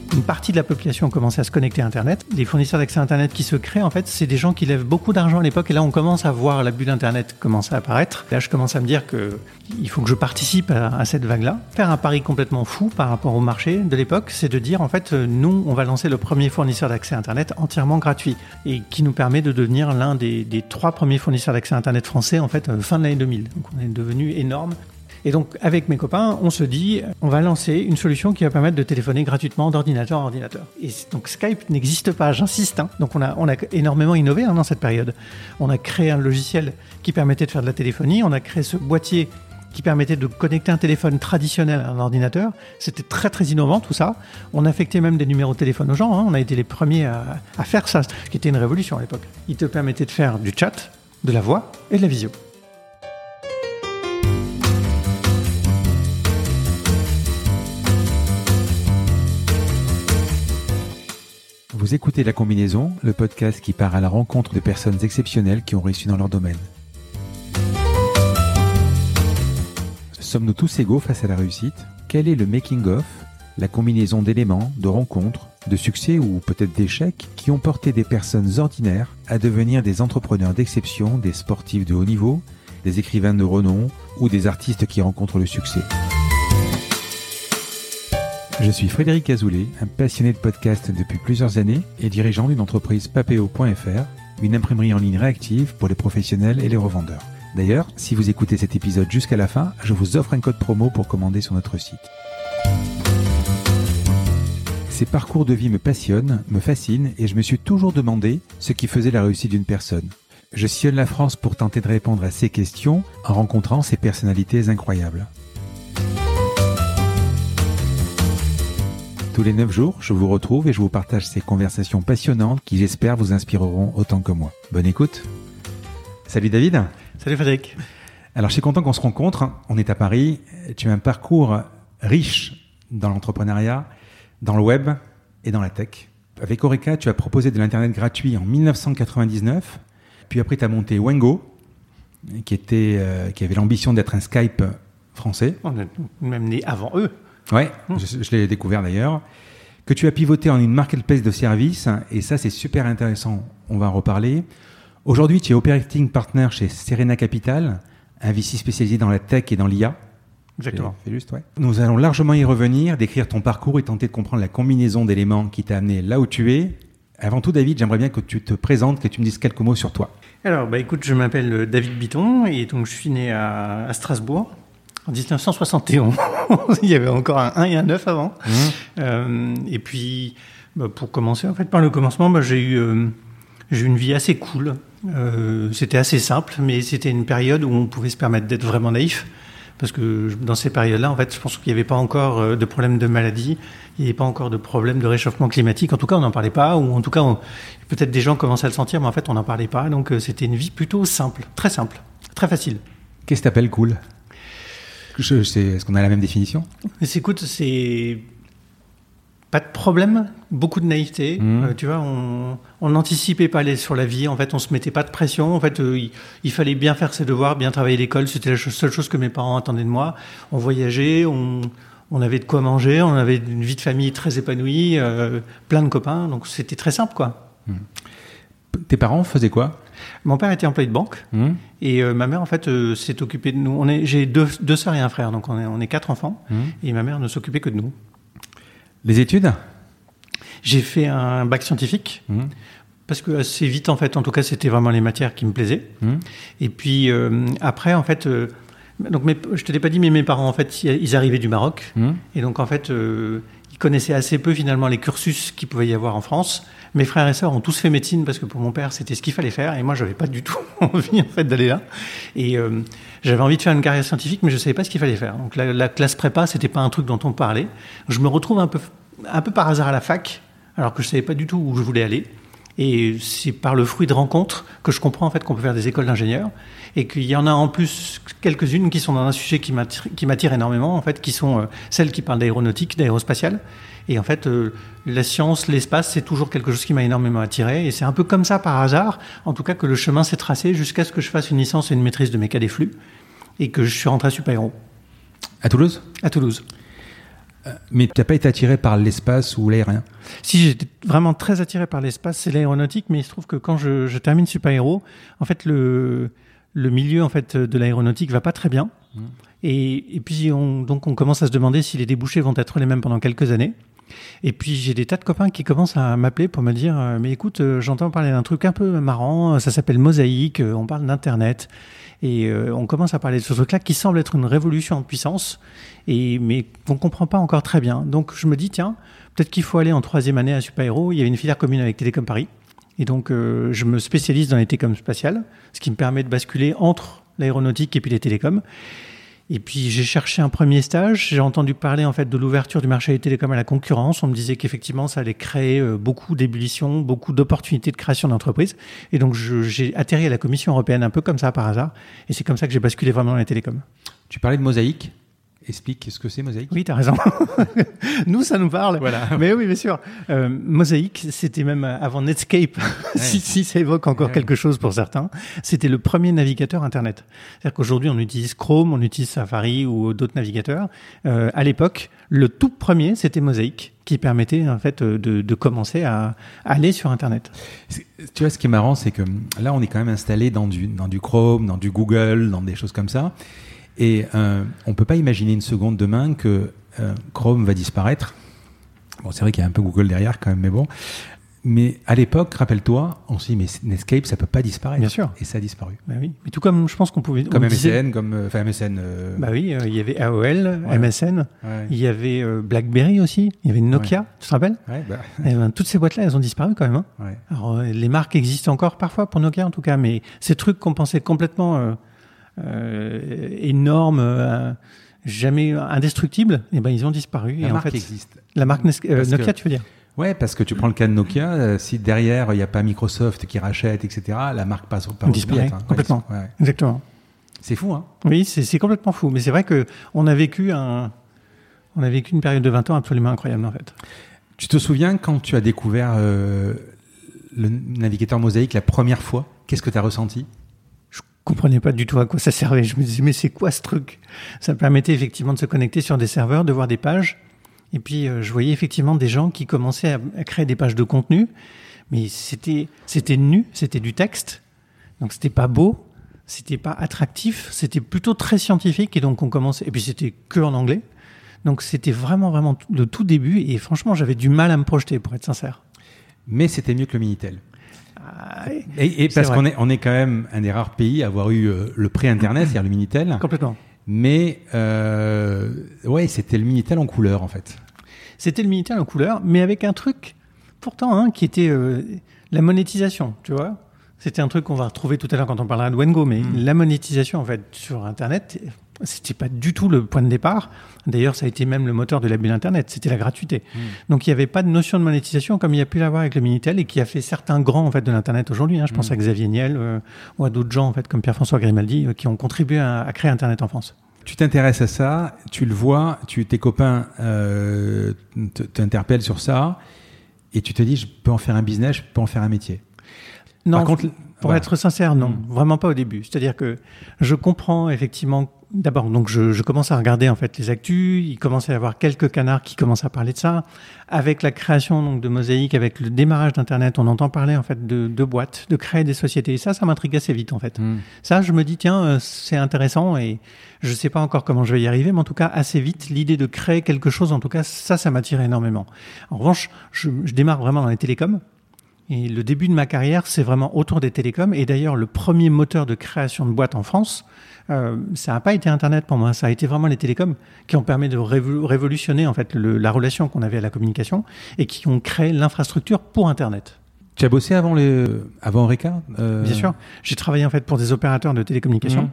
une partie de la population a commencé à se connecter à Internet. Les fournisseurs d'accès à Internet qui se créent, en fait, c'est des gens qui lèvent beaucoup d'argent à l'époque. Et là, on commence à voir la bulle Internet commencer à apparaître. Là, je commence à me dire qu'il faut que je participe à cette vague-là. Faire un pari complètement fou par rapport au marché de l'époque, c'est de dire, en fait, nous, on va lancer le premier fournisseur d'accès à Internet entièrement gratuit et qui nous permet de devenir l'un des 3 premiers fournisseurs d'accès à Internet français, en fait, fin de l'année 2000. Donc, on est devenu énorme. Et donc, avec mes copains, on se dit, on va lancer une solution qui va permettre de téléphoner gratuitement d'ordinateur à ordinateur. Et donc, Skype n'existe pas, j'insiste. Donc, on a énormément innové dans cette période. On a créé un logiciel qui permettait de faire de la téléphonie. On a créé ce boîtier qui permettait de connecter un téléphone traditionnel à un ordinateur. C'était très, très innovant, tout ça. On affectait même des numéros de téléphone aux gens. On a été les premiers à faire ça, ce qui était une révolution à l'époque. Il te permettait de faire du chat, de la voix et de la visio. Vous écoutez La Combinaison, le podcast qui part à la rencontre de personnes exceptionnelles qui ont réussi dans leur domaine. Sommes-nous tous égaux face à la réussite ? Quel est le making-of, la combinaison d'éléments, de rencontres, de succès ou peut-être d'échecs qui ont porté des personnes ordinaires à devenir des entrepreneurs d'exception, des sportifs de haut niveau, des écrivains de renom ou des artistes qui rencontrent le succès ? Je suis Frédéric Azoulay, un passionné de podcast depuis plusieurs années et dirigeant d'une entreprise Papéo.fr, une imprimerie en ligne réactive pour les professionnels et les revendeurs. D'ailleurs, si vous écoutez cet épisode jusqu'à la fin, je vous offre un code promo pour commander sur notre site. Ces parcours de vie me passionnent, me fascinent et je me suis toujours demandé ce qui faisait la réussite d'une personne. Je sillonne la France pour tenter de répondre à ces questions en rencontrant ces personnalités incroyables. Tous les 9 jours, je vous retrouve et je vous partage ces conversations passionnantes qui, j'espère, vous inspireront autant que moi. Bonne écoute. Salut David. Salut Frédéric. Alors, je suis content qu'on se rencontre. On est à Paris. Tu as un parcours riche dans l'entrepreneuriat, dans le web et dans la tech. Avec Horeca, tu as proposé de l'Internet gratuit en 1999. Puis après, tu as monté Wango, qui avait l'ambition d'être un Skype français. On est même né avant eux. Ouais, je l'ai découvert d'ailleurs. Que tu as pivoté en une marketplace de services, et ça c'est super intéressant, on va en reparler. Aujourd'hui, tu es operating partner chez Serena Capital, un VC spécialisé dans la tech et dans l'IA. Exactement. C'est juste, ouais. Nous allons largement y revenir, décrire ton parcours et tenter de comprendre la combinaison d'éléments qui t'a amené là où tu es. Avant tout, David, j'aimerais bien que tu te présentes, que tu me dises quelques mots sur toi. Alors, écoute, je m'appelle David Bitton et donc je suis né à Strasbourg. En 1971, il y avait encore un 1 et un 9 avant. Et puis, pour commencer, en fait, par le commencement, j'ai eu une vie assez cool. C'était assez simple, mais c'était une période où on pouvait se permettre d'être vraiment naïf. Parce que dans ces périodes-là, en fait, je pense qu'il n'y avait pas encore de problème de maladie, il n'y avait pas encore de problème de réchauffement climatique. En tout cas, on n'en parlait pas, ou en tout cas, peut-être des gens commençaient à le sentir, mais en fait, on n'en parlait pas. Donc, c'était une vie plutôt simple, très facile. Qu'est-ce que t'appelles cool ? Est-ce qu'on a la même définition ? Écoute, c'est pas de problème, beaucoup de naïveté. Tu vois, on n'anticipait pas sur la vie. En fait, on se mettait pas de pression. En fait, il fallait bien faire ses devoirs, bien travailler à l'école. C'était la seule chose que mes parents attendaient de moi. On voyageait, on avait de quoi manger, on avait une vie de famille très épanouie, plein de copains. Donc, c'était très simple, quoi. Tes parents faisaient quoi ? Mon père était employé de banque et ma mère en fait s'est occupée de nous. J'ai deux sœurs et un frère, donc on est 4 enfants et ma mère ne s'occupait que de nous. Les études ? J'ai fait un bac scientifique parce que assez vite en fait, en tout cas c'était vraiment les matières qui me plaisaient. Et puis après en fait, donc je te l'ai pas dit, mais mes parents en fait ils arrivaient du Maroc et donc en fait ils connaissaient assez peu finalement les cursus qu'il pouvait y avoir en France. Mes frères et sœurs ont tous fait médecine parce que pour mon père, c'était ce qu'il fallait faire. Et moi, j'avais pas du tout envie, en fait, d'aller là. Et j'avais envie de faire une carrière scientifique, mais je savais pas ce qu'il fallait faire. Donc, la classe prépa, c'était pas un truc dont on parlait. Je me retrouve un peu par hasard à la fac, alors que je savais pas du tout où je voulais aller. Et c'est par le fruit de rencontres que je comprends, en fait, qu'on peut faire des écoles d'ingénieurs. Et qu'il y en a en plus quelques-unes qui sont dans un sujet qui m'attire énormément, en fait, qui sont celles qui parlent d'aéronautique, d'aérospatiale. Et en fait, la science, l'espace, c'est toujours quelque chose qui m'a énormément attiré. Et c'est un peu comme ça, par hasard, en tout cas, que le chemin s'est tracé jusqu'à ce que je fasse une licence et une maîtrise de méca des flux et que je suis rentré à Super Héros. À Toulouse ? À Toulouse. Mais tu n'as pas été attiré par l'espace ou l'aérien? Si, j'étais vraiment très attiré par l'espace, c'est l'aéronautique, mais il se trouve que quand je termine Super Héros, en fait, le milieu en fait, de l'aéronautique va pas très bien. Et puis, on commence à se demander si les débouchés vont être les mêmes pendant quelques années. Et puis, j'ai des tas de copains qui commencent à m'appeler pour me dire « Mais écoute, j'entends parler d'un truc un peu marrant, ça s'appelle Mosaïque, on parle d'Internet. » Et on commence à parler de ce truc-là qui semble être une révolution en puissance, mais qu'on ne comprend pas encore très bien. Donc, je me dis « Tiens, peut-être qu'il faut aller en 3e année à Super Héros. » Il y avait une filière commune avec Télécom Paris. Et donc, je me spécialise dans les télécoms spatiales, ce qui me permet de basculer entre l'aéronautique et puis les télécoms. Et puis j'ai cherché un premier stage, j'ai entendu parler en fait de l'ouverture du marché des télécoms à la concurrence. On me disait qu'effectivement ça allait créer beaucoup d'ébullition, beaucoup d'opportunités de création d'entreprises. Et donc j'ai atterri à la Commission européenne un peu comme ça par hasard. Et c'est comme ça que j'ai basculé vraiment dans les télécoms. Tu parlais de Mosaïque. Explique ce que c'est Mosaïque. Oui, tu as raison. Nous, ça nous parle. Voilà. Mais oui, bien sûr. Mosaïque, c'était même avant Netscape, si ça évoque encore quelque chose pour certains. C'était le premier navigateur Internet. C'est-à-dire qu'aujourd'hui, on utilise Chrome, on utilise Safari ou d'autres navigateurs. À l'époque, le tout premier, c'était Mosaïque, qui permettait en fait de commencer à aller sur Internet. Tu vois, ce qui est marrant, c'est que là, on est quand même installé dans du Chrome, dans du Google, dans des choses comme ça. Et on ne peut pas imaginer une seconde demain que Chrome va disparaître. Bon, c'est vrai qu'il y a un peu Google derrière quand même, mais bon. Mais à l'époque, rappelle-toi, on s'est dit, mais Netscape, ça ne peut pas disparaître. Bien sûr. Et ça a disparu. Bah oui. Mais tout comme je pense qu'on pouvait... Comme MSN, enfin MSN... Bah oui, il y avait AOL, ouais. MSN, ouais. Il y avait BlackBerry aussi, il y avait Nokia, tu te rappelles? Ouais, bah... Et toutes ces boîtes-là, elles ont disparu quand même. Hein. Ouais. Alors, les marques existent encore parfois, pour Nokia en tout cas, mais ces trucs qu'on pensait complètement... énormes, jamais indestructibles, et ben ils ont disparu. La et marque en fait, existe. La marque Nokia, tu veux dire? Ouais, parce que tu prends le cas de Nokia, si derrière il n'y a pas Microsoft qui rachète, etc., la marque passe par disparaît complètement. Ouais. Exactement. C'est fou, hein? Oui, c'est complètement fou. Mais c'est vrai que on a vécu une période de 20 ans absolument incroyable en fait. Tu te souviens quand tu as découvert le navigateur Mosaïque la première fois? Qu'est-ce que tu as ressenti? Je comprenais pas du tout à quoi ça servait. Je me disais, mais c'est quoi ce truc? Ça permettait effectivement de se connecter sur des serveurs, de voir des pages. Et puis, je voyais effectivement des gens qui commençaient à créer des pages de contenu. Mais c'était nu, c'était du texte. Donc, c'était pas beau, c'était pas attractif, c'était plutôt très scientifique. Et donc, on commençait. Et puis, c'était que en anglais. Donc, c'était vraiment, vraiment le tout début. Et franchement, j'avais du mal à me projeter, pour être sincère. Mais c'était mieux que le Minitel. Oui, et parce qu'on est quand même un des rares pays à avoir eu le pré-Internet, c'est-à-dire le Minitel. Complètement. Mais ouais, c'était le Minitel en couleur en fait. C'était le Minitel en couleur, mais avec un truc pourtant qui était la monétisation, tu vois. C'était un truc qu'on va retrouver tout à l'heure quand on parlera de Wengo, mais la monétisation en fait sur Internet, c'était pas du tout le point de départ. D'ailleurs, ça a été même le moteur de la bulle Internet, c'était la gratuité. Donc, il n'y avait pas de notion de monétisation comme il y a pu l'avoir avec le Minitel et qui a fait certains grands en fait de l'Internet aujourd'hui. Je pense à Xavier Niel ou à d'autres gens en fait comme Pierre-François Grimaldi qui ont contribué à créer Internet en France. Tu t'intéresses à ça, tu le vois, tes copains t'interpellent sur ça et tu te dis je peux en faire un business, je peux en faire un métier. Non, par contre, pour être sincère, non, vraiment pas au début. C'est-à-dire que je comprends effectivement. D'abord, donc je commence à regarder en fait les actus. Il commence à y avoir quelques canards qui commencent à parler de ça. Avec la création donc de Mosaïque, avec le démarrage d'Internet, on entend parler en fait de boîtes, de créer des sociétés. Et ça m'intrigue assez vite en fait. Ça, je me dis tiens, c'est intéressant et je sais pas encore comment je vais y arriver, mais en tout cas assez vite, l'idée de créer quelque chose, en tout cas ça m'attire énormément. En revanche, je démarre vraiment dans les télécoms. Et le début de ma carrière, c'est vraiment autour des télécoms. Et d'ailleurs, le premier moteur de création de boîtes en France, ça n'a pas été Internet pour moi. Ça a été vraiment les télécoms qui ont permis de révolutionner en fait la relation qu'on avait à la communication et qui ont créé l'infrastructure pour Internet. Tu as bossé avant Eureka Bien sûr. J'ai travaillé en fait pour des opérateurs de télécommunications.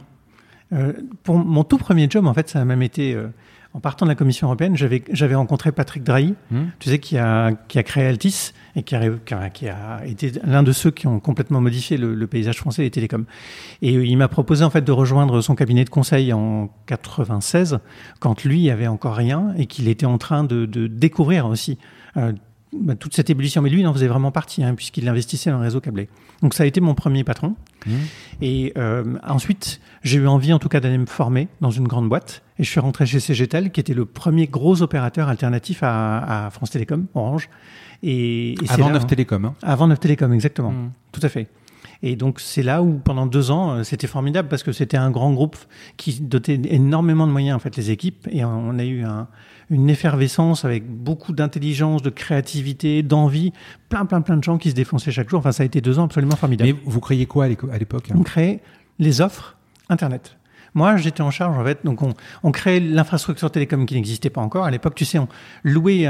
Pour mon tout premier job, en fait, ça a même été... en partant de la Commission européenne, j'avais rencontré Patrick Drahi, tu sais, qui a créé Altis et qui a été l'un de ceux qui ont complètement modifié le paysage français des télécoms. Et il m'a proposé en fait de rejoindre son cabinet de conseil en 96, quand lui avait encore rien et qu'il était en train de découvrir aussi toute cette ébullition. Mais lui, il en faisait vraiment partie, puisqu'il investissait dans le réseau câblé. Donc ça a été mon premier patron. Et ensuite, j'ai eu envie en tout cas d'aller me former dans une grande boîte. Et je suis rentré chez CGTEL, qui était le premier gros opérateur alternatif à France Télécom, Orange. Et avant Neuf Télécom. Hein. Avant Neuf Télécom, exactement. Tout à fait. Et donc c'est là où pendant 2 ans, c'était formidable parce que c'était un grand groupe qui dotait énormément de moyens, en fait, les équipes. Et on a eu une effervescence avec beaucoup d'intelligence, de créativité, d'envie, plein de gens qui se défonçaient chaque jour. Enfin, ça a été 2 ans absolument formidables. Mais vous créiez quoi à l'époque? On créait les offres Internet. Moi, j'étais en charge, en fait. Donc, on créait l'infrastructure télécom qui n'existait pas encore. À l'époque, tu sais, on louait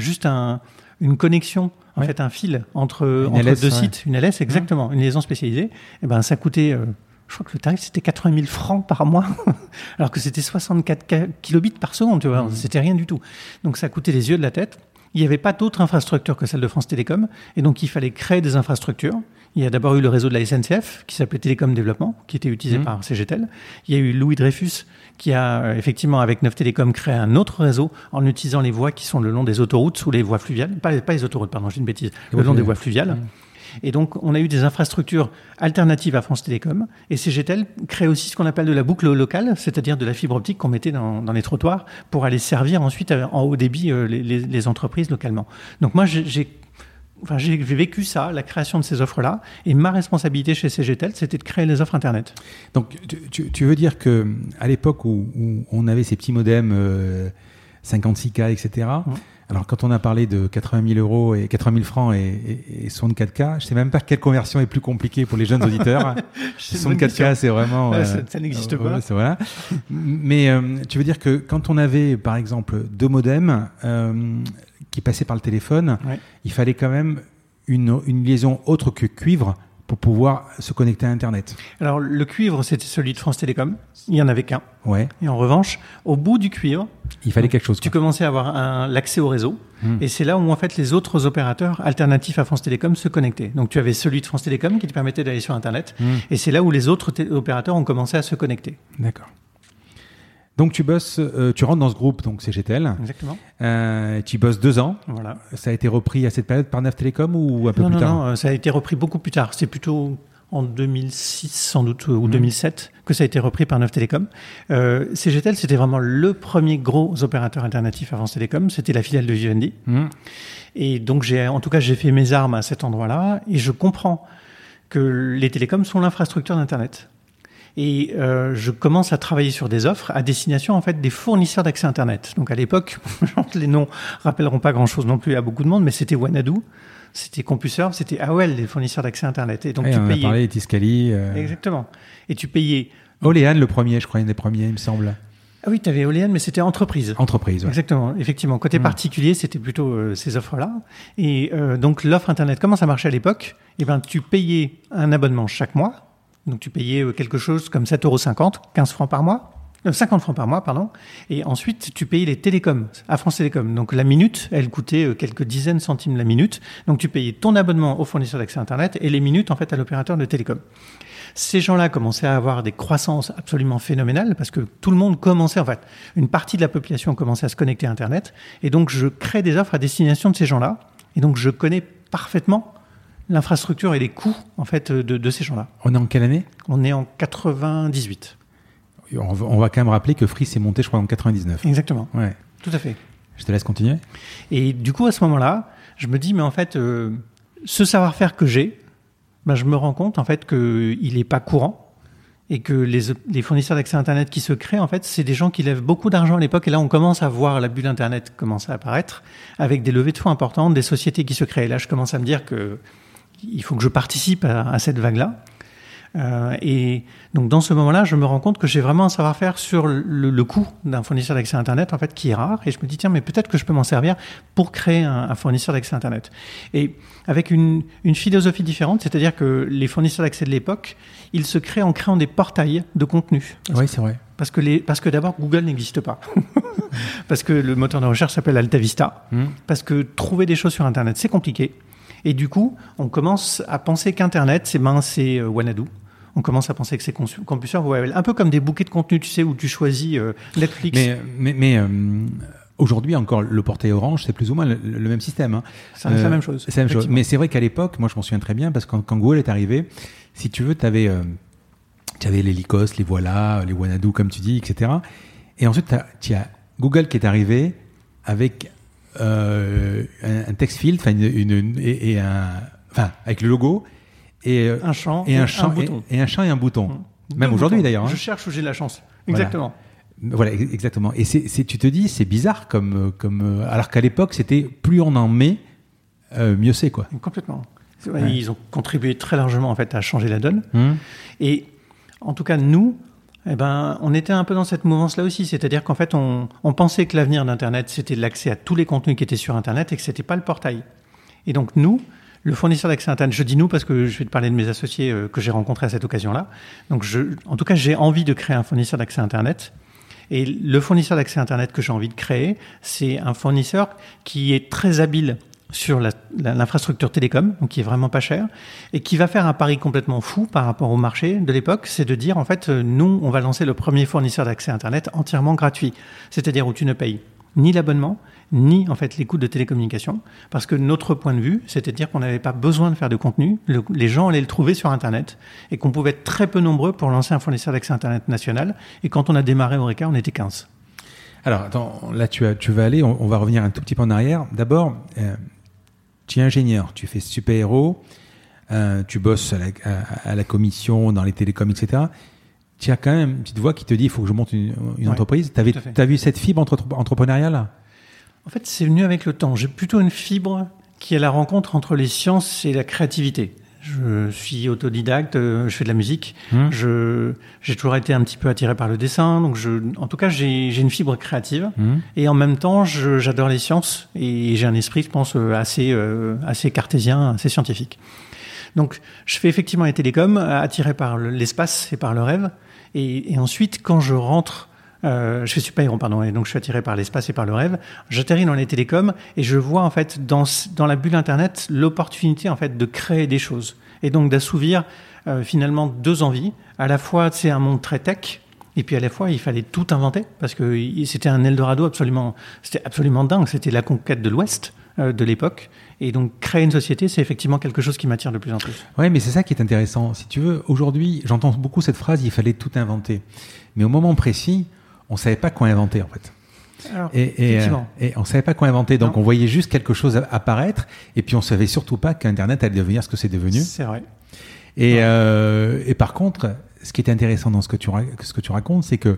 une connexion, en fait, un fil entre LS, 2 sites, une LS, exactement, une liaison spécialisée. Et ben, ça coûtait, je crois que le tarif, c'était 80 000 francs par mois, alors que c'était 64 kilobits par seconde, tu vois. C'était rien du tout. Donc, ça coûtait les yeux de la tête. Il n'y avait pas d'autre infrastructure que celle de France Télécom. Et donc, il fallait créer des infrastructures. Il y a d'abord eu le réseau de la SNCF, qui s'appelait Télécom Développement, qui était utilisé par CGTEL. Il y a eu Louis Dreyfus, qui a effectivement, avec Neuf Télécom, créé un autre réseau en utilisant les voies qui sont le long des autoroutes ou les voies fluviales. Pas les autoroutes, pardon, j'ai une bêtise. Le long des voies fluviales. Et donc, on a eu des infrastructures alternatives à France Télécom. Et CGTEL crée aussi ce qu'on appelle de la boucle locale, c'est-à-dire de la fibre optique qu'on mettait dans les trottoirs pour aller servir ensuite en haut débit les entreprises localement. Donc moi, j'ai vécu ça, la création de ces offres-là, et ma responsabilité chez CGTEL, c'était de créer les offres Internet. Donc, tu veux dire que à l'époque où on avait ces petits modems 56K, etc., alors quand on a parlé de 80 000 € et 80 000 francs et 64K, je sais même pas quelle conversion est plus compliquée pour les jeunes auditeurs. 64K, c'est vraiment... ça n'existe pas. Voilà. Mais tu veux dire que quand on avait, par exemple, 2 modems qui passaient par le téléphone, il fallait quand même une liaison autre que cuivre pour pouvoir se connecter à Internet. Alors, le cuivre, c'était celui de France Télécom. Il n'y en avait qu'un. Ouais. Et en revanche, au bout du cuivre, il fallait quelque chose. Tu commençais à avoir l'accès au réseau. Et c'est là où, en fait, les autres opérateurs alternatifs à France Télécom se connectaient. Donc, tu avais celui de France Télécom qui te permettait d'aller sur Internet. Et c'est là où les autres opérateurs ont commencé à se connecter. D'accord. Donc tu rentres dans ce groupe, donc CGTEL. Exactement. Tu bosses 2 ans. Voilà. Ça a été repris à cette période par Neuf Télécom ou un peu plus tard? Non, ça a été repris beaucoup plus tard. C'est plutôt en 2006 sans doute ou 2007 que ça a été repris par Neuf Télécom. CGTEL, c'était vraiment le premier gros opérateur alternatif à France Télécom. C'était la filiale de Vivendi. Et donc j'ai fait mes armes à cet endroit-là et je comprends que les télécoms sont l'infrastructure d'Internet. Et je commence à travailler sur des offres à destination en fait des fournisseurs d'accès Internet. Donc à l'époque, les noms rappelleront pas grand-chose non plus à beaucoup de monde, mais c'était Wanadoo, c'était CompuServe, c'était AOL, les fournisseurs d'accès Internet. Et donc tu payais. On a parlé Tiscali. Exactement. Et tu payais. Olean, le premier, je crois, un des premiers, il me semble. Ah oui, tu avais Olean, mais c'était entreprise. Entreprise, ouais. Exactement, effectivement. Côté particulier, c'était plutôt ces offres-là. Et donc l'offre Internet, comment ça marchait à l'époque? Eh ben, tu payais un abonnement chaque mois. Donc, tu payais quelque chose comme 7,50 €, 15 francs par mois, 50 francs par mois, pardon. Et ensuite, tu payais les télécoms à France Télécom. Donc, la minute, elle coûtait quelques dizaines de centimes la minute. Donc, tu payais ton abonnement au fournisseur d'accès Internet et les minutes, en fait, à l'opérateur de télécom. Ces gens-là commençaient à avoir des croissances absolument phénoménales parce que tout le monde commençait, en fait, une partie de la population commençait à se connecter à Internet. Et donc, je crée des offres à destination de ces gens-là. Et donc, je connais parfaitement l'infrastructure et les coûts en fait de ces gens-là. On est en quelle année? On est en 98. On va quand même rappeler que Free s'est monté, je crois, en 99. Exactement. Ouais. Tout à fait. Je te laisse continuer. Et du coup, à ce moment-là, je me dis, mais en fait, ce savoir-faire que j'ai, je me rends compte en fait qu'il n'est pas courant et que les fournisseurs d'accès Internet qui se créent, en fait, c'est des gens qui lèvent beaucoup d'argent à l'époque. Et là, on commence à voir la bulle Internet commencer à apparaître avec des levées de fonds importantes, des sociétés qui se créent. Et là, je commence à me dire il faut que je participe à cette vague-là. Et donc, dans ce moment-là, je me rends compte que j'ai vraiment un savoir-faire sur le coût d'un fournisseur d'accès Internet, en fait, qui est rare. Et je me dis, tiens, mais peut-être que je peux m'en servir pour créer un fournisseur d'accès Internet. Et avec une philosophie différente, c'est-à-dire que les fournisseurs d'accès de l'époque, ils se créent en créant des portails de contenu. Oui, c'est vrai. Parce que d'abord, Google n'existe pas. Parce que le moteur de recherche s'appelle AltaVista. Parce que trouver des choses sur Internet, c'est compliqué. Et du coup, on commence à penser qu'Internet, c'est Wanadoo. On commence à penser que c'est CompuServe ou AOL. Un peu comme des bouquets de contenu, tu sais, où tu choisis Netflix. Mais Aujourd'hui encore, le portail Orange, c'est plus ou moins le même système. Hein. C'est la même chose. C'est la même chose. Mais c'est vrai qu'à l'époque, moi je m'en souviens très bien, parce que quand Google est arrivé, si tu veux, tu avais les Lycos, les Voilà, les Wanadu, comme tu dis, etc. Et ensuite, tu as Google qui est arrivé avec un text field, avec le logo, et un champ et un bouton. Et un champ et un bouton. Même aujourd'hui d'ailleurs. Je cherche où j'ai de la chance. Exactement. Voilà, exactement. Et tu te dis, c'est bizarre alors qu'à l'époque, c'était plus on en met, mieux c'est, quoi. Complètement. Ouais. Ils ont contribué très largement en fait à changer la donne. Et en tout cas, nous, on était un peu dans cette mouvance-là aussi. C'est-à-dire qu'en fait, on pensait que l'avenir d'Internet, c'était l'accès à tous les contenus qui étaient sur Internet et que c'était pas le portail. Et donc nous, le fournisseur d'accès Internet, je dis nous parce que je vais te parler de mes associés que j'ai rencontrés à cette occasion-là. Donc en tout cas, j'ai envie de créer un fournisseur d'accès Internet. Et le fournisseur d'accès Internet que j'ai envie de créer, c'est un fournisseur qui est très habile sur l'infrastructure télécom, donc qui est vraiment pas cher, et qui va faire un pari complètement fou par rapport au marché de l'époque, c'est de dire, en fait, nous, on va lancer le premier fournisseur d'accès Internet entièrement gratuit. C'est-à-dire où tu ne payes ni l'abonnement, ni en fait les coûts de télécommunication, parce que notre point de vue, c'est-à-dire qu'on n'avait pas besoin de faire de contenu, les gens allaient le trouver sur Internet, et qu'on pouvait être très peu nombreux pour lancer un fournisseur d'accès Internet national, et quand on a démarré Horeca, on était 15. Alors, attends, là tu vas aller, on va revenir un tout petit peu en arrière. D'abord, tu es ingénieur, tu fais super-héros, tu bosses à la commission, dans les télécoms, etc. Tu as quand même une petite voix qui te dit il faut que je monte une entreprise. Tu as vu cette fibre entrepreneuriale? En fait, c'est venu avec le temps. J'ai plutôt une fibre qui est la rencontre entre les sciences et la créativité. Je suis autodidacte, je fais de la musique. J'ai toujours été un petit peu attiré par le dessin. Donc en tout cas, j'ai une fibre créative. Et en même temps, j'adore les sciences. Et j'ai un esprit, je pense, assez cartésien, assez scientifique. Donc, je fais effectivement les télécoms, attiré par l'espace et par le rêve. Et ensuite, quand je rentre, je fais super-héros, pardon, et donc je suis attiré par l'espace et par le rêve. J'atterris dans les télécoms et je vois en fait dans la bulle Internet l'opportunité en fait de créer des choses et donc d'assouvir finalement deux envies. À la fois, c'est un monde très tech. Et puis à la fois, il fallait tout inventer parce que c'était un Eldorado c'était absolument dingue. C'était la conquête de l'Ouest de l'époque. Et donc, créer une société, c'est effectivement quelque chose qui m'attire de plus en plus. Oui, mais c'est ça qui est intéressant. Si tu veux, aujourd'hui, j'entends beaucoup cette phrase, il fallait tout inventer. Mais au moment précis, on ne savait pas quoi inventer, en fait. Alors, et on ne savait pas quoi inventer. Donc, on voyait juste quelque chose apparaître. Et puis, on ne savait surtout pas qu'Internet allait devenir ce que c'est devenu. C'est vrai. Et par contre, ce qui est intéressant dans ce que tu racontes, c'est que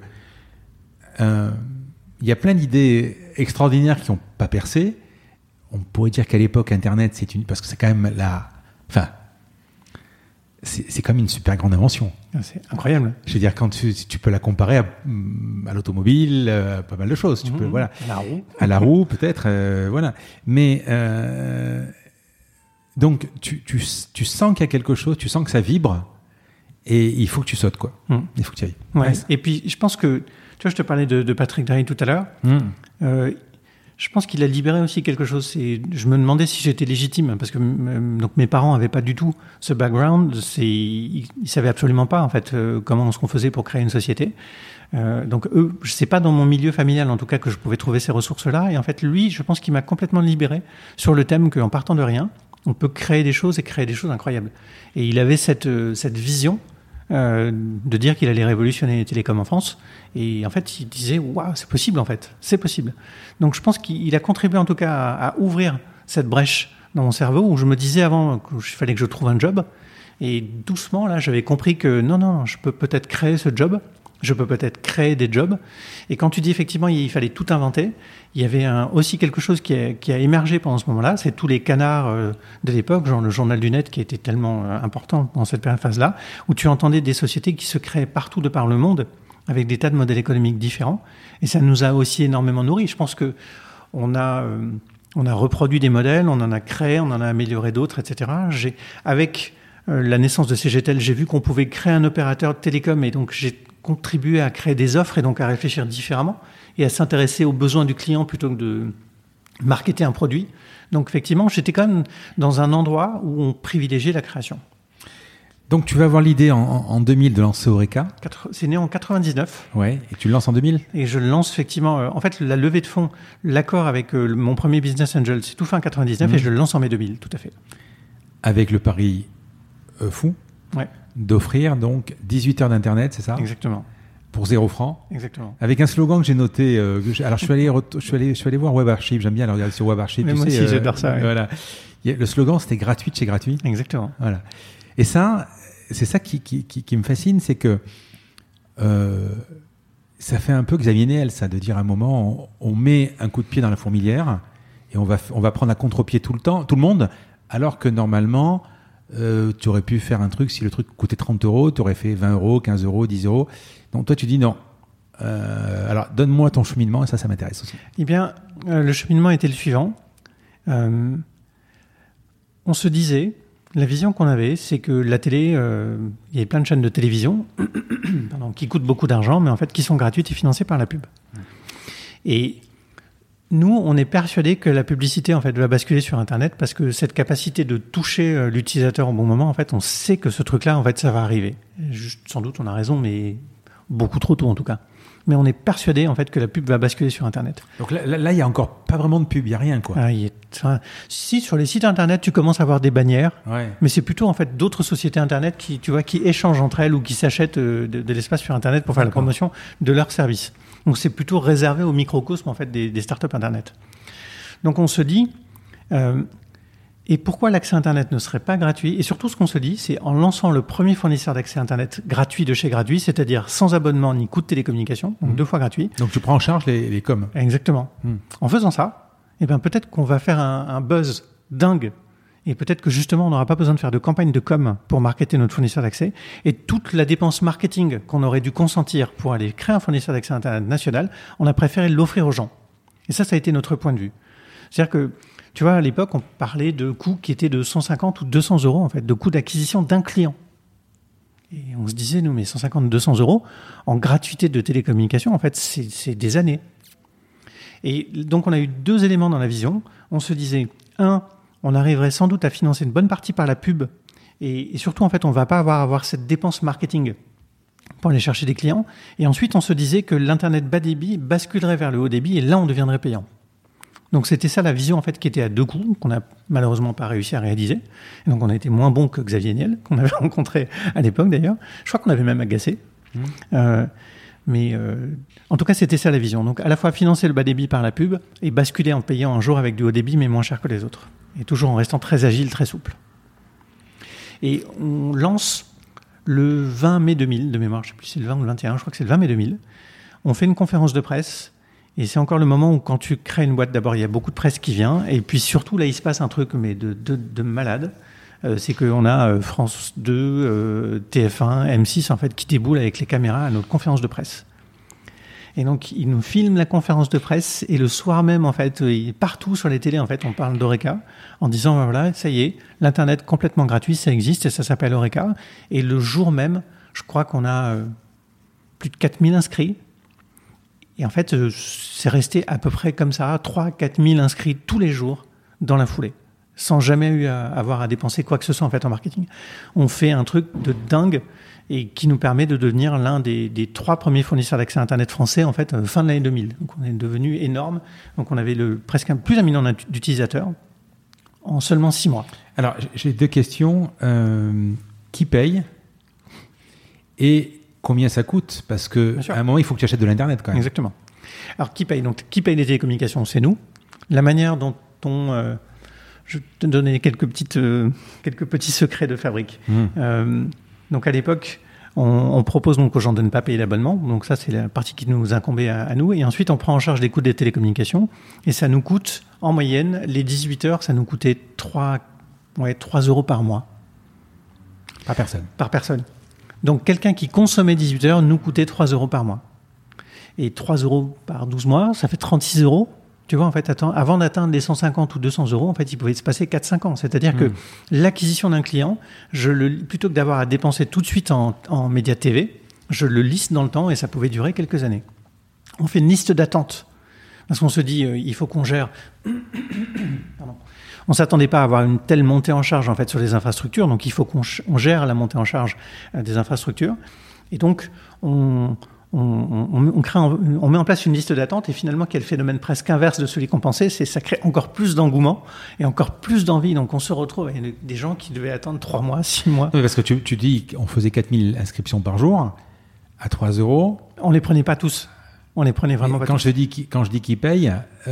il y a plein d'idées extraordinaires qui n'ont pas percé. On pourrait dire qu'à l'époque, Internet, parce que c'est quand même c'est quand même une super grande invention. C'est incroyable. Je veux dire, quand tu peux la comparer à l'automobile, pas mal de choses. Tu peux, voilà. À la roue, peut-être, voilà. Mais donc, tu sens qu'il y a quelque chose, tu sens que ça vibre, et il faut que tu sautes, quoi. Il faut que tu y ailles. Ouais. Et puis, je pense que, tu vois, je te parlais de Patrick Drahi tout à l'heure. Je pense qu'il a libéré aussi quelque chose. Je me demandais si j'étais légitime, parce que donc mes parents n'avaient pas du tout ce background. Ils savaient absolument pas en fait comment ce qu'on faisait pour créer une société. Donc eux, c'est pas dans mon milieu familial en tout cas que je pouvais trouver ces ressources-là. Et en fait, lui, je pense qu'il m'a complètement libéré sur le thème qu'en partant de rien, on peut créer des choses et créer des choses incroyables. Et il avait cette vision. De dire qu'il allait révolutionner les télécoms en France. Et en fait, il disait, waouh, c'est possible en fait, c'est possible. Donc je pense qu'il a contribué en tout cas à ouvrir cette brèche dans mon cerveau où je me disais avant qu'il fallait que je trouve un job. Et doucement, là, j'avais compris que non, je peux peut-être créer ce job. Je peux peut-être créer des jobs. Et quand tu dis effectivement il fallait tout inventer, il y avait aussi quelque chose qui a émergé pendant ce moment-là. C'est tous les canards de l'époque, genre le journal du net qui était tellement important dans cette phase-là, où tu entendais des sociétés qui se créaient partout de par le monde avec des tas de modèles économiques différents. Et ça nous a aussi énormément nourris. Je pense que on a reproduit des modèles, on en a créé, on en a amélioré d'autres, etc. Avec la naissance de CGTEL, j'ai vu qu'on pouvait créer un opérateur de télécom et donc j'ai contribué à créer des offres et donc à réfléchir différemment et à s'intéresser aux besoins du client plutôt que de marketer un produit. Donc effectivement, j'étais quand même dans un endroit où on privilégiait la création. Donc tu vas avoir l'idée en 2000 de lancer Horeca. C'est né en 99. Ouais, et tu le lances en 2000 ? Et je le lance effectivement. En fait, la levée de fonds, l'accord avec mon premier business angel, c'est tout fin 99 et je le lance en mai 2000, tout à fait. Avec le pari fou d'offrir donc 18 heures d'Internet, c'est ça ? Exactement. Pour 0 francs. Exactement. Avec un slogan que j'ai noté. Alors je suis allé voir Web Archive. J'aime bien aller regarder sur Web Archive. Mais moi aussi, j'adore ça. Voilà. Le slogan, c'était gratuit de chez gratuit. Exactement. Voilà. Et ça, c'est ça qui me fascine, c'est que ça fait un peu Xavier Niel, ça, de dire à un moment, on met un coup de pied dans la fourmilière et on va prendre à contre-pied tout le monde, alors que normalement, tu aurais pu faire un truc, si le truc coûtait 30 €, tu aurais fait 20 €, 15 €, 10 €. Donc toi, tu dis non. Alors, donne-moi ton cheminement, et ça m'intéresse aussi. Eh bien, le cheminement était le suivant. On se disait, la vision qu'on avait, c'est que la télé, il y avait plein de chaînes de télévision qui coûtent beaucoup d'argent, mais en fait qui sont gratuites et financées par la pub. Et nous, on est persuadés que la publicité en fait va basculer sur Internet parce que cette capacité de toucher l'utilisateur au bon moment, en fait, on sait que ce truc-là, en fait, ça va arriver. Sans doute, on a raison, mais beaucoup trop tôt en tout cas. Mais on est persuadé en fait que la pub va basculer sur Internet. Donc là, il y a encore pas vraiment de pub, il y a rien quoi. Si sur les sites Internet tu commences à avoir des bannières, mais c'est plutôt en fait d'autres sociétés Internet qui échangent entre elles ou qui s'achètent de l'espace sur Internet pour faire la promotion de leurs services. Donc c'est plutôt réservé au microcosme en fait des startups Internet. Donc on se dit et pourquoi l'accès Internet ne serait pas gratuit ? Et surtout, ce qu'on se dit, c'est en lançant le premier fournisseur d'accès Internet gratuit de chez gratuit, c'est-à-dire sans abonnement ni coût de télécommunication, donc 2 fois gratuit. Donc tu prends en charge les coms. Exactement. En faisant ça, eh ben, peut-être qu'on va faire un buzz dingue. Et peut-être que justement, on n'aura pas besoin de faire de campagne de com pour marketer notre fournisseur d'accès. Et toute la dépense marketing qu'on aurait dû consentir pour aller créer un fournisseur d'accès Internet national, on a préféré l'offrir aux gens. Et ça a été notre point de vue. C'est-à-dire que tu vois, à l'époque, on parlait de coûts qui étaient de 150 ou 200 € en fait, de coûts d'acquisition d'un client. Et on se disait, nous, mais 150 ou 200 € en gratuité de télécommunication, en fait, c'est des années. Et donc, on a eu 2 éléments dans la vision. On se disait, 1, on arriverait sans doute à financer une bonne partie par la pub. Et surtout, en fait, on ne va pas avoir cette dépense marketing pour aller chercher des clients. Et ensuite, on se disait que l'Internet bas débit basculerait vers le haut débit et là, on deviendrait payant. Donc c'était ça la vision en fait qui était à 2 coups, qu'on n'a malheureusement pas réussi à réaliser. Et donc on a été moins bon que Xavier Niel, qu'on avait rencontré à l'époque d'ailleurs. Je crois qu'on avait même agacé. Mais en tout cas c'était ça la vision. Donc à la fois financer le bas débit par la pub et basculer en payant un jour avec du haut débit mais moins cher que les autres. Et toujours en restant très agile, très souple. Et on lance le 20 mai 2000 de mémoire, je ne sais plus si c'est le 20 ou le 21, je crois que c'est le 20 mai 2000. On fait une conférence de presse. Et c'est encore le moment où quand tu crées une boîte, d'abord il y a beaucoup de presse qui vient, et puis surtout là il se passe un truc mais de malade. C'est qu'on a France 2, TF1, M6 en fait qui déboulent avec les caméras à notre conférence de presse. Et donc ils nous filment la conférence de presse et le soir même en fait partout sur les télés en fait on parle d'Horeca en disant voilà ça y est l'internet complètement gratuit ça existe et ça s'appelle Horeca. Et le jour même je crois qu'on a plus de 4000 inscrits. Et en fait, c'est resté à peu près comme ça, 3-4 000 inscrits tous les jours dans la foulée, sans jamais avoir à dépenser quoi que ce soit en fait en marketing. On fait un truc de dingue et qui nous permet de devenir l'un des 3 premiers fournisseurs d'accès Internet français en fait fin de l'année 2000. Donc on est devenu énorme. Donc on avait presque plus d'un million d'utilisateurs en seulement 6 mois. Alors j'ai 2 questions. Qui paye et combien ça coûte ? Parce qu'à un moment, il faut que tu achètes de l'Internet quand même. Exactement. Alors, qui paye ? Donc, qui paye les télécommunications ? C'est nous. La manière dont je vais te donner quelques petits secrets de fabrique. Donc, à l'époque, on propose donc aux gens de ne pas payer l'abonnement. Donc, ça, c'est la partie qui nous incombait à nous. Et ensuite, on prend en charge les coûts des télécommunications. Et ça nous coûte, en moyenne, les 18 heures, ça nous coûtait 3 € par mois. Par personne. Par personne. Donc, quelqu'un qui consommait 18 heures nous coûtait 3 € par mois. Et 3 € par 12 mois, ça fait 36 €. Tu vois, en fait, avant d'atteindre les 150 ou 200 €, en fait, il pouvait se passer 4-5 ans. C'est-à-dire que l'acquisition d'un client, plutôt que d'avoir à dépenser tout de suite en média TV, je le lisse dans le temps et ça pouvait durer quelques années. On fait une liste d'attente. Parce qu'on se dit, il faut qu'on gère... Pardon. On s'attendait pas à avoir une telle montée en charge en fait sur les infrastructures, donc il faut qu'on gère la montée en charge des infrastructures. Et donc on met en place une liste d'attente et finalement quel phénomène presque inverse de celui qu'on pensait, c'est ça crée encore plus d'engouement et encore plus d'envie. Donc on se retrouve avec des gens qui devaient attendre 3 mois, 6 mois. Oui, parce que tu dis qu'on faisait 4000 inscriptions par jour à 3 €. On les prenait pas tous. On les prenait vraiment pas tous. Quand je dis qu'ils payent,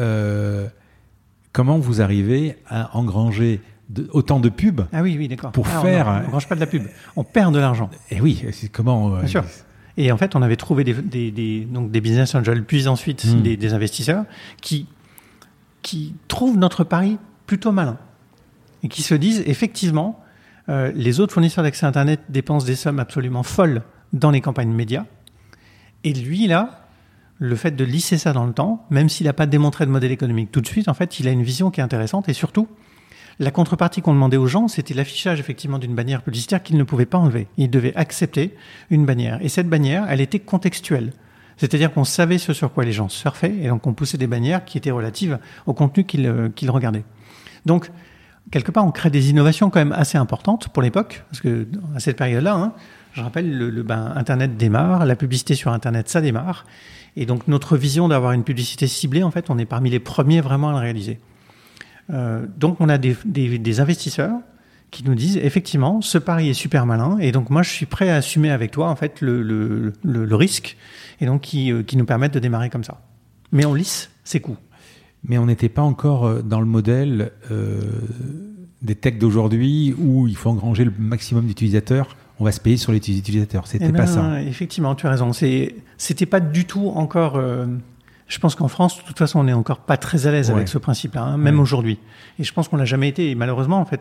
comment vous arrivez à engranger autant de pubs? Ah oui, d'accord. Pour faire... On n'engrange pas de la pub. On perd de l'argent. Et oui, c'est comment... Bien sûr. Et en fait, on avait trouvé donc des business angels, puis ensuite des investisseurs qui trouvent notre pari plutôt malin et qui se disent effectivement, les autres fournisseurs d'accès Internet dépensent des sommes absolument folles dans les campagnes médias. Et lui, là, le fait de lisser ça dans le temps, même s'il n'a pas démontré de modèle économique tout de suite, en fait, il a une vision qui est intéressante et surtout, la contrepartie qu'on demandait aux gens, c'était l'affichage effectivement d'une bannière publicitaire qu'ils ne pouvaient pas enlever. Ils devaient accepter une bannière. Et cette bannière, elle était contextuelle. C'est-à-dire qu'on savait ce sur quoi les gens surfaient et donc on poussait des bannières qui étaient relatives au contenu qu'ils regardaient. Donc, quelque part, on crée des innovations quand même assez importantes pour l'époque, parce que à cette période-là, je rappelle, Internet démarre, la publicité sur Internet, ça démarre. Et donc, notre vision d'avoir une publicité ciblée, en fait, on est parmi les premiers vraiment à le réaliser. Donc on a des investisseurs qui nous disent effectivement ce pari est super malin et donc moi je suis prêt à assumer avec toi en fait le risque et donc qui nous permettent de démarrer comme ça. Mais on lisse ses coûts. Mais on n'était pas encore dans le modèle des techs d'aujourd'hui où il faut engranger le maximum d'utilisateurs. On va se payer sur les utilisateurs. C'était pas ça. Effectivement, tu as raison. C'était pas du tout encore. Je pense qu'en France, de toute façon, on n'est encore pas très à l'aise avec ce principe-là, même aujourd'hui. Et je pense qu'on l'a jamais été. Et malheureusement, en fait,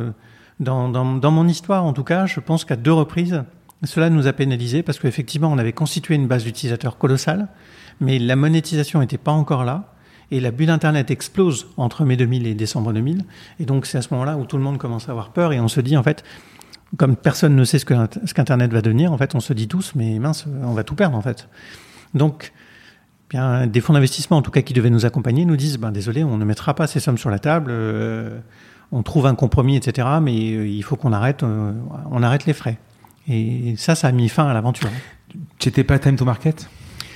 dans mon histoire, en tout cas, je pense qu'à 2 reprises, cela nous a pénalisés parce qu'effectivement, on avait constitué une base d'utilisateurs colossale, mais la monétisation n'était pas encore là. Et la bulle Internet explose entre mai 2000 et décembre 2000. Et donc, c'est à ce moment-là où tout le monde commence à avoir peur et on se dit, en fait, comme personne ne sait ce qu'Internet va devenir, en fait, on se dit tous, mais mince, on va tout perdre, en fait. Donc, bien, des fonds d'investissement, en tout cas, qui devaient nous accompagner, nous disent désolé, on ne mettra pas ces sommes sur la table, on trouve un compromis, etc. Mais il faut qu'on arrête, on arrête les frais. Et ça a mis fin à l'aventure. Tu n'étais pas time to market ?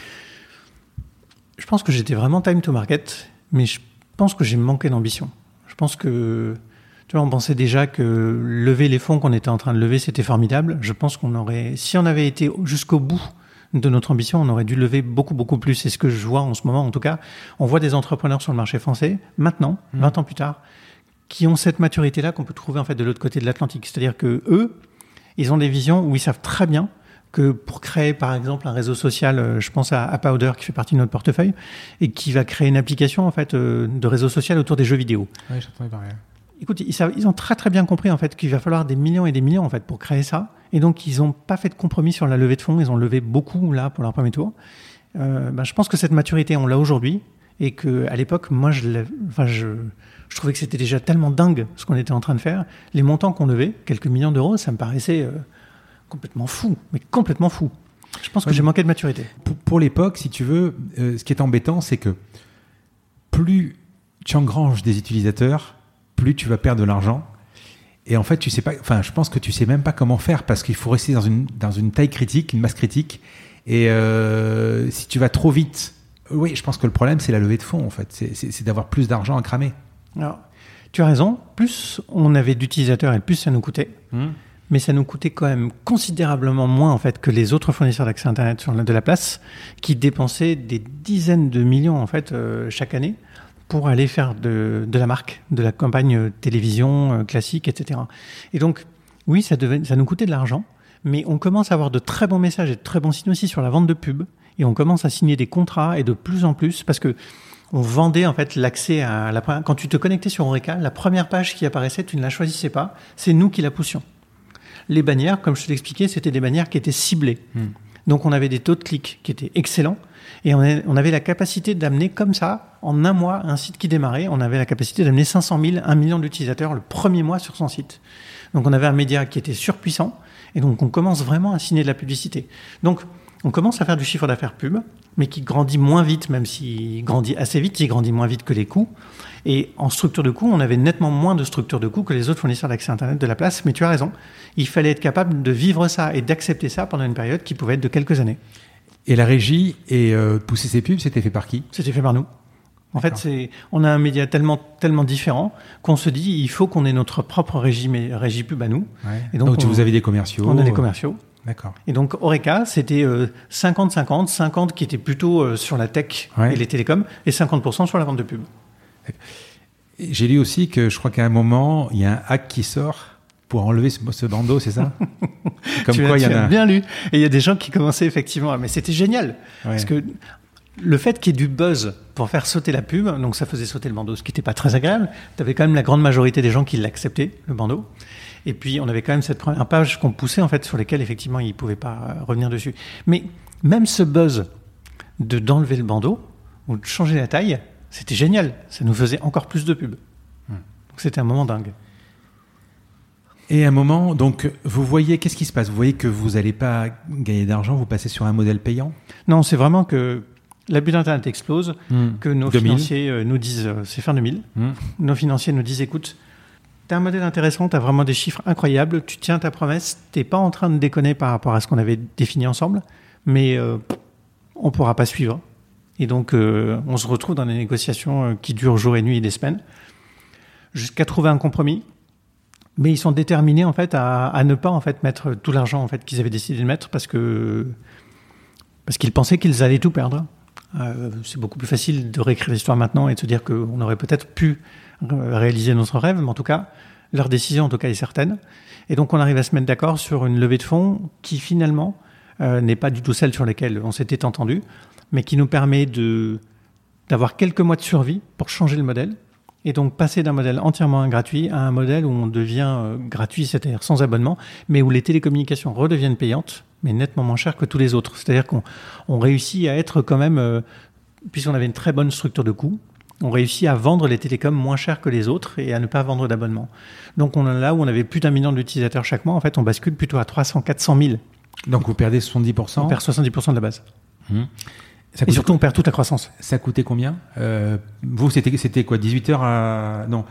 Je pense que j'étais vraiment time to market, mais je pense que j'ai manqué d'ambition. Je pense que, tu vois, on pensait déjà que lever les fonds qu'on était en train de lever, c'était formidable. Je pense si on avait été jusqu'au bout de notre ambition, on aurait dû lever beaucoup, beaucoup plus. C'est ce que je vois en ce moment. En tout cas, on voit des entrepreneurs sur le marché français, maintenant, 20 ans plus tard, qui ont cette maturité-là qu'on peut trouver en fait de l'autre côté de l'Atlantique. C'est-à-dire que eux, ils ont des visions où ils savent très bien que pour créer, par exemple, un réseau social, je pense à Powder, qui fait partie de notre portefeuille, et qui va créer une application en fait de réseau social autour des jeux vidéo. Oui, j'entendais parler. Écoute, ils ont très très bien compris en fait qu'il va falloir des millions et des millions en fait pour créer ça, et donc ils n'ont pas fait de compromis sur la levée de fonds. Ils ont levé beaucoup là pour leur premier tour. Je pense que cette maturité on l'a aujourd'hui, et que à l'époque, moi je trouvais que c'était déjà tellement dingue ce qu'on était en train de faire. Les montants qu'on levait, quelques millions d'euros, ça me paraissait complètement fou, mais complètement fou. Je pense que j'ai manqué de maturité. Pour l'époque, si tu veux, ce qui est embêtant, c'est que plus tu engranges des utilisateurs, plus tu vas perdre de l'argent. Et en fait, tu sais pas. Enfin, je pense que tu sais même pas comment faire parce qu'il faut rester dans une taille critique, une masse critique. Et si tu vas trop vite, oui, je pense que le problème c'est la levée de fonds. En fait, c'est d'avoir plus d'argent à cramer. Alors, tu as raison. Plus on avait d'utilisateurs et plus ça nous coûtait. Mais ça nous coûtait quand même considérablement moins en fait que les autres fournisseurs d'accès Internet de la place, qui dépensaient des dizaines de millions en fait chaque année pour aller faire de la marque, de la campagne télévision classique, etc. Et donc, oui, ça nous coûtait de l'argent, mais on commence à avoir de très bons messages et de très bons signes aussi sur la vente de pub, et on commence à signer des contrats, et de plus en plus, parce que on vendait en fait l'accès à quand tu te connectais sur Horeca, la première page qui apparaissait, tu ne la choisissais pas, c'est nous qui la poussions. Les bannières, comme je te l'expliquais, c'était des bannières qui étaient ciblées. Donc on avait des taux de clics qui étaient excellents, et on avait la capacité d'amener comme ça, en un mois, un site qui démarrait, on avait la capacité d'amener 500 000, 1 million d'utilisateurs le premier mois sur son site. Donc on avait un média qui était surpuissant, et donc on commence vraiment à signer de la publicité. Donc on commence à faire du chiffre d'affaires pub, mais qui grandit moins vite, même s'il grandit assez vite, il grandit moins vite que les coûts. Et en structure de coûts, on avait nettement moins de structure de coûts que les autres fournisseurs d'accès Internet de la place. Mais tu as raison, il fallait être capable de vivre ça et d'accepter ça pendant une période qui pouvait être de quelques années. Et la régie et pousser ces pubs, c'était fait par qui ? C'était fait par nous. En fait, on a un média tellement différent qu'on se dit il faut qu'on ait notre propre régie pub à nous. Ouais. Et donc vous avez des commerciaux. On a des commerciaux. D'accord. Et donc Horeca, c'était 50-50, 50 qui étaient plutôt sur la tech et les télécoms, et 50% sur la vente de pub. J'ai lu aussi que je crois qu'à un moment, il y a un hack qui sort pour enlever ce bandeau, c'est ça ? Comme tu quoi, il y en a bien lu. Et il y a des gens qui commençaient effectivement, mais c'était génial. Parce que le fait qu'il y ait du buzz pour faire sauter la pub, donc ça faisait sauter le bandeau, ce qui n'était pas très agréable. Tu avais quand même la grande majorité des gens qui l'acceptaient, le bandeau. Et puis, on avait quand même cette première page qu'on poussait, en fait, sur lesquelles, effectivement, ils ne pouvaient pas revenir dessus. Mais même ce buzz d'enlever le bandeau ou de changer la taille, c'était génial. Ça nous faisait encore plus de pub. Donc, c'était un moment dingue. Et à un moment, donc, vous voyez, qu'est-ce qui se passe ? Vous voyez que vous n'allez pas gagner d'argent, vous passez sur un modèle payant ? Non, c'est vraiment que l'abus d'Internet explose, que nos 2000. Financiers nous disent, c'est fin 2000, nos financiers nous disent, écoute, t'as un modèle intéressant, t'as vraiment des chiffres incroyables, tu tiens ta promesse, t'es pas en train de déconner par rapport à ce qu'on avait défini ensemble, mais on pourra pas suivre. Et donc, on se retrouve dans des négociations qui durent jour et nuit et des semaines, jusqu'à trouver un compromis. Mais ils sont déterminés en fait à ne pas en fait mettre tout l'argent en fait qu'ils avaient décidé de mettre parce qu'ils pensaient qu'ils allaient tout perdre. C'est beaucoup plus facile de réécrire l'histoire maintenant et de se dire qu'on aurait peut-être pu réaliser notre rêve, mais en tout cas, leur décision en tout cas est certaine. Et donc on arrive à se mettre d'accord sur une levée de fonds qui finalement n'est pas du tout celle sur laquelle on s'était entendu, mais qui nous permet d'avoir quelques mois de survie pour changer le modèle. Et donc passer d'un modèle entièrement gratuit à un modèle où on devient gratuit, c'est-à-dire sans abonnement, mais où les télécommunications redeviennent payantes, mais nettement moins chères que tous les autres. C'est-à-dire qu'on réussit à être quand même, puisqu'on avait une très bonne structure de coûts, on réussit à vendre les télécoms moins chers que les autres et à ne pas vendre d'abonnement. Donc on est là où on avait plus d'1 million d'utilisateurs chaque mois, en fait on bascule plutôt à 300-400 000. Donc vous perdez 70%. On perd 70% de la base. Et surtout, on perd toute la croissance. Ça coûtait combien vous, c'était quoi 18 heures à... Non.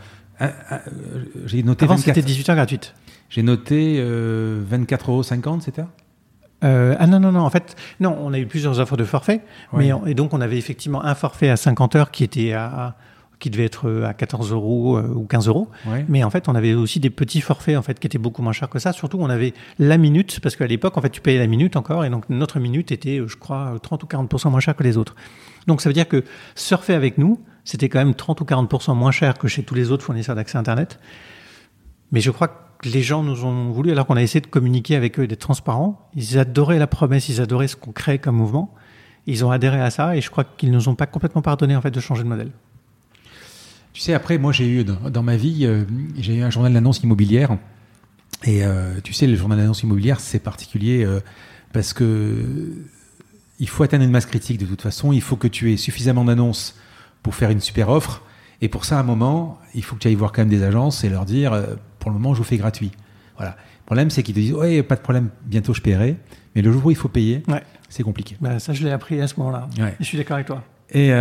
J'ai noté Avant, 24... c'était 18 heures gratuites. J'ai noté 24,50 €, c'était non. En fait, non, on a eu plusieurs offres de forfait. Et donc, on avait effectivement un forfait à 50 heures qui devait être à 14 € ou 15 €. Ouais. Mais en fait, on avait aussi des petits forfaits en fait, qui étaient beaucoup moins chers que ça. Surtout, on avait la minute, parce qu'à l'époque, en fait, tu payais la minute encore. Et donc, notre minute était, je crois, 30 ou 40% moins chère que les autres. Donc, ça veut dire que surfer avec nous, c'était quand même 30 ou 40% moins cher que chez tous les autres fournisseurs d'accès Internet. Mais je crois que les gens nous ont voulu, alors qu'on a essayé de communiquer avec eux et d'être transparents. Ils adoraient la promesse, ils adoraient ce qu'on créait comme mouvement. Ils ont adhéré à ça et je crois qu'ils ne nous ont pas complètement pardonné en fait, de changer de modèle. Tu sais, après, moi, j'ai eu, dans ma vie, j'ai eu un journal d'annonces immobilière. Et tu sais, le journal d'annonces immobilière, c'est particulier parce que il faut atteindre une masse critique de toute façon. Il faut que tu aies suffisamment d'annonces pour faire une super offre. Et pour ça, à un moment, il faut que tu ailles voir quand même des agences et leur dire, pour le moment, je vous fais gratuit. Voilà. Le problème, c'est qu'ils te disent, ouais, pas de problème, bientôt je paierai. Mais le jour où il faut payer, c'est compliqué. Bah, ça, je l'ai appris à ce moment-là. Ouais. Et je suis d'accord avec toi. Et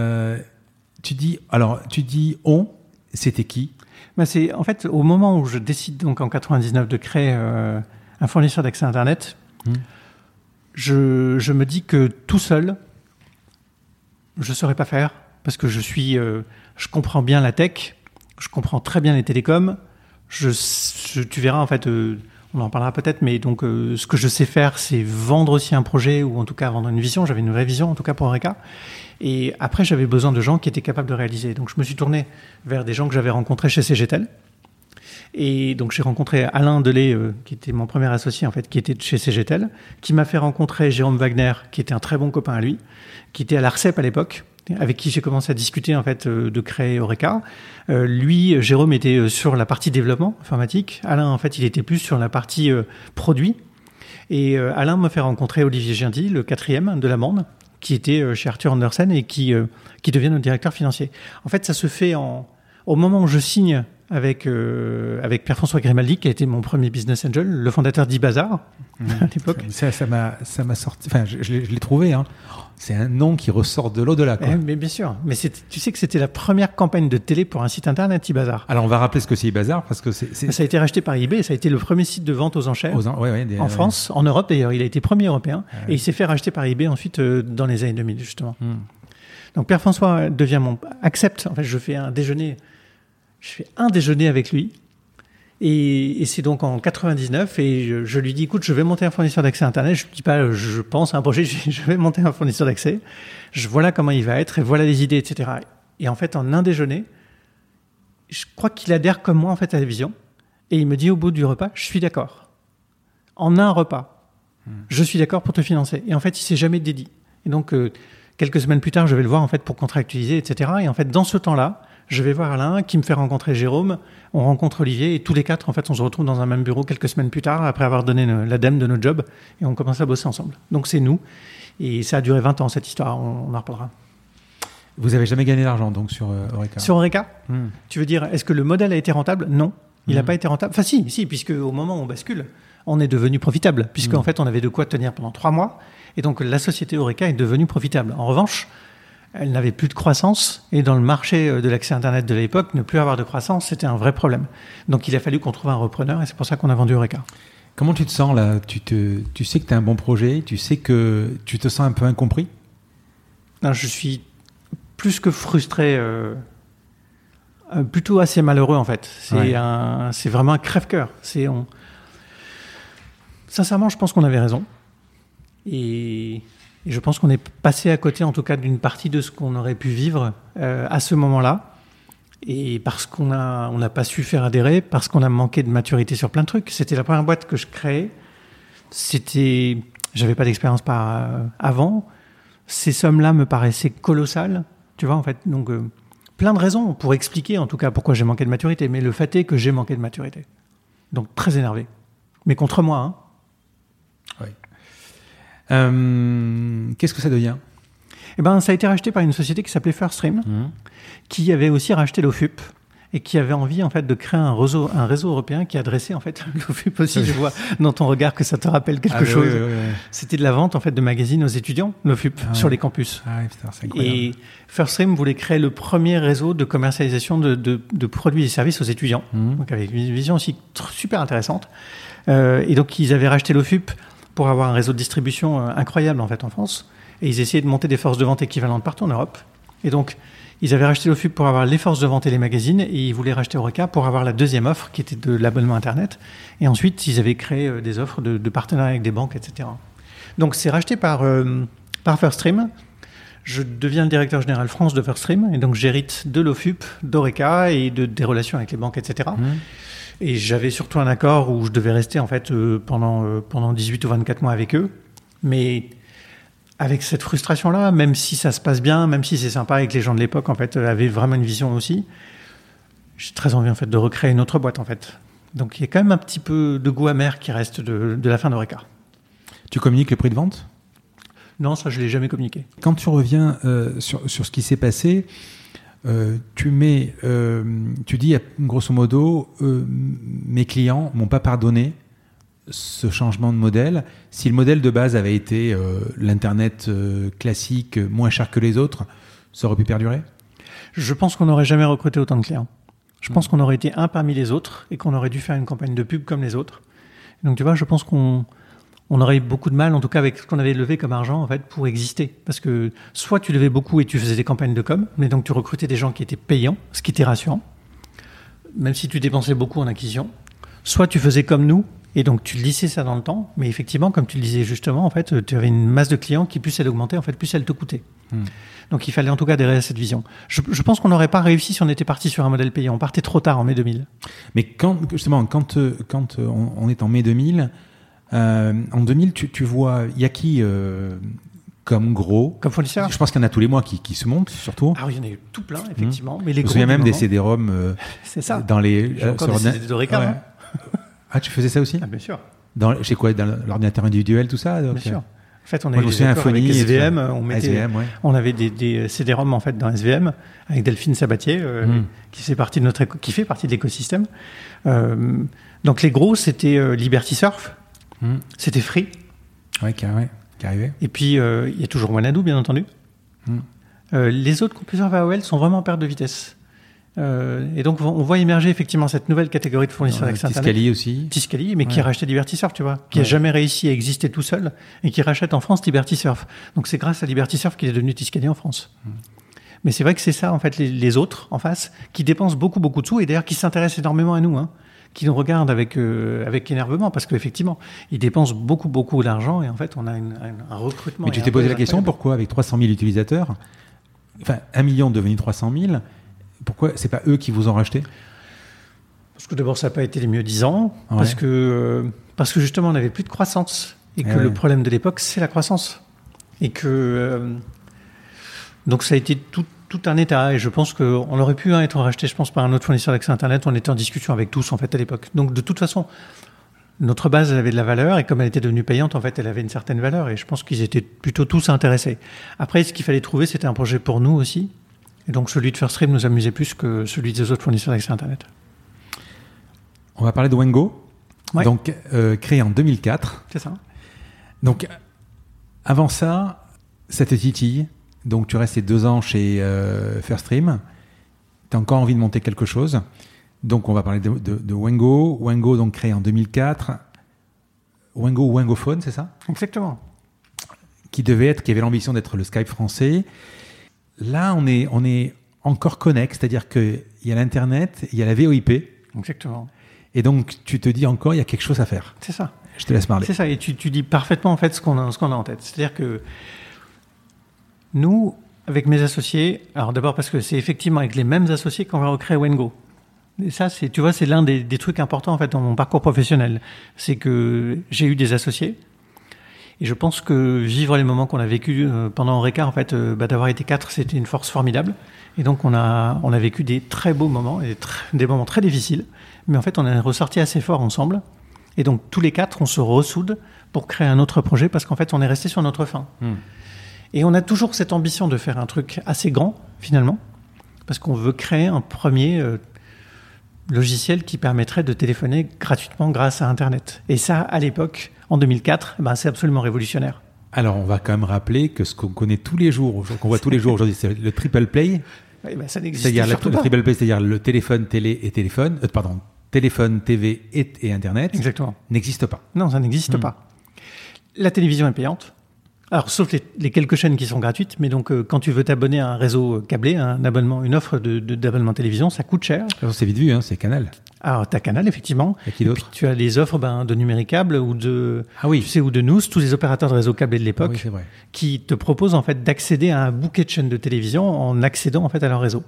tu dis on, c'était qui ? Bah c'est en fait au moment où je décide donc en 99 de créer un fournisseur d'accès Internet, je me dis que tout seul, je ne saurais pas faire parce que je comprends bien la tech, je comprends très bien les télécoms, tu verras en fait, on en parlera peut-être, mais donc ce que je sais faire, c'est vendre aussi un projet ou en tout cas vendre une vision. J'avais une vraie vision en tout cas pour Horeca. Et après, j'avais besoin de gens qui étaient capables de réaliser. Donc, je me suis tourné vers des gens que j'avais rencontrés chez CGTEL. Et donc, j'ai rencontré Alain Delay, qui était mon premier associé, en fait, qui était chez CGTEL, qui m'a fait rencontrer Jérôme Wagner, qui était un très bon copain à lui, qui était à l'ARCEP à l'époque, avec qui j'ai commencé à discuter, en fait, de créer Horeca. Lui, Jérôme était sur la partie développement informatique. Alain, en fait, il était plus sur la partie produit. Et Alain m'a fait rencontrer Olivier Gindy, le 4e de la bande, qui était chez Arthur Andersen et qui devient notre directeur financier. En fait, ça se fait au moment où je signe avec Pierre-François Grimaldi, qui a été mon premier business angel, le fondateur d'eBazaar à l'époque. Ça m'a sorti. Enfin, je l'ai trouvé. Hein. C'est un nom qui ressort de l'au-delà. Mais bien sûr. Mais tu sais que c'était la première campagne de télé pour un site internet, eBazaar. Alors, on va rappeler ce que c'est eBazaar parce que ça a été racheté par eBay. Ça a été le premier site de vente aux enchères en France, en Europe d'ailleurs. Il a été premier européen et il s'est fait racheter par eBay ensuite dans les années 2000 justement. Donc Pierre-François accepte. En fait, je fais un déjeuner avec lui. Et c'est donc en 99 et je lui dis, écoute, je vais monter un fournisseur d'accès Internet. Je ne dis pas, je pense à un projet, je vais monter un fournisseur d'accès. Voilà comment il va être et voilà les idées, etc. Et en fait, en un déjeuner, je crois qu'il adhère comme moi en fait à la vision. Et il me dit au bout du repas, je suis d'accord. En un repas, je suis d'accord pour te financer. Et en fait, il s'est jamais dédié. Et donc, quelques semaines plus tard, je vais le voir en fait pour contractualiser, etc. Et en fait, dans ce temps-là, je vais voir Alain qui me fait rencontrer Jérôme, on rencontre Olivier et tous les quatre, en fait, on se retrouve dans un même bureau quelques semaines plus tard après avoir donné l'ADEME de notre job et on commence à bosser ensemble. Donc c'est nous et ça a duré 20 ans cette histoire, on en reparlera. Vous n'avez jamais gagné d'argent donc sur Horeca? Sur Horeca Tu veux dire, est-ce que le modèle a été rentable? Non, il n'a pas été rentable. Enfin si, puisque au moment où on bascule, on est devenu profitable puisqu'en fait on avait de quoi tenir pendant 3 mois et donc la société Horeca est devenue profitable. En revanche, elle n'avait plus de croissance et dans le marché de l'accès Internet de l'époque, ne plus avoir de croissance, c'était un vrai problème. Donc il a fallu qu'on trouve un repreneur et c'est pour ça qu'on a vendu Horeca. Comment tu te sens là? Tu sais que tu as un bon projet, tu sais que tu te sens un peu incompris? Non, je suis plus que frustré, plutôt assez malheureux en fait. C'est vraiment un crève-cœur. Sincèrement, je pense qu'on avait raison. Et je pense qu'on est passé à côté, en tout cas, d'une partie de ce qu'on aurait pu vivre à ce moment-là. Et parce qu'on n'a pas su faire adhérer, parce qu'on a manqué de maturité sur plein de trucs. C'était la première boîte que je créais. J'avais pas d'expérience avant. Ces sommes-là me paraissaient colossales. Tu vois, en fait. Donc, plein de raisons pour expliquer, en tout cas, pourquoi j'ai manqué de maturité. Mais le fait est que j'ai manqué de maturité. Donc, très énervé. Mais contre moi, hein. Oui. Qu'est-ce que ça devient? Ça a été racheté par une société qui s'appelait Firststream, qui avait aussi racheté l'OFUP et qui avait envie en fait de créer un réseau européen qui adressait en fait l'OFUP aussi. Je vois dans ton regard que ça te rappelle quelque chose. Oui. C'était de la vente en fait de magazines aux étudiants, l'OFUP, sur les campus. Putain, c'est incroyable. Et Firststream voulait créer le premier réseau de commercialisation de produits et services aux étudiants, donc avec une vision aussi super intéressante. Et donc ils avaient racheté l'OFUP pour avoir un réseau de distribution incroyable en fait en France. Et ils essayaient de monter des forces de vente équivalentes partout en Europe. Et donc, ils avaient racheté l'OFUP pour avoir les forces de vente et les magazines, et ils voulaient racheter Horeca pour avoir la deuxième offre, qui était de l'abonnement Internet. Et ensuite, ils avaient créé des offres de partenariat avec des banques, etc. Donc, c'est racheté par Firststream. Je deviens le directeur général France de Firststream, et donc j'hérite de l'OFUP, d'Horeca et des relations avec les banques, etc. Et j'avais surtout un accord où je devais rester en fait pendant 18 ou 24 mois avec eux. Mais avec cette frustration-là, même si ça se passe bien, même si c'est sympa et que les gens de l'époque en fait avaient vraiment une vision aussi, j'ai très envie en fait de recréer une autre boîte en fait. Donc il y a quand même un petit peu de goût amer qui reste de la fin d'Horeca. Tu communiques le prix de vente? Non, ça je l'ai jamais communiqué. Quand tu reviens sur ce qui s'est passé, tu dis grosso modo, mes clients m'ont pas pardonné ce changement de modèle. Si le modèle de base avait été l'Internet classique, moins cher que les autres, ça aurait pu perdurer? Je pense qu'on n'aurait jamais recruté autant de clients. Je pense qu'on aurait été un parmi les autres et qu'on aurait dû faire une campagne de pub comme les autres. Donc tu vois, je pense qu'on aurait eu beaucoup de mal, en tout cas avec ce qu'on avait levé comme argent en fait, pour exister. Parce que soit tu levais beaucoup et tu faisais des campagnes de com, mais donc tu recrutais des gens qui étaient payants, ce qui était rassurant, même si tu dépensais beaucoup en acquisition. Soit tu faisais comme nous, et donc tu lissais ça dans le temps, mais effectivement, comme tu le disais justement, en fait, tu avais une masse de clients qui, plus elle augmentait, en fait, plus elle te coûtait. Donc il fallait en tout cas adhérer à cette vision. Je pense qu'on n'aurait pas réussi si on était parti sur un modèle payant. On partait trop tard en mai 2000. Mais quand on est en mai 2000, en 2000, tu vois, il y a qui comme gros? Comme fournisseur? Je pense qu'il y en a tous les mois qui se montent, surtout. Ah oui, il y en a eu tout plein, effectivement. Mais les je me souviens même des CD-ROM c'est ça. Dans les... J'ai encore des CD d'Horeca. Ah, tu faisais ça aussi? Ah, bien sûr. Chez quoi? Dans l'ordinateur individuel, tout ça? Donc, bien sûr. En fait, on Moi, avait je me des accords avec Symfony, SVM, on mettait, SVM, ouais. on avait des CD-ROM en fait dans SVM avec Delphine Sabatier qui fait partie de qui fait partie de l'écosystème. Donc les gros c'était Liberty Surf, c'était Free. Ouais, qui arrivait. Et puis il y a toujours Wanadu bien entendu. Les autres compresseurs VAOL sont vraiment en perte de vitesse. Et donc on voit émerger effectivement cette nouvelle catégorie de fournisseurs d'accès Internet. Tiscali aussi. Tiscali, mais qui a racheté Liberty Surf, tu vois, qui a jamais réussi à exister tout seul et qui rachète en France Liberty Surf. Donc c'est grâce à Liberty Surf qu'il est devenu Tiscali en France. Mais c'est vrai que c'est ça en fait les autres en face qui dépensent beaucoup de sous et d'ailleurs qui s'intéressent énormément à nous, qui nous regardent avec énervement parce qu'effectivement ils dépensent beaucoup d'argent et en fait on a un recrutement. Mais tu t'es posé la question pourquoi avec 300 000 utilisateurs, enfin 1 million devenu 300 000. Pourquoi c'est pas eux qui vous ont racheté ? Parce que d'abord ça n'a pas été les mieux disants, parce que justement on n'avait plus de croissance et que le problème de l'époque c'est la croissance et que donc ça a été tout un état et je pense qu'on aurait pu être racheté je pense par un autre fournisseur d'accès Internet. On était en discussion avec tous en fait à l'époque. Donc de toute façon notre base elle avait de la valeur et comme elle était devenue payante en fait elle avait une certaine valeur et je pense qu'ils étaient plutôt tous intéressés. Après ce qu'il fallait trouver c'était un projet pour nous aussi. Et donc celui de Firststream nous amusait plus que celui des autres fournisseurs d'accès Internet. On va parler de Wango, donc créé en 2004. C'est ça. Donc avant ça, ça te titille. Donc tu restes 2 ans chez Firststream. Tu as encore envie de monter quelque chose. Donc on va parler de Wango. Wango donc créé en 2004. Wango ou Wangophone, c'est ça ? Exactement. Qui avait l'ambition d'être le Skype français. Là, on est encore connect, c'est-à-dire qu'il y a l'Internet, il y a la VoIP. Exactement. Et donc, tu te dis encore, il y a quelque chose à faire. C'est ça. Je te laisse parler. C'est ça, et tu dis parfaitement en fait ce qu'on a en tête. C'est-à-dire que nous, avec mes associés, alors d'abord parce que c'est effectivement avec les mêmes associés qu'on va recréer Wango. Et ça, tu vois, c'est l'un des trucs importants en fait dans mon parcours professionnel. C'est que j'ai eu des associés. Et je pense que vivre les moments qu'on a vécu pendant Eureka, en fait, d'avoir été 4, c'était une force formidable. Et donc, on a vécu des très beaux moments et des moments très difficiles. Mais en fait, on est ressortis assez fort ensemble. Et donc, tous les 4, on se ressoude pour créer un autre projet parce qu'en fait, on est resté sur notre faim. Et on a toujours cette ambition de faire un truc assez grand, finalement, parce qu'on veut créer un premier logiciel qui permettrait de téléphoner gratuitement grâce à Internet. Et ça, à l'époque, en 2004, c'est absolument révolutionnaire. Alors, on va quand même rappeler que ce qu'on connaît tous les jours, qu'on voit tous les jours aujourd'hui, c'est le triple play. Oui, ça n'existe c'est-à-dire surtout le pas. triple play, c'est-à-dire le téléphone, télé et téléphone. Téléphone, TV et Internet. Exactement. N'existe pas. Non, ça n'existe pas. La télévision est payante. Alors, sauf les quelques chaînes qui sont gratuites, mais donc quand tu veux t'abonner à un réseau câblé, une offre d'abonnement télévision, ça coûte cher. C'est vite vu, c'est Canal. Alors, tu as Canal, effectivement. Et qui d'autre ? Et puis, tu as les offres de Numéricable ou de, ou de Nous, tous les opérateurs de réseau câblé de l'époque, c'est vrai. qui te proposent en fait d'accéder à un bouquet de chaînes de télévision en accédant en fait à leur réseau.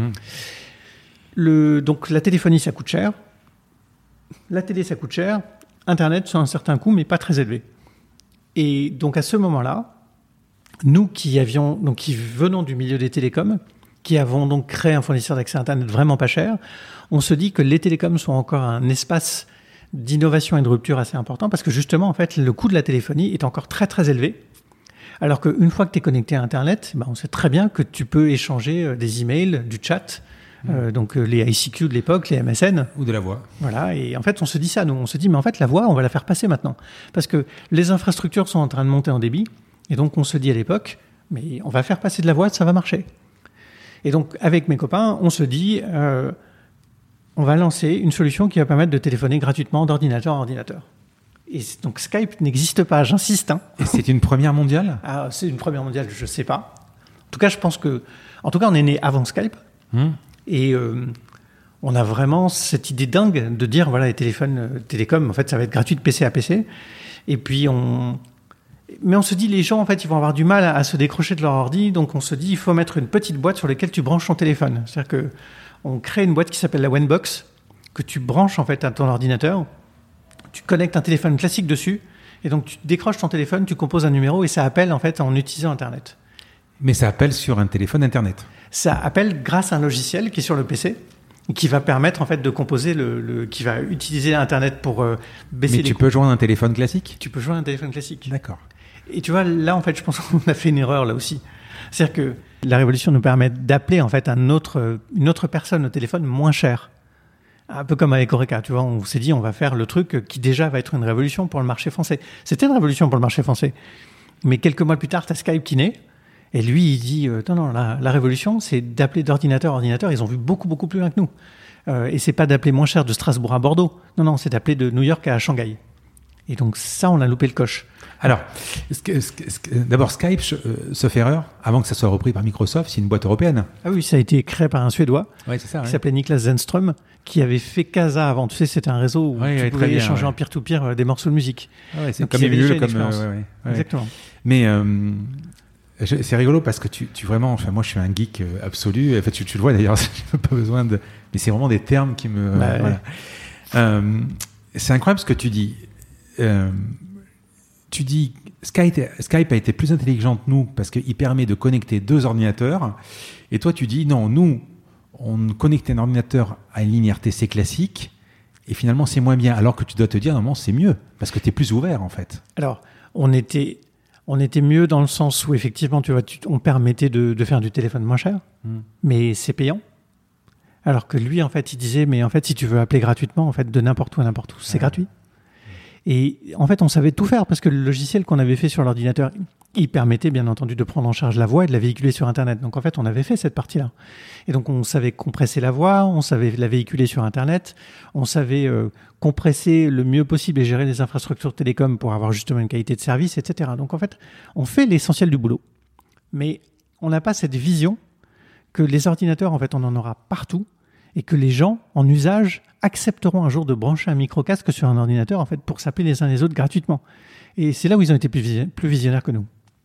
Donc, la téléphonie, ça coûte cher. La télé, ça coûte cher. Internet, c'est un certain coût, mais pas très élevé. Et donc, à ce moment-là, nous qui venons du milieu des télécoms, qui avons donc créé un fournisseur d'accès Internet vraiment pas cher, on se dit que les télécoms sont encore un espace d'innovation et de rupture assez important parce que justement, en fait, le coût de la téléphonie est encore très, très élevé. Alors qu'une fois que tu es connecté à Internet, on sait très bien que tu peux échanger des emails, du chat, donc les ICQ de l'époque, les MSN. Ou de la voix. Voilà, et en fait, on se dit ça, nous. On se dit, mais en fait, la voix, on va la faire passer maintenant. Parce que les infrastructures sont en train de monter en débit. Et donc, on se dit à l'époque, mais on va faire passer de la voix, ça va marcher. Et donc, avec mes copains, on se dit, on va lancer une solution qui va permettre de téléphoner gratuitement d'ordinateur à ordinateur. Et donc, Skype n'existe pas, j'insiste. Et c'est une première mondiale ? C'est une première mondiale, je ne sais pas. En tout cas, je pense que... En tout cas, on est né avant Skype. Et on a vraiment cette idée dingue de dire, voilà, les téléphones télécoms, en fait, ça va être gratuit de PC à PC. Et puis, Mais on se dit, les gens, en fait, ils vont avoir du mal à se décrocher de leur ordi. Donc, on se dit, il faut mettre une petite boîte sur laquelle tu branches ton téléphone. C'est-à-dire qu'on crée une boîte qui s'appelle la Wanbox, que tu branches, en fait, à ton ordinateur. Tu connectes un téléphone classique dessus. Et donc, tu décroches ton téléphone, tu composes un numéro et ça appelle, en fait, en utilisant Internet. Mais ça appelle sur un téléphone Internet. Ça appelle grâce à un logiciel qui est sur le PC, qui va permettre en fait de composer qui va utiliser Internet pour baisser les coûts. Mais tu peux joindre un téléphone classique ? Tu peux joindre un téléphone classique. D'accord. Et tu vois, là, en fait, je pense qu'on a fait une erreur là aussi. C'est-à-dire que la révolution nous permet d'appeler en fait une autre personne au téléphone moins cher. Un peu comme avec Horeca, tu vois, on s'est dit on va faire le truc qui déjà va être une révolution pour le marché français. C'était une révolution pour le marché français. Mais quelques mois plus tard, tu as Skype qui naît. Et lui, il dit non, la révolution, c'est d'appeler d'ordinateur à ordinateur. Ils ont vu beaucoup, beaucoup plus loin que nous. Et c'est pas d'appeler moins cher de Strasbourg à Bordeaux. Non, c'est d'appeler de New York à Shanghai. Et donc ça, on a loupé le coche. Alors, d'abord, Skype, sauf erreur, avant que ça soit repris par Microsoft, c'est une boîte européenne. Ah oui, ça a été créé par un Suédois Ouais, c'est ça, qui s'appelait Niklas Zenström, qui avait fait Casa avant. Tu sais, c'était un réseau où tu pouvais échanger en peer-to-peer des morceaux de musique. Ah ouais, c'est donc, comme Emule, comme... ouais. Exactement. Mais c'est rigolo parce que tu vraiment... Enfin, moi, je suis un geek absolu. En fait, tu le vois d'ailleurs, j'ai pas besoin de... Mais c'est vraiment des termes qui me... voilà. C'est incroyable ce que tu dis. Tu dis Skype a été plus intelligent que nous parce qu'il permet de connecter deux ordinateurs. Et toi, tu dis non, nous, on connecte un ordinateur à une ligne RTC classique et finalement, c'est moins bien. Alors que tu dois te dire, non, c'est mieux parce que tu es plus ouvert en fait. Alors, on était mieux dans le sens où effectivement, tu vois, on permettait de faire du téléphone moins cher, mais c'est payant. Alors que lui, en fait, il disait, mais en fait, si tu veux appeler gratuitement, en fait, de n'importe où à n'importe où, c'est gratuit. Et en fait, on savait tout faire parce que le logiciel qu'on avait fait sur l'ordinateur, il permettait bien entendu de prendre en charge la voix et de la véhiculer sur Internet. Donc en fait, on avait fait cette partie-là. Et donc on savait compresser la voix, on savait la véhiculer sur Internet, on savait compresser le mieux possible et gérer les infrastructures télécom pour avoir justement une qualité de service, etc. Donc en fait, on fait l'essentiel du boulot. Mais on n'a pas cette vision que les ordinateurs, en fait, on en aura partout et que les gens, en usage, accepteront un jour de brancher un micro-casque sur un ordinateur en fait, pour s'appeler les uns les autres gratuitement. Et c'est là où ils ont été plus visionnaires que nous.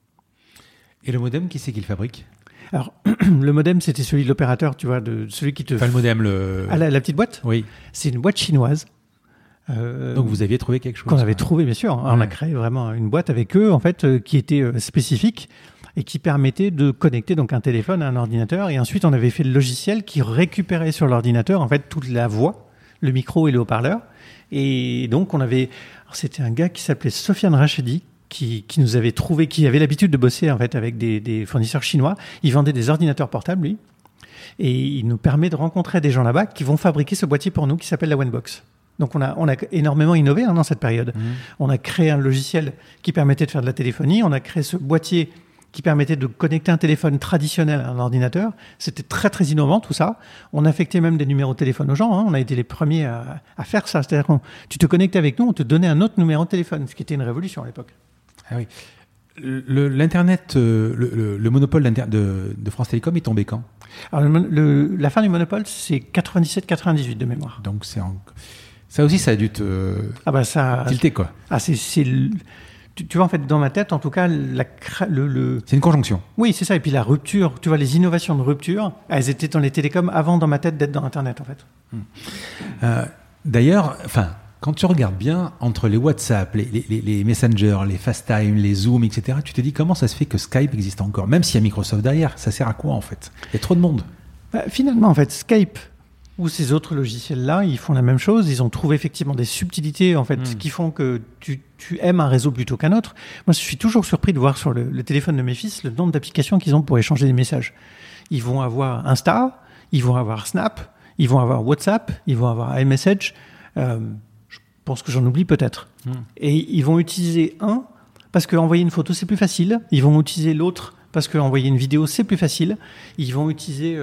Et le modem, qui c'est qui le fabrique ? Alors, le modem, c'était celui de l'opérateur, tu vois, de celui qui te... Enfin, le modem, Ah, la petite boîte ? Oui. C'est une boîte chinoise. Donc, vous aviez trouvé quelque chose ? Qu'on avait trouvé, bien sûr. Ouais. On a créé vraiment une boîte avec eux, en fait, qui était spécifique et qui permettait de connecter donc un téléphone à un ordinateur. Et ensuite, on avait fait le logiciel qui récupérait sur l'ordinateur, en fait, toute la voix, le micro et le haut-parleur. Et donc, on avait... Alors, c'était un gars qui s'appelait Sofiane Rachedi, qui nous avait trouvé, qui avait l'habitude de bosser en fait avec des fournisseurs chinois. Il vendait des ordinateurs portables, lui. Et il nous permet de rencontrer des gens là-bas qui vont fabriquer ce boîtier pour nous qui s'appelle la OneBox. Donc, on a énormément innové dans cette période. On a créé un logiciel qui permettait de faire de la téléphonie. On a créé ce boîtier qui permettait de connecter un téléphone traditionnel à un ordinateur. C'était très, très innovant, tout ça. On affectait même des numéros de téléphone aux gens. Hein. On a été les premiers à faire ça. C'est-à-dire que tu te connectais avec nous, on te donnait un autre numéro de téléphone, ce qui était une révolution à l'époque. Ah oui. L'Internet, le monopole de France Télécom est tombé quand ? Alors, la fin du monopole, c'est 97-98 de mémoire. Donc, ça aussi, ça a dû te tilter, quoi. Ah, tu vois, en fait, dans ma tête, en tout cas, c'est une conjonction. Oui, c'est ça. Et puis la rupture, tu vois, les innovations de rupture, elles étaient dans les télécoms avant, dans ma tête, d'être dans Internet, en fait. D'ailleurs, quand tu regardes bien, entre les WhatsApp, les Messenger, les FaceTime, les Zoom, etc., tu te dis comment ça se fait que Skype existe encore, même s'il y a Microsoft derrière. Ça sert à quoi, en fait ? Il y a trop de monde. Finalement, en fait, Skype ou ces autres logiciels-là, ils font la même chose. Ils ont trouvé effectivement des subtilités en fait, qui font que tu aimes un réseau plutôt qu'un autre. Moi, je suis toujours surpris de voir sur le téléphone de mes fils le nombre d'applications qu'ils ont pour échanger des messages. Ils vont avoir Insta, ils vont avoir Snap, ils vont avoir WhatsApp, ils vont avoir iMessage. Je pense que j'en oublie peut-être. Et ils vont utiliser un parce qu'envoyer une photo, c'est plus facile. Ils vont utiliser l'autre parce qu'envoyer une vidéo, c'est plus facile. Ils vont utiliser...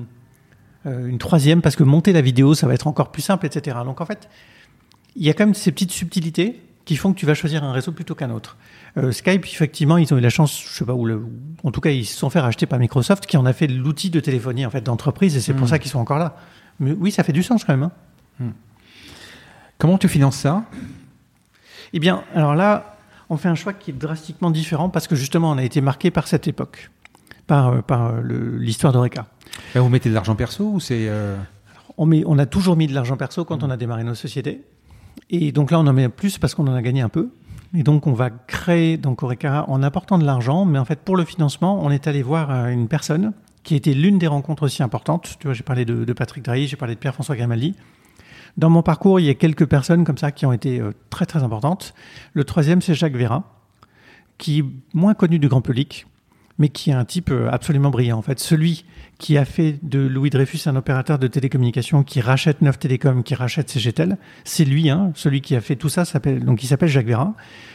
une troisième parce que monter la vidéo ça va être encore plus simple, etc. Donc en fait il y a quand même ces petites subtilités qui font que tu vas choisir un réseau plutôt qu'un autre. Skype, effectivement, ils ont eu la chance, je sais pas où, en tout cas ils se sont fait racheter par Microsoft qui en a fait l'outil de téléphonie en fait d'entreprise et c'est pour ça qu'ils sont encore là. Mais oui, ça fait du sens quand même. Comment tu finances ça ? Eh bien, alors là, on fait un choix qui est drastiquement différent parce que justement on a été marqué par cette époque, par l'histoire d'Horeca. Là, vous mettez de l'argent perso ou c'est... On a toujours mis de l'argent perso quand on a démarré nos sociétés. Et donc là, on en met plus parce qu'on en a gagné un peu. Et donc, on va créer donc Horeca en apportant de l'argent. Mais en fait, pour le financement, on est allé voir une personne qui était l'une des rencontres aussi importantes. Tu vois, j'ai parlé de Patrick Drahi, j'ai parlé de Pierre-François Grimaldi. Dans mon parcours, il y a quelques personnes comme ça qui ont été très, très importantes. Le troisième, c'est Jacques Veyrat, qui est moins connu du grand public, mais qui est un type absolument brillant. En fait, celui qui a fait de Louis Dreyfus un opérateur de télécommunications, qui rachète Neuf Télécom, qui rachète CGTEL, c'est lui, celui qui a fait tout ça, il s'appelle Jacques Vérin.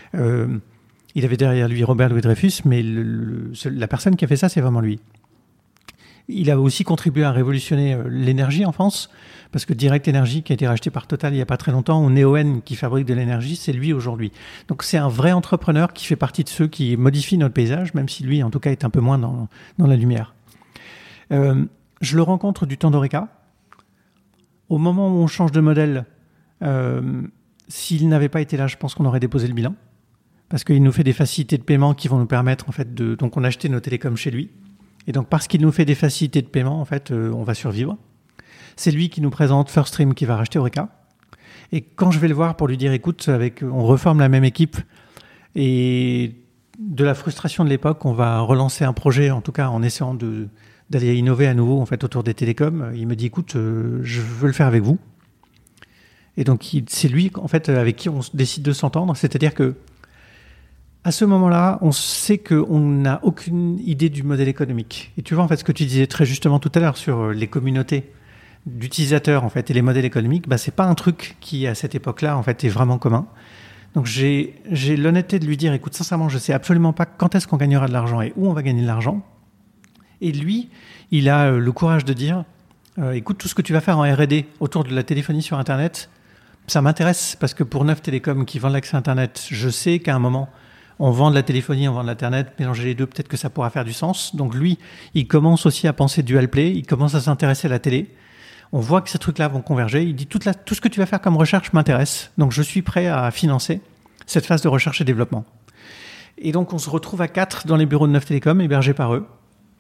Il avait derrière lui Robert Louis Dreyfus, mais la personne qui a fait ça, c'est vraiment lui. Il a aussi contribué à révolutionner l'énergie en France, parce que Direct Énergie, qui a été racheté par Total il n'y a pas très longtemps, ou Neoen, qui fabrique de l'énergie, c'est lui aujourd'hui. Donc c'est un vrai entrepreneur qui fait partie de ceux qui modifient notre paysage, même si lui, en tout cas, est un peu moins dans la lumière. Je le rencontre du temps d'Horeca. Au moment où on change de modèle, s'il n'avait pas été là, je pense qu'on aurait déposé le bilan, parce qu'il nous fait des facilités de paiement qui vont nous permettre, en fait, donc on a acheté nos télécoms chez lui. Et donc, parce qu'il nous fait des facilités de paiement, en fait, on va survivre. C'est lui qui nous présente First Stream qui va racheter Horeca. Et quand je vais le voir pour lui dire, écoute, on reforme la même équipe et de la frustration de l'époque, on va relancer un projet, en tout cas en essayant d'aller innover à nouveau en fait autour des télécoms. Il me dit, écoute, je veux le faire avec vous. Et donc, c'est lui, en fait, avec qui on décide de s'entendre. C'est-à-dire que à ce moment-là, on sait qu'on n'a aucune idée du modèle économique. Et tu vois, en fait, ce que tu disais très justement tout à l'heure sur les communautés d'utilisateurs, en fait, et les modèles économiques, c'est pas un truc qui, à cette époque-là, en fait, est vraiment commun. Donc, j'ai l'honnêteté de lui dire, écoute, sincèrement, je sais absolument pas quand est-ce qu'on gagnera de l'argent et où on va gagner de l'argent. Et lui, il a le courage de dire, écoute, tout ce que tu vas faire en R&D autour de la téléphonie sur Internet, ça m'intéresse parce que pour Neuf Télécom qui vend l'accès Internet, je sais qu'à un moment, on vend de la téléphonie, on vend de l'Internet, mélanger les deux, peut-être que ça pourra faire du sens. Donc lui, il commence aussi à penser dual play, il commence à s'intéresser à la télé. On voit que ces trucs-là vont converger. Il dit, tout ce que tu vas faire comme recherche m'intéresse, donc je suis prêt à financer cette phase de recherche et développement. Et donc on se retrouve à 4 dans les bureaux de Neuf Télécom, hébergés par eux,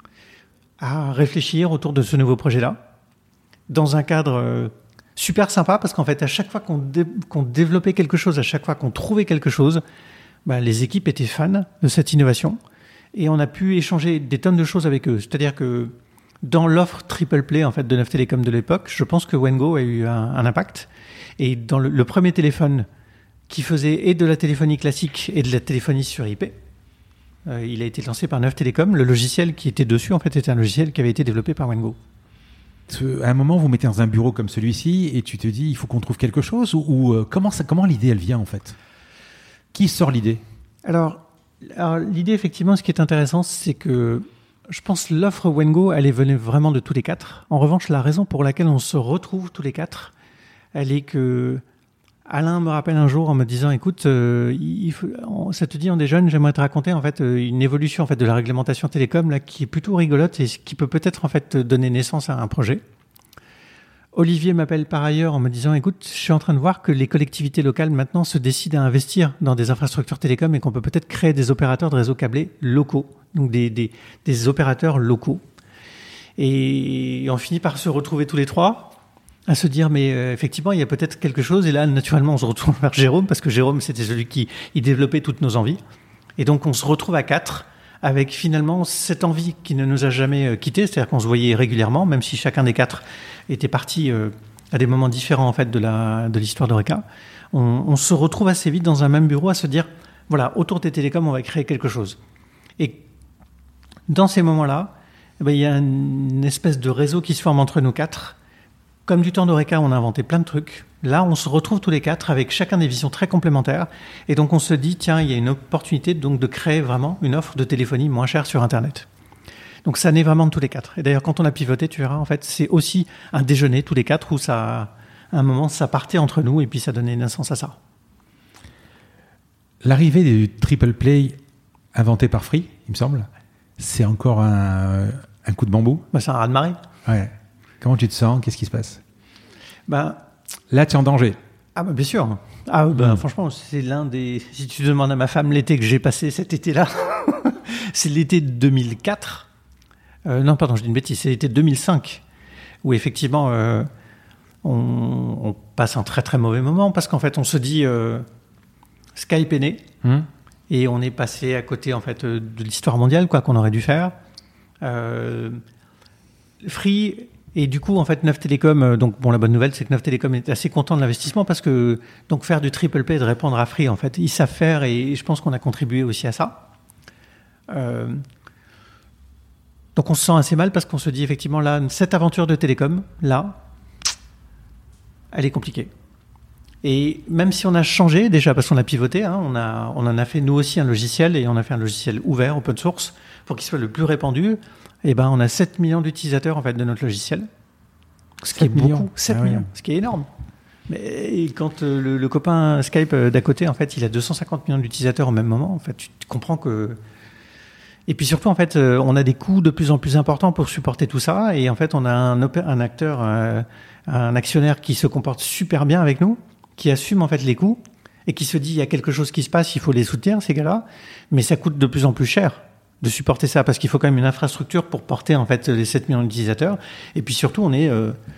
à réfléchir autour de ce nouveau projet-là, dans un cadre super sympa, parce qu'en fait, à chaque fois qu'on développait quelque chose, à chaque fois qu'on trouvait quelque chose, les équipes étaient fans de cette innovation et on a pu échanger des tonnes de choses avec eux. C'est-à-dire que dans l'offre triple play en fait, de Neuf Télécom de l'époque, je pense que Wengo a eu un impact. Et dans le premier téléphone qui faisait et de la téléphonie classique et de la téléphonie sur IP, il a été lancé par Neuf Télécom. Le logiciel qui était dessus en fait, était un logiciel qui avait été développé par Wengo. À un moment, vous mettez dans un bureau comme celui-ci et tu te dis il faut qu'on trouve quelque chose ou comment l'idée elle vient en fait ? Qui sort l'idée ? Alors, l'idée, effectivement, ce qui est intéressant, c'est que je pense que l'offre Wengo, elle est venue vraiment de tous les quatre. En revanche, la raison pour laquelle on se retrouve tous les quatre, elle est que Alain me rappelle un jour en me disant, écoute, ça te dit, on est jeunes, j'aimerais te raconter en fait une évolution en fait de la réglementation télécom là qui est plutôt rigolote et qui peut peut-être en fait donner naissance à un projet. Olivier m'appelle par ailleurs en me disant, écoute, je suis en train de voir que les collectivités locales maintenant se décident à investir dans des infrastructures télécom et qu'on peut peut-être créer des opérateurs de réseaux câblés locaux, donc des opérateurs locaux. Et on finit par se retrouver tous les trois à se dire, mais effectivement, il y a peut-être quelque chose. Et là, naturellement, on se retourne vers Jérôme parce que Jérôme, c'était celui qui développait toutes nos envies. Et donc, on se retrouve à 4 avec finalement cette envie qui ne nous a jamais quittés, c'est-à-dire qu'on se voyait régulièrement, même si chacun des 4 était parti à des moments différents en fait de l'histoire d'Horeca. On se retrouve assez vite dans un même bureau à se dire, voilà, autour des télécoms, on va créer quelque chose. Et dans ces moments-là, il y a une espèce de réseau qui se forme entre nous 4. Comme du temps d'Horeca, on a inventé plein de trucs. Là, on se retrouve tous les 4 avec chacun des visions très complémentaires. Et donc, on se dit, tiens, il y a une opportunité donc, de créer vraiment une offre de téléphonie moins chère sur Internet. Donc, ça naît vraiment de tous les 4. Et d'ailleurs, quand on a pivoté, tu verras, en fait, c'est aussi un déjeuner tous les 4 où ça, à un moment, ça partait entre nous et puis ça donnait naissance à ça. L'arrivée du triple play inventé par Free, il me semble, c'est encore un coup de bambou. C'est un raz-de-marée. Ouais. Comment tu te sens ? Qu'est-ce qui se passe ? Là, tu es en danger. Bien sûr. Franchement, c'est l'un des... Si tu demandes à ma femme l'été que j'ai passé cet été-là, c'est l'été 2004. Non, pardon, je dis une bêtise. C'est l'été 2005 où effectivement, on passe un très très mauvais moment parce qu'en fait, on se dit Skype est né et on est passé à côté en fait de l'histoire mondiale qu'on aurait dû faire. Free... Et du coup, en fait, Neuf Télécom, la bonne nouvelle, c'est que Neuf Télécom est assez content de l'investissement parce que, faire du triple play et de répondre à Free, en fait, ils savent faire et je pense qu'on a contribué aussi à ça. Donc on se sent assez mal parce qu'on se dit effectivement là, cette aventure de télécom, là, elle est compliquée. Et même si on a changé déjà, parce qu'on a pivoté, hein, on en a fait nous aussi un logiciel, et on a fait un logiciel ouvert, open source, pour qu'il soit le plus répandu, et ben on a 7 millions d'utilisateurs en fait de notre logiciel. Ce qui est beaucoup, 7 millions, ce qui est énorme. Mais quand le copain Skype d'à côté, en fait, il a 250 millions d'utilisateurs au même moment, en fait, tu comprends que... Et puis surtout, en fait, on a des coûts de plus en plus importants pour supporter tout ça, et en fait, on a un acteur, un actionnaire qui se comporte super bien avec nous, qui assume en fait les coûts, et qui se dit, il y a quelque chose qui se passe, il faut les soutenir, ces gars-là, mais ça coûte de plus en plus cher de supporter ça, parce qu'il faut quand même une infrastructure pour porter en fait les 7 millions d'utilisateurs, et puis surtout, on est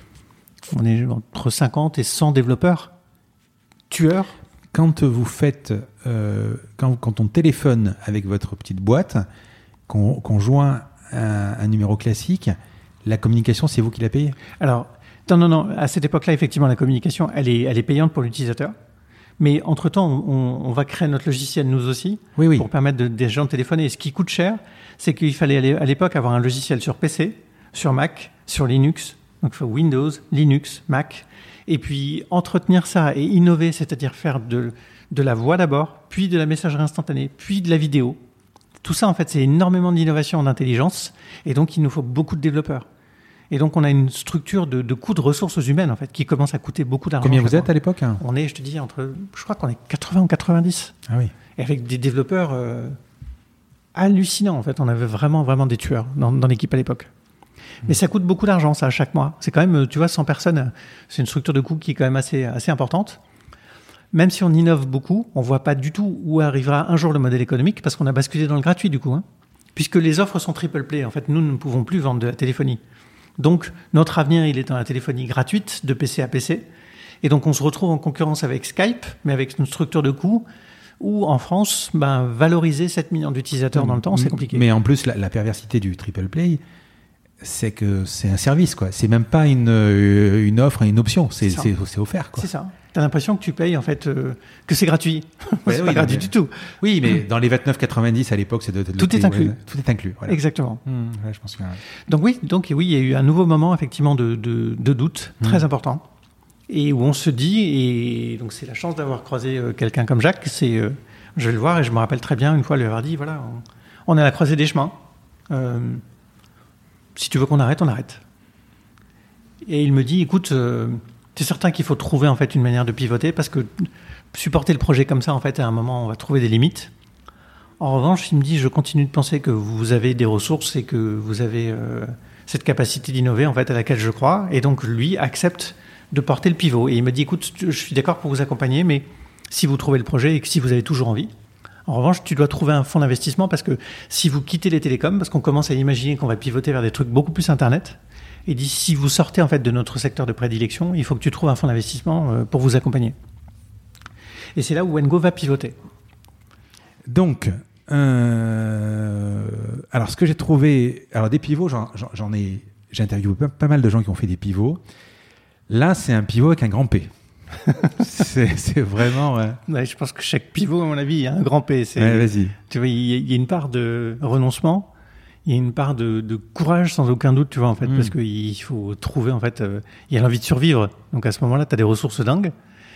entre 50 et 100 développeurs tueurs. Quand vous faites, quand on téléphone avec votre petite boîte, qu'on joint un numéro classique, la communication, c'est vous qui la payez? Alors, non. À cette époque-là, effectivement, la communication, elle est payante pour l'utilisateur. Mais entre-temps, on va créer notre logiciel, nous aussi, pour permettre des gens de téléphoner. Et ce qui coûte cher, c'est qu'il fallait à l'époque avoir un logiciel sur PC, sur Mac, sur Linux, donc Windows, Linux, Mac, et puis entretenir ça et innover, c'est-à-dire faire de la voix d'abord, puis de la messagerie instantanée, puis de la vidéo. Tout ça, en fait, c'est énormément d'innovation en intelligence, et donc il nous faut beaucoup de développeurs. Et donc on a une structure de coûts de ressources humaines, en fait, qui commence à coûter beaucoup d'argent. Combien vous êtes à l'époque? On est, je te dis, je crois qu'on est 80 ou 90. Ah oui. Et avec des développeurs hallucinants, en fait. On avait vraiment des tueurs dans l'équipe à l'époque. Mais ça coûte beaucoup d'argent, ça, chaque mois. C'est quand même, tu vois, 100 personnes, c'est une structure de coût qui est quand même assez importante. Même si on innove beaucoup, on ne voit pas du tout où arrivera un jour le modèle économique, parce qu'on a basculé dans le gratuit, du coup. Hein. Puisque les offres sont triple play. En fait, nous ne pouvons plus vendre de la téléphonie. Donc, notre avenir, il est dans la téléphonie gratuite, de PC à PC. Et donc, on se retrouve en concurrence avec Skype, mais avec une structure de coût où, en France, valoriser 7 millions d'utilisateurs dans le temps, c'est compliqué. Mais en plus, la perversité du triple play, c'est que c'est un service, quoi. C'est même pas une offre et une option. C'est offert, quoi. C'est ça. T'as l'impression que tu payes, en fait, que c'est gratuit. C'est pas gratuit du tout. Oui, mais dans les 29,90 à l'époque, tout est inclus. Tout est inclus. Voilà. Exactement. Ouais, je pense que... Donc oui, il y a eu un nouveau moment, effectivement, de doute très important. Et où on se dit, et donc c'est la chance d'avoir croisé quelqu'un comme Jacques, je vais le voir et je me rappelle très bien une fois lui avoir dit, voilà, on est à la croisée des chemins. Si tu veux qu'on arrête, on arrête. Et il me dit, écoute, c'est certain qu'il faut trouver en fait une manière de pivoter parce que supporter le projet comme ça, en fait, à un moment, on va trouver des limites. En revanche, il me dit, je continue de penser que vous avez des ressources et que vous avez cette capacité d'innover en fait à laquelle je crois. Et donc, lui accepte de porter le pivot. Et il me dit, écoute, je suis d'accord pour vous accompagner, mais si vous trouvez le projet et que si vous avez toujours envie, en revanche, tu dois trouver un fonds d'investissement parce que si vous quittez les télécoms, parce qu'on commence à imaginer qu'on va pivoter vers des trucs beaucoup plus Internet, et dit si vous sortez en fait de notre secteur de prédilection, il faut que tu trouves un fonds d'investissement pour vous accompagner. Et c'est là où Wengo va pivoter. Donc, alors ce que j'ai trouvé, alors des pivots, j'ai interviewé pas mal de gens qui ont fait des pivots. Là, c'est un pivot avec un grand P. c'est vraiment... Ouais, je pense que chaque pivot, à mon avis, il y a un grand P. Ouais, vas-y. Tu vois, il y a une part de renoncement, il y a une part de courage sans aucun doute, tu vois, en fait, parce qu'il faut trouver, en fait, il y a l'envie de survivre. Donc à ce moment-là, tu as des ressources dingues.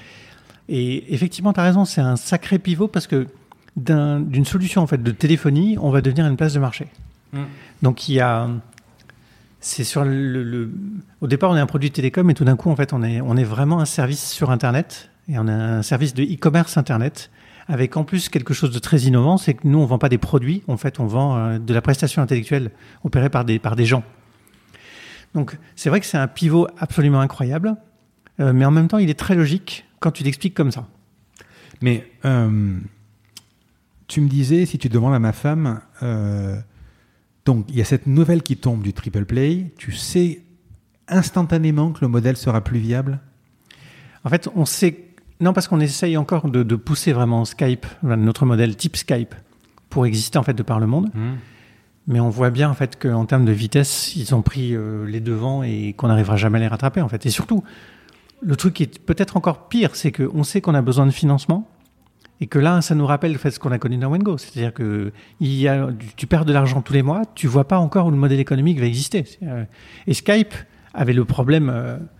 Et effectivement, tu as raison, c'est un sacré pivot parce que d'une solution en fait de téléphonie, on va devenir une place de marché. Donc il y a... C'est sur au départ, on est un produit télécom et tout d'un coup, en fait, on est vraiment un service sur Internet et on a un service de e-commerce Internet avec en plus quelque chose de très innovant, c'est que nous, on vend pas des produits, en fait, on vend de la prestation intellectuelle opérée par des gens. Donc, c'est vrai que c'est un pivot absolument incroyable, mais en même temps, il est très logique quand tu l'expliques comme ça. Mais tu me disais, si tu demandes à ma femme... Donc, il y a cette nouvelle qui tombe du triple play. Tu sais instantanément que le modèle sera plus viable? En fait, on sait... Non, parce qu'on essaye encore de pousser vraiment Skype, notre modèle type Skype, pour exister en fait de par le monde. Mais on voit bien en fait qu'en termes de vitesse, ils ont pris les devants et qu'on n'arrivera jamais à les rattraper en fait. Et surtout, le truc qui est peut-être encore pire, c'est qu'on sait qu'on a besoin de financement Et que là, ça nous rappelle ce qu'on a connu dans Wengo. C'est-à-dire que tu perds de l'argent tous les mois, tu vois pas encore où le modèle économique va exister. Et Skype avait le problème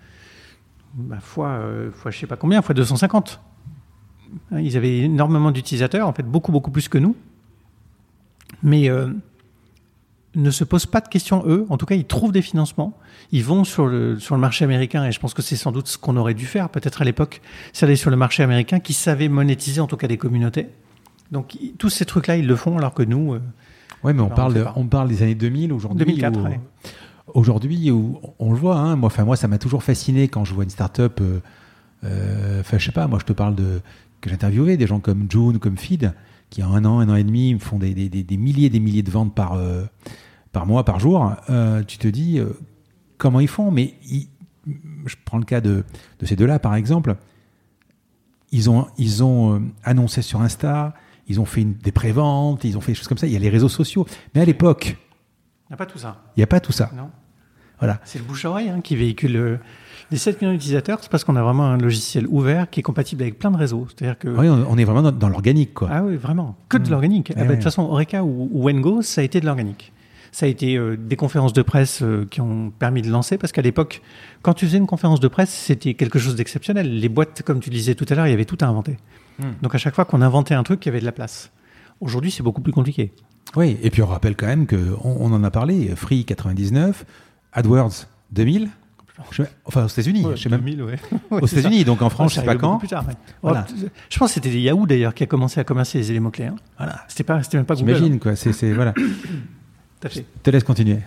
fois je sais pas combien, fois 250. Ils avaient énormément d'utilisateurs, en fait beaucoup plus que nous. Mais ne se posent pas de questions, eux. En tout cas, ils trouvent des financements. Ils vont sur le marché américain, et je pense que c'est sans doute ce qu'on aurait dû faire, peut-être à l'époque, c'est aller sur le marché américain qui savait monétiser, en tout cas, des communautés. Donc, tous ces trucs-là, ils le font, alors que nous... Oui, mais on parle des années 2000, aujourd'hui. 2004, oui. Aujourd'hui, où on le voit, hein, moi, ça m'a toujours fasciné quand je vois une start-up... je sais pas, moi, je te parle que j'ai interviewé, des gens comme June, comme Feed, qui en un an et demi font des milliers et des milliers de ventes par mois, par jour. Tu te dis comment ils font, mais je prends le cas de ces deux-là par exemple. Ils ont annoncé sur Insta, ils ont fait des préventes, ils ont fait des choses comme ça. Il y a les réseaux sociaux, mais à l'époque, il n'y a pas tout ça. Il n'y a pas tout ça. Non. Voilà. C'est le bouche-à-oreille qui véhicule. Les 7 millions d'utilisateurs, c'est parce qu'on a vraiment un logiciel ouvert qui est compatible avec plein de réseaux. C'est-à-dire que... Oui, on est vraiment dans l'organique, quoi. Ah oui, vraiment. Que de l'organique. De toute façon, Horeca ou Wengo, ça a été de l'organique. Ça a été des conférences de presse qui ont permis de lancer, parce qu'à l'époque, quand tu faisais une conférence de presse, c'était quelque chose d'exceptionnel. Les boîtes, comme tu le disais tout à l'heure, il y avait tout à inventer. Donc à chaque fois qu'on inventait un truc, il y avait de la place. Aujourd'hui, c'est beaucoup plus compliqué. Oui, et puis on rappelle quand même qu'on en a parlé, Free 99, AdWords 2000... Enfin, aux États-Unis, je sais même. 2000, ouais. Aux États-Unis, donc en France, je sais pas quand. Plus tard, ouais. Voilà. Je pense que c'était Yahoo d'ailleurs qui a commencé à commercialiser les mots-clés. Hein. Voilà. C'était même pas Google. J'imagine, quoi. Voilà. Tout à fait. Je te laisse continuer.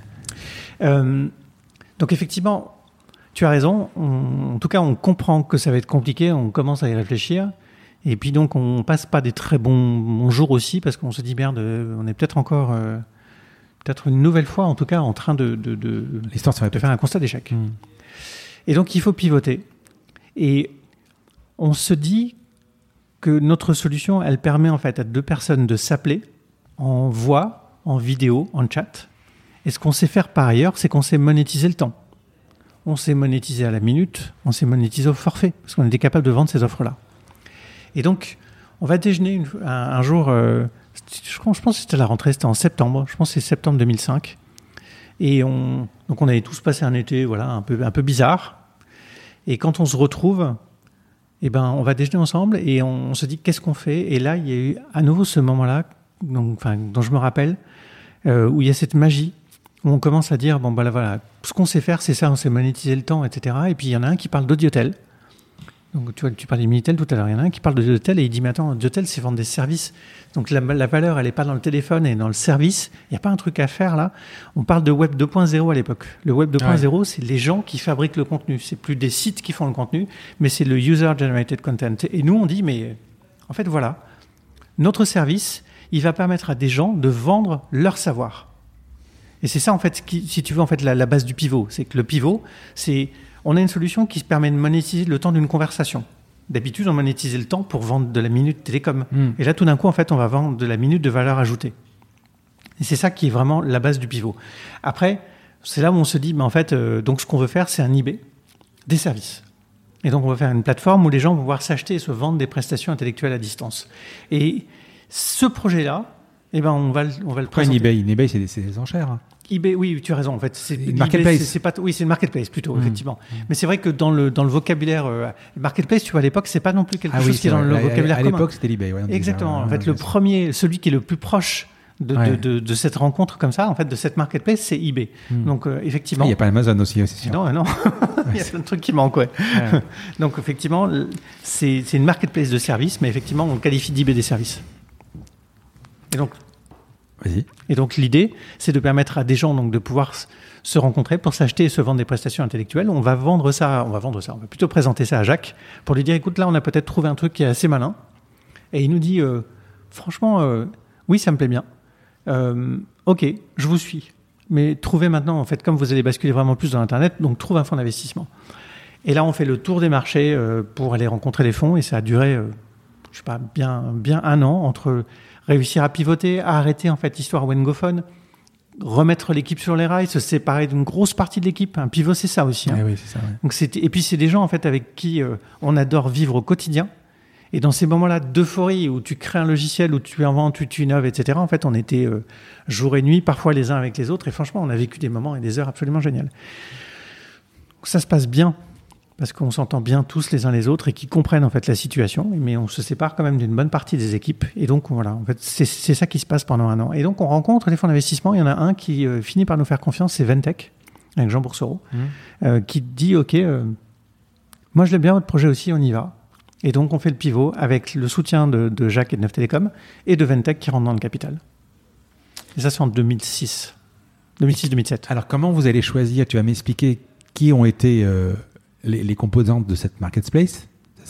Donc effectivement, tu as raison. En tout cas, on comprend que ça va être compliqué. On commence à y réfléchir. Et puis donc, on passe pas des très bons jours aussi, parce qu'on se dit merde, on est peut-être encore. Peut-être une nouvelle fois, en tout cas, en train de faire un constat d'échec. Et donc, il faut pivoter. Et on se dit que notre solution, elle permet en fait à deux personnes de s'appeler en voix, en vidéo, en chat. Et ce qu'on sait faire par ailleurs, c'est qu'on sait monétiser le temps. On sait monétiser à la minute, on sait monétiser au forfait, parce qu'on était capable de vendre ces offres-là. Et donc, on va déjeuner un jour, je pense que c'était la rentrée, c'était en septembre, je pense que c'est septembre 2005. Et donc on avait tous passé un été un peu bizarre. Et quand on se retrouve, on va déjeuner ensemble et on se dit qu'est-ce qu'on fait. Et là, il y a eu à nouveau ce moment-là, dont je me rappelle, où il y a cette magie, où on commence à dire, voilà, ce qu'on sait faire, c'est ça, on sait monétiser le temps, etc. Et puis il y en a un qui parle d'Audiotel. Donc tu parlais de Minitel tout à l'heure, il y en a un qui parle d'Audiotel et il dit mais attends, Audiotel c'est vendre des services, donc la valeur elle n'est pas dans le téléphone et dans le service, il n'y a pas un truc à faire là. On parle de Web 2.0 à l'époque. Le Web 2.0 c'est les gens qui fabriquent le contenu, c'est plus des sites qui font le contenu, mais c'est le User Generated Content. Et nous on dit mais en fait voilà, notre service il va permettre à des gens de vendre leur savoir. Et c'est ça en fait, si tu veux en fait la base du pivot, c'est que le pivot c'est... On a une solution qui permet de monétiser le temps d'une conversation. D'habitude, on monétisait le temps pour vendre de la minute télécom. Et là, tout d'un coup, en fait, on va vendre de la minute de valeur ajoutée. Et c'est ça qui est vraiment la base du pivot. Après, c'est là où on se dit, mais en fait, donc ce qu'on veut faire, c'est un eBay des services. Et donc, on va faire une plateforme où les gens vont pouvoir s'acheter et se vendre des prestations intellectuelles à distance. Et ce projet-là, on va le présenter. Une eBay, c'est des enchères. eBay, oui, tu as raison. En fait, c'est une marketplace. C'est une marketplace plutôt, effectivement. Mais c'est vrai que dans le vocabulaire marketplace, tu vois, à l'époque, c'est pas non plus quelque chose qui est dans le vocabulaire commun. À l'époque, c'était l'eBay. Ouais, exactement. En fait, le premier, celui qui est le plus proche de cette rencontre comme ça, en fait, de cette marketplace, c'est eBay. Donc, effectivement. Il n'y a pas Amazon aussi, c'est sûr. Non. Il y a plein de trucs qui manquent, ouais. Donc, effectivement, c'est une marketplace de services, mais effectivement, on le qualifie d'eBay des services. Et donc. Vas-y. Et donc l'idée, c'est de permettre à des gens donc de pouvoir se rencontrer pour s'acheter et se vendre des prestations intellectuelles. On va plutôt présenter ça à Jacques pour lui dire écoute, là on a peut-être trouvé un truc qui est assez malin. Et il nous dit franchement oui, ça me plaît bien. Ok, je vous suis. Mais trouvez maintenant, en fait, comme vous allez basculer vraiment plus dans l'internet, donc trouve un fonds d'investissement. Et là on fait le tour des marchés pour aller rencontrer les fonds et ça a duré je sais pas bien un an entre réussir à pivoter, à arrêter en fait l'histoire Wengophone, remettre l'équipe sur les rails, se séparer d'une grosse partie de l'équipe. Un pivot, c'est ça aussi. Hein. Oui, c'est ça. Ouais. Donc et puis c'est des gens en fait avec qui on adore vivre au quotidien. Et dans ces moments-là d'euphorie où tu crées un logiciel, où tu inventes, où tu innoves, etc., en fait, on était jour et nuit, parfois les uns avec les autres. Et franchement, on a vécu des moments et des heures absolument géniales. Ça se passe bien, parce qu'on s'entend bien tous les uns les autres et qu'ils comprennent en fait la situation. Mais on se sépare quand même d'une bonne partie des équipes. Et donc, voilà, en fait, c'est ça qui se passe pendant un an. Et donc, on rencontre les fonds d'investissement. Il y en a un qui finit par nous faire confiance, c'est Ventec, avec Jean Boursereau, qui dit « Ok, moi je l'aime bien votre projet aussi, on y va ». Et donc, on fait le pivot avec le soutien de Jacques et de Neuf Télécom et de Ventec qui rentrent dans le capital. Et ça, c'est en 2006. 2006-2007. Alors, comment vous allez choisir? Tu vas m'expliquer qui ont été les composantes de cette marketplace,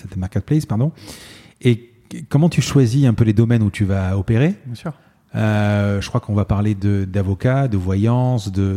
et comment tu choisis un peu les domaines où tu vas opérer? Bien sûr. Je crois qu'on va parler d'avocats, de voyance, de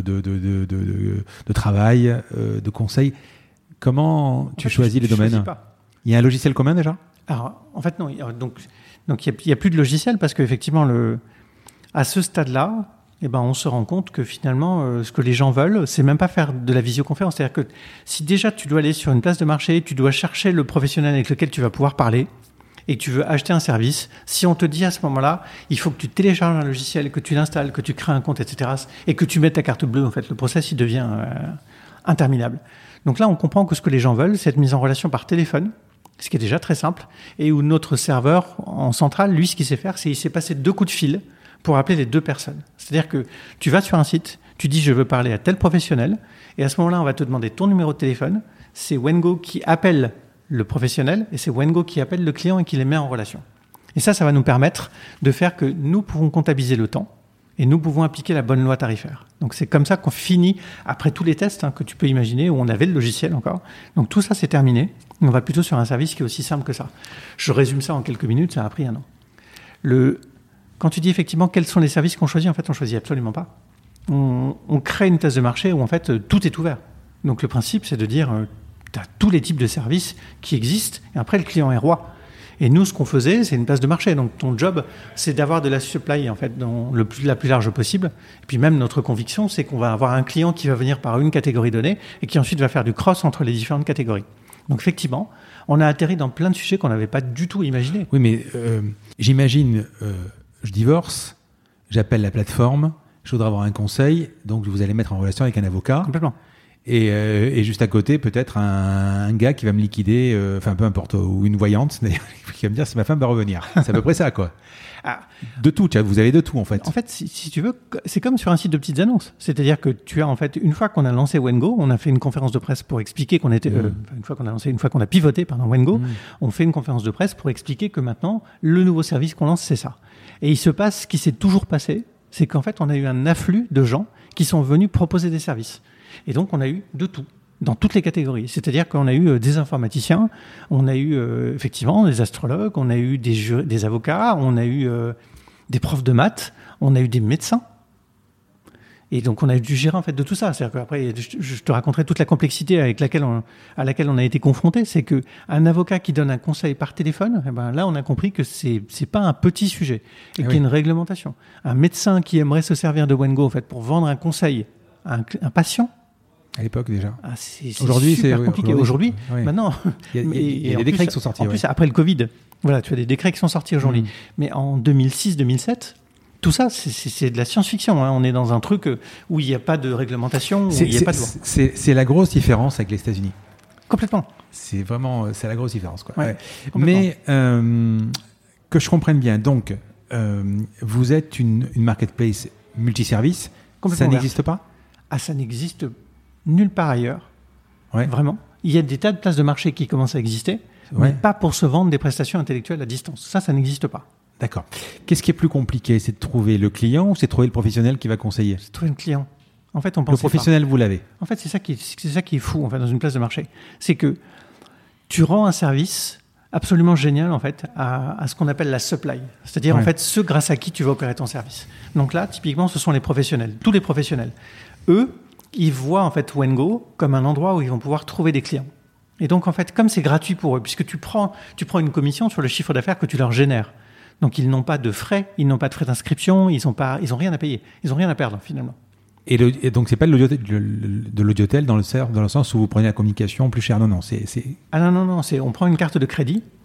travail, de conseil. Comment tu choisis les domaines? Il y a un logiciel commun déjà? Alors, en fait, non. Donc il n'y a plus de logiciel parce qu'effectivement, à ce stade-là, on se rend compte que finalement, ce que les gens veulent, c'est même pas faire de la visioconférence. C'est-à-dire que si déjà tu dois aller sur une place de marché, tu dois chercher le professionnel avec lequel tu vas pouvoir parler et que tu veux acheter un service, si on te dit à ce moment-là, il faut que tu télécharges un logiciel, que tu l'installes, que tu crées un compte, etc., et que tu mettes ta carte bleue, en fait, le process, il devient interminable. Donc là, on comprend que ce que les gens veulent, c'est être mis en relation par téléphone, ce qui est déjà très simple, et où notre serveur en centrale, lui, ce qu'il sait faire, c'est il sait passer 2 coups de fil pour appeler les 2 personnes. C'est-à-dire que tu vas sur un site, tu dis « je veux parler à tel professionnel », et à ce moment-là, on va te demander ton numéro de téléphone, c'est Wengo qui appelle le professionnel, et c'est Wengo qui appelle le client et qui les met en relation. Et ça va nous permettre de faire que nous pouvons comptabiliser le temps, et nous pouvons appliquer la bonne loi tarifaire. Donc c'est comme ça qu'on finit, après tous les tests que tu peux imaginer, où on avait le logiciel encore. Donc tout ça, c'est terminé. On va plutôt sur un service qui est aussi simple que ça. Je résume ça en quelques minutes, ça a pris 1 an. Quand tu dis effectivement quels sont les services qu'on choisit, en fait, on choisit absolument pas. On crée une place de marché où en fait tout est ouvert. Donc le principe, c'est de dire tu as tous les types de services qui existent, et après le client est roi. Et nous, ce qu'on faisait, c'est une place de marché. Donc ton job, c'est d'avoir de la supply en fait, la plus large possible. Et puis même notre conviction, c'est qu'on va avoir un client qui va venir par une catégorie donnée et qui ensuite va faire du cross entre les différentes catégories. Donc effectivement, on a atterri dans plein de sujets qu'on n'avait pas du tout imaginés. Oui, mais j'imagine, je divorce, j'appelle la plateforme, je voudrais avoir un conseil, donc vous allez mettre en relation avec un avocat. Complètement. Et juste à côté, peut-être un gars qui va me liquider, peu importe, ou une voyante, qui va me dire si ma femme va revenir. C'est à peu près ça, quoi. De tout, vous avez de tout, en fait. En fait, si tu veux, c'est comme sur un site de petites annonces. C'est-à-dire que tu as, en fait, une fois qu'on a lancé Wengo, on a fait une conférence de presse pour expliquer qu'on était, une fois qu'on a pivoté, Wengo, on fait une conférence de presse pour expliquer que maintenant, le nouveau service qu'on lance, c'est ça. Et il se passe ce qui s'est toujours passé, c'est qu'en fait, on a eu un afflux de gens qui sont venus proposer des services. Et donc, on a eu de tout, dans toutes les catégories. C'est-à-dire qu'on a eu des informaticiens, on a eu effectivement des astrologues, on a eu des avocats, on a eu des profs de maths, on a eu des médecins. Et donc, on a dû gérer en fait de tout ça. C'est-à-dire qu'après, je te raconterai toute la complexité à laquelle on a été confronté. C'est qu'un avocat qui donne un conseil par téléphone, là, on a compris que c'est pas un petit sujet et qu'il y a une réglementation. Un médecin qui aimerait se servir de Wengo en fait, pour vendre un conseil à un patient, à l'époque déjà. Aujourd'hui, c'est super compliqué. Aujourd'hui, maintenant, il y a des décrets qui sont sortis. En plus, après le Covid, voilà, tu as des décrets qui sont sortis aujourd'hui. Mais en 2006-2007, tout ça, c'est de la science-fiction. On est dans un truc où il n'y a pas de réglementation, où il n'y a pas de loi. C'est la grosse différence avec les États-Unis. Complètement. C'est la grosse différence, quoi. Ouais. Mais que je comprenne bien, donc vous êtes une marketplace multiservice. Ça n'existe pas ? Ça n'existe nulle part ailleurs. Ouais. Vraiment. Il y a des tas de places de marché qui commencent à exister, mais pas pour se vendre des prestations intellectuelles à distance. Ça n'existe pas. D'accord. Qu'est-ce qui est plus compliqué ? C'est de trouver le client ou c'est de trouver le professionnel qui va conseiller ? C'est de trouver le client. En fait, on pense le professionnel, vous l'avez. En fait, c'est ça qui est fou en fait, dans une place de marché. C'est que tu rends un service absolument génial en fait, à ce qu'on appelle la supply. C'est-à-dire en fait, ceux grâce à qui tu vas opérer ton service. Donc là, typiquement, ce sont les professionnels. Tous les professionnels. Eux, ils voient en fait Wengo comme un endroit où ils vont pouvoir trouver des clients. Et donc en fait, comme c'est gratuit pour eux, puisque tu prends une commission sur le chiffre d'affaires que tu leur génères. Donc ils n'ont pas de frais, ils n'ont pas de frais d'inscription, ils ont rien à payer, ils n'ont rien à perdre finalement. Et donc c'est pas de l'audiotel dans le sens où vous prenez la communication plus chère, non, c'est... Ah non, on prend une carte de crédit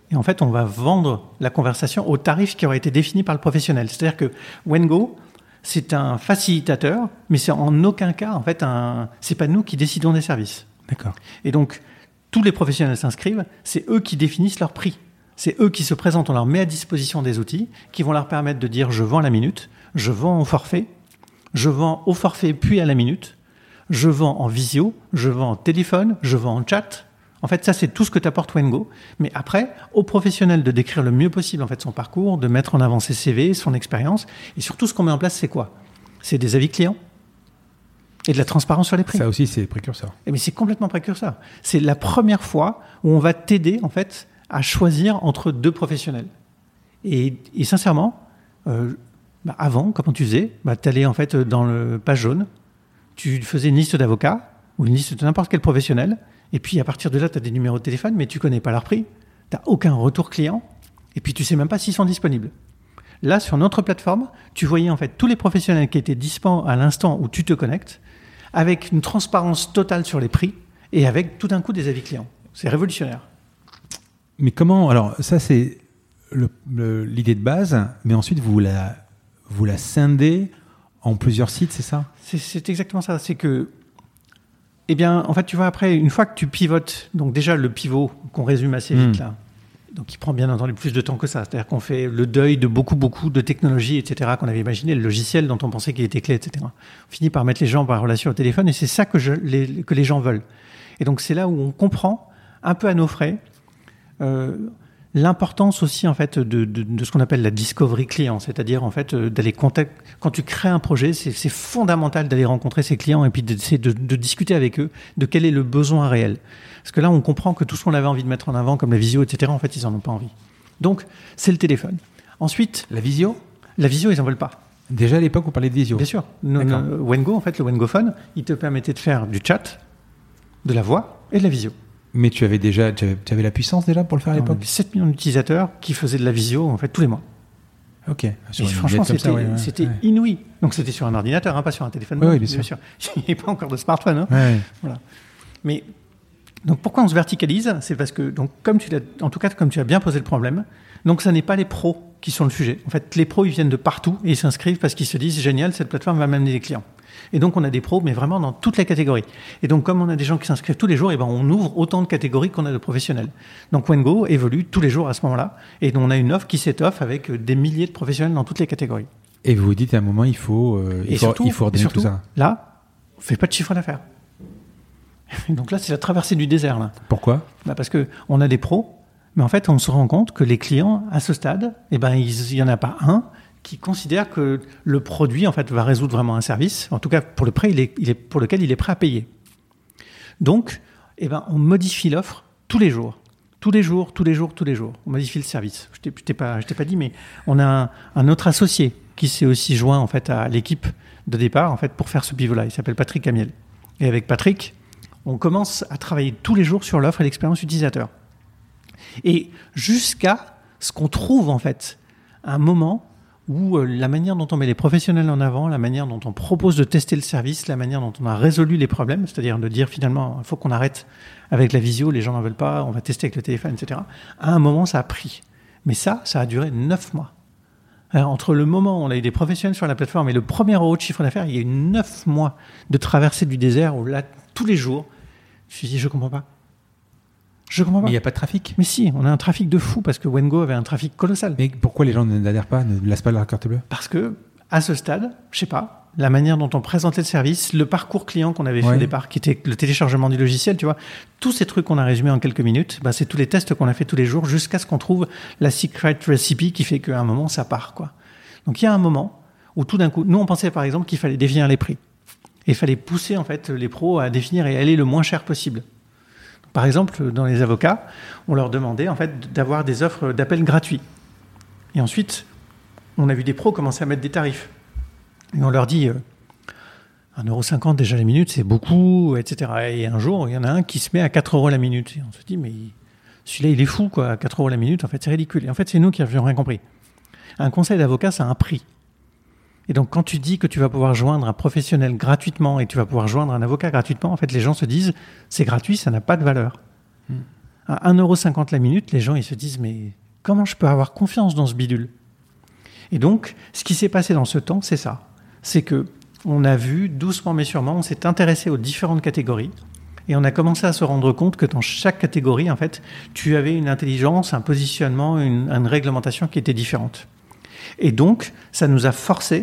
Et en fait, on va vendre la conversation au tarif qui aurait été défini par le professionnel. C'est-à-dire que Wengo, c'est un facilitateur, mais c'est en aucun cas, en fait, c'est pas nous qui décidons des services. D'accord. Et donc, tous les professionnels s'inscrivent, c'est eux qui définissent leur prix. C'est eux qui se présentent, on leur met à disposition des outils qui vont leur permettre de dire je vends à la minute, je vends au forfait, je vends au forfait puis à la minute, je vends en visio, je vends en téléphone, je vends en chat. En fait, ça, c'est tout ce que t'apporte Wengo. Mais après, au professionnel de décrire le mieux possible en fait son parcours, de mettre en avant ses CV, son expérience. Et surtout, ce qu'on met en place, c'est quoi ? C'est des avis clients et de la transparence sur les prix. Ça aussi, c'est précurseur. Mais c'est complètement précurseur. C'est la première fois où on va t'aider, en fait, à choisir entre deux professionnels. Et sincèrement, avant, comment tu faisais ? T'allais en fait dans le page jaune, tu faisais une liste d'avocats ou une liste de n'importe quel professionnel. Et puis, à partir de là, tu as des numéros de téléphone, mais tu ne connais pas leur prix. Tu n'as aucun retour client. Et puis, tu ne sais même pas s'ils sont disponibles. Là, sur notre plateforme, tu voyais en fait tous les professionnels qui étaient disponibles à l'instant où tu te connectes, avec une transparence totale sur les prix et avec tout d'un coup des avis clients. C'est révolutionnaire. Mais comment... Alors, ça, c'est l'idée de base, mais ensuite, vous la scindez en plusieurs sites, c'est ça ? C'est exactement ça. C'est que... Eh bien, en fait, tu vois, après, une fois que tu pivotes, donc déjà le pivot qu'on résume assez vite là, donc il prend bien entendu plus de temps que ça. C'est-à-dire qu'on fait le deuil de beaucoup de technologies, etc., qu'on avait imaginé, le logiciel dont on pensait qu'il était clé, etc. On finit par mettre les gens par relation au téléphone et c'est ça que les gens veulent. Et donc, c'est là où on comprend, un peu à nos frais, l'importance aussi en fait de ce qu'on appelle la discovery client, c'est-à-dire en fait d'aller contacter. Quand tu crées un projet, c'est fondamental d'aller rencontrer ses clients et puis d'essayer de discuter avec eux de quel est le besoin réel. Parce que là, on comprend que tout ce qu'on avait envie de mettre en avant, comme la visio, etc., en fait, ils en ont pas envie. Donc, c'est le téléphone. Ensuite, la visio, ils en veulent pas. Déjà à l'époque, on parlait de visio. Bien sûr. Wengo, en fait, le Wengophone, il te permettait de faire du chat, de la voix et de la visio. Mais tu avais la puissance déjà pour le faire à l'époque ? 7 millions d'utilisateurs qui faisaient de la visio en fait tous les mois. Ok. Franchement, c'était inouï. Donc c'était sur un ordinateur, pas sur un téléphone. Oui, bien sûr. Il n'y a pas encore de smartphone. Voilà. Mais donc pourquoi on se verticalise ? C'est parce que donc comme tu as bien posé le problème, donc ça n'est pas les pros qui sont le sujet. En fait, les pros ils viennent de partout et ils s'inscrivent parce qu'ils se disent génial, cette plateforme va m'amener des clients. Et donc, on a des pros, mais vraiment dans toutes les catégories. Et donc, comme on a des gens qui s'inscrivent tous les jours, on ouvre autant de catégories qu'on a de professionnels. Donc, Wengo évolue tous les jours à ce moment-là. Et on a une offre qui s'étoffe avec des milliers de professionnels dans toutes les catégories. Et vous vous dites à un moment, il faut ordonner tout ça. Là, on ne fait pas de chiffre d'affaires. Et donc là, c'est la traversée du désert. Là. Pourquoi ? Parce qu'on a des pros, mais en fait, on se rend compte que les clients, à ce stade, il n'y en a pas un qui considère que le produit en fait va résoudre vraiment un service, en tout cas pour le prêt pour lequel il est prêt à payer. Donc, on modifie l'offre tous les jours. On modifie le service. Je t'ai pas dit, mais on a un autre associé qui s'est aussi joint en fait à l'équipe de départ en fait pour faire ce pivot-là. Il s'appelle Patrick Amiel. Et avec Patrick, on commence à travailler tous les jours sur l'offre et l'expérience utilisateur. Et jusqu'à ce qu'on trouve en fait un moment où la manière dont on met les professionnels en avant, la manière dont on propose de tester le service, la manière dont on a résolu les problèmes, c'est-à-dire de dire finalement, il faut qu'on arrête avec la visio, les gens n'en veulent pas, on va tester avec le téléphone, etc. À un moment, ça a pris. Mais ça a duré 9 mois. Alors, entre le moment où on a eu des professionnels sur la plateforme et le premier euro de chiffre d'affaires, il y a eu 9 mois de traversée du désert où là, tous les jours, je me suis dit, je comprends pas. Mais il n'y a pas de trafic. Mais si, on a un trafic de fou parce que Wengo avait un trafic colossal. Mais pourquoi les gens n'adhèrent pas, ne laissent pas leur carte bleue ? Parce que, à ce stade, je sais pas, la manière dont on présentait le service, le parcours client qu'on avait fait au départ, qui était le téléchargement du logiciel, tu vois, tous ces trucs qu'on a résumés en quelques minutes, c'est tous les tests qu'on a fait tous les jours jusqu'à ce qu'on trouve la secret recipe qui fait qu'à un moment, ça part, quoi. Donc, il y a un moment où tout d'un coup, nous, on pensait par exemple qu'il fallait définir les prix. Et il fallait pousser, en fait, les pros à définir et aller le moins cher possible. Par exemple, dans les avocats, on leur demandait en fait d'avoir des offres d'appel gratuits. Et ensuite, on a vu des pros commencer à mettre des tarifs. Et on leur dit 1,50€ déjà la minute, c'est beaucoup, etc. Et un jour, il y en a un qui se met à 4€ la minute. Et on se dit, mais celui-là, il est fou, quoi. 4€ la minute, en fait, c'est ridicule. Et en fait, c'est nous qui n'avions rien compris. Un conseil d'avocat, ça a un prix. Et donc, quand tu dis que tu vas pouvoir joindre un professionnel gratuitement et que tu vas pouvoir joindre un avocat gratuitement, en fait, les gens se disent, c'est gratuit, ça n'a pas de valeur. À 1,50 € la minute, les gens ils se disent mais comment je peux avoir confiance dans ce bidule? Et donc, ce qui s'est passé dans ce temps, c'est ça. C'est que on a vu doucement mais sûrement, on s'est intéressé aux différentes catégories et on a commencé à se rendre compte que dans chaque catégorie, en fait, tu avais une intelligence, un positionnement, une réglementation qui était différente. Et donc, ça nous a forcé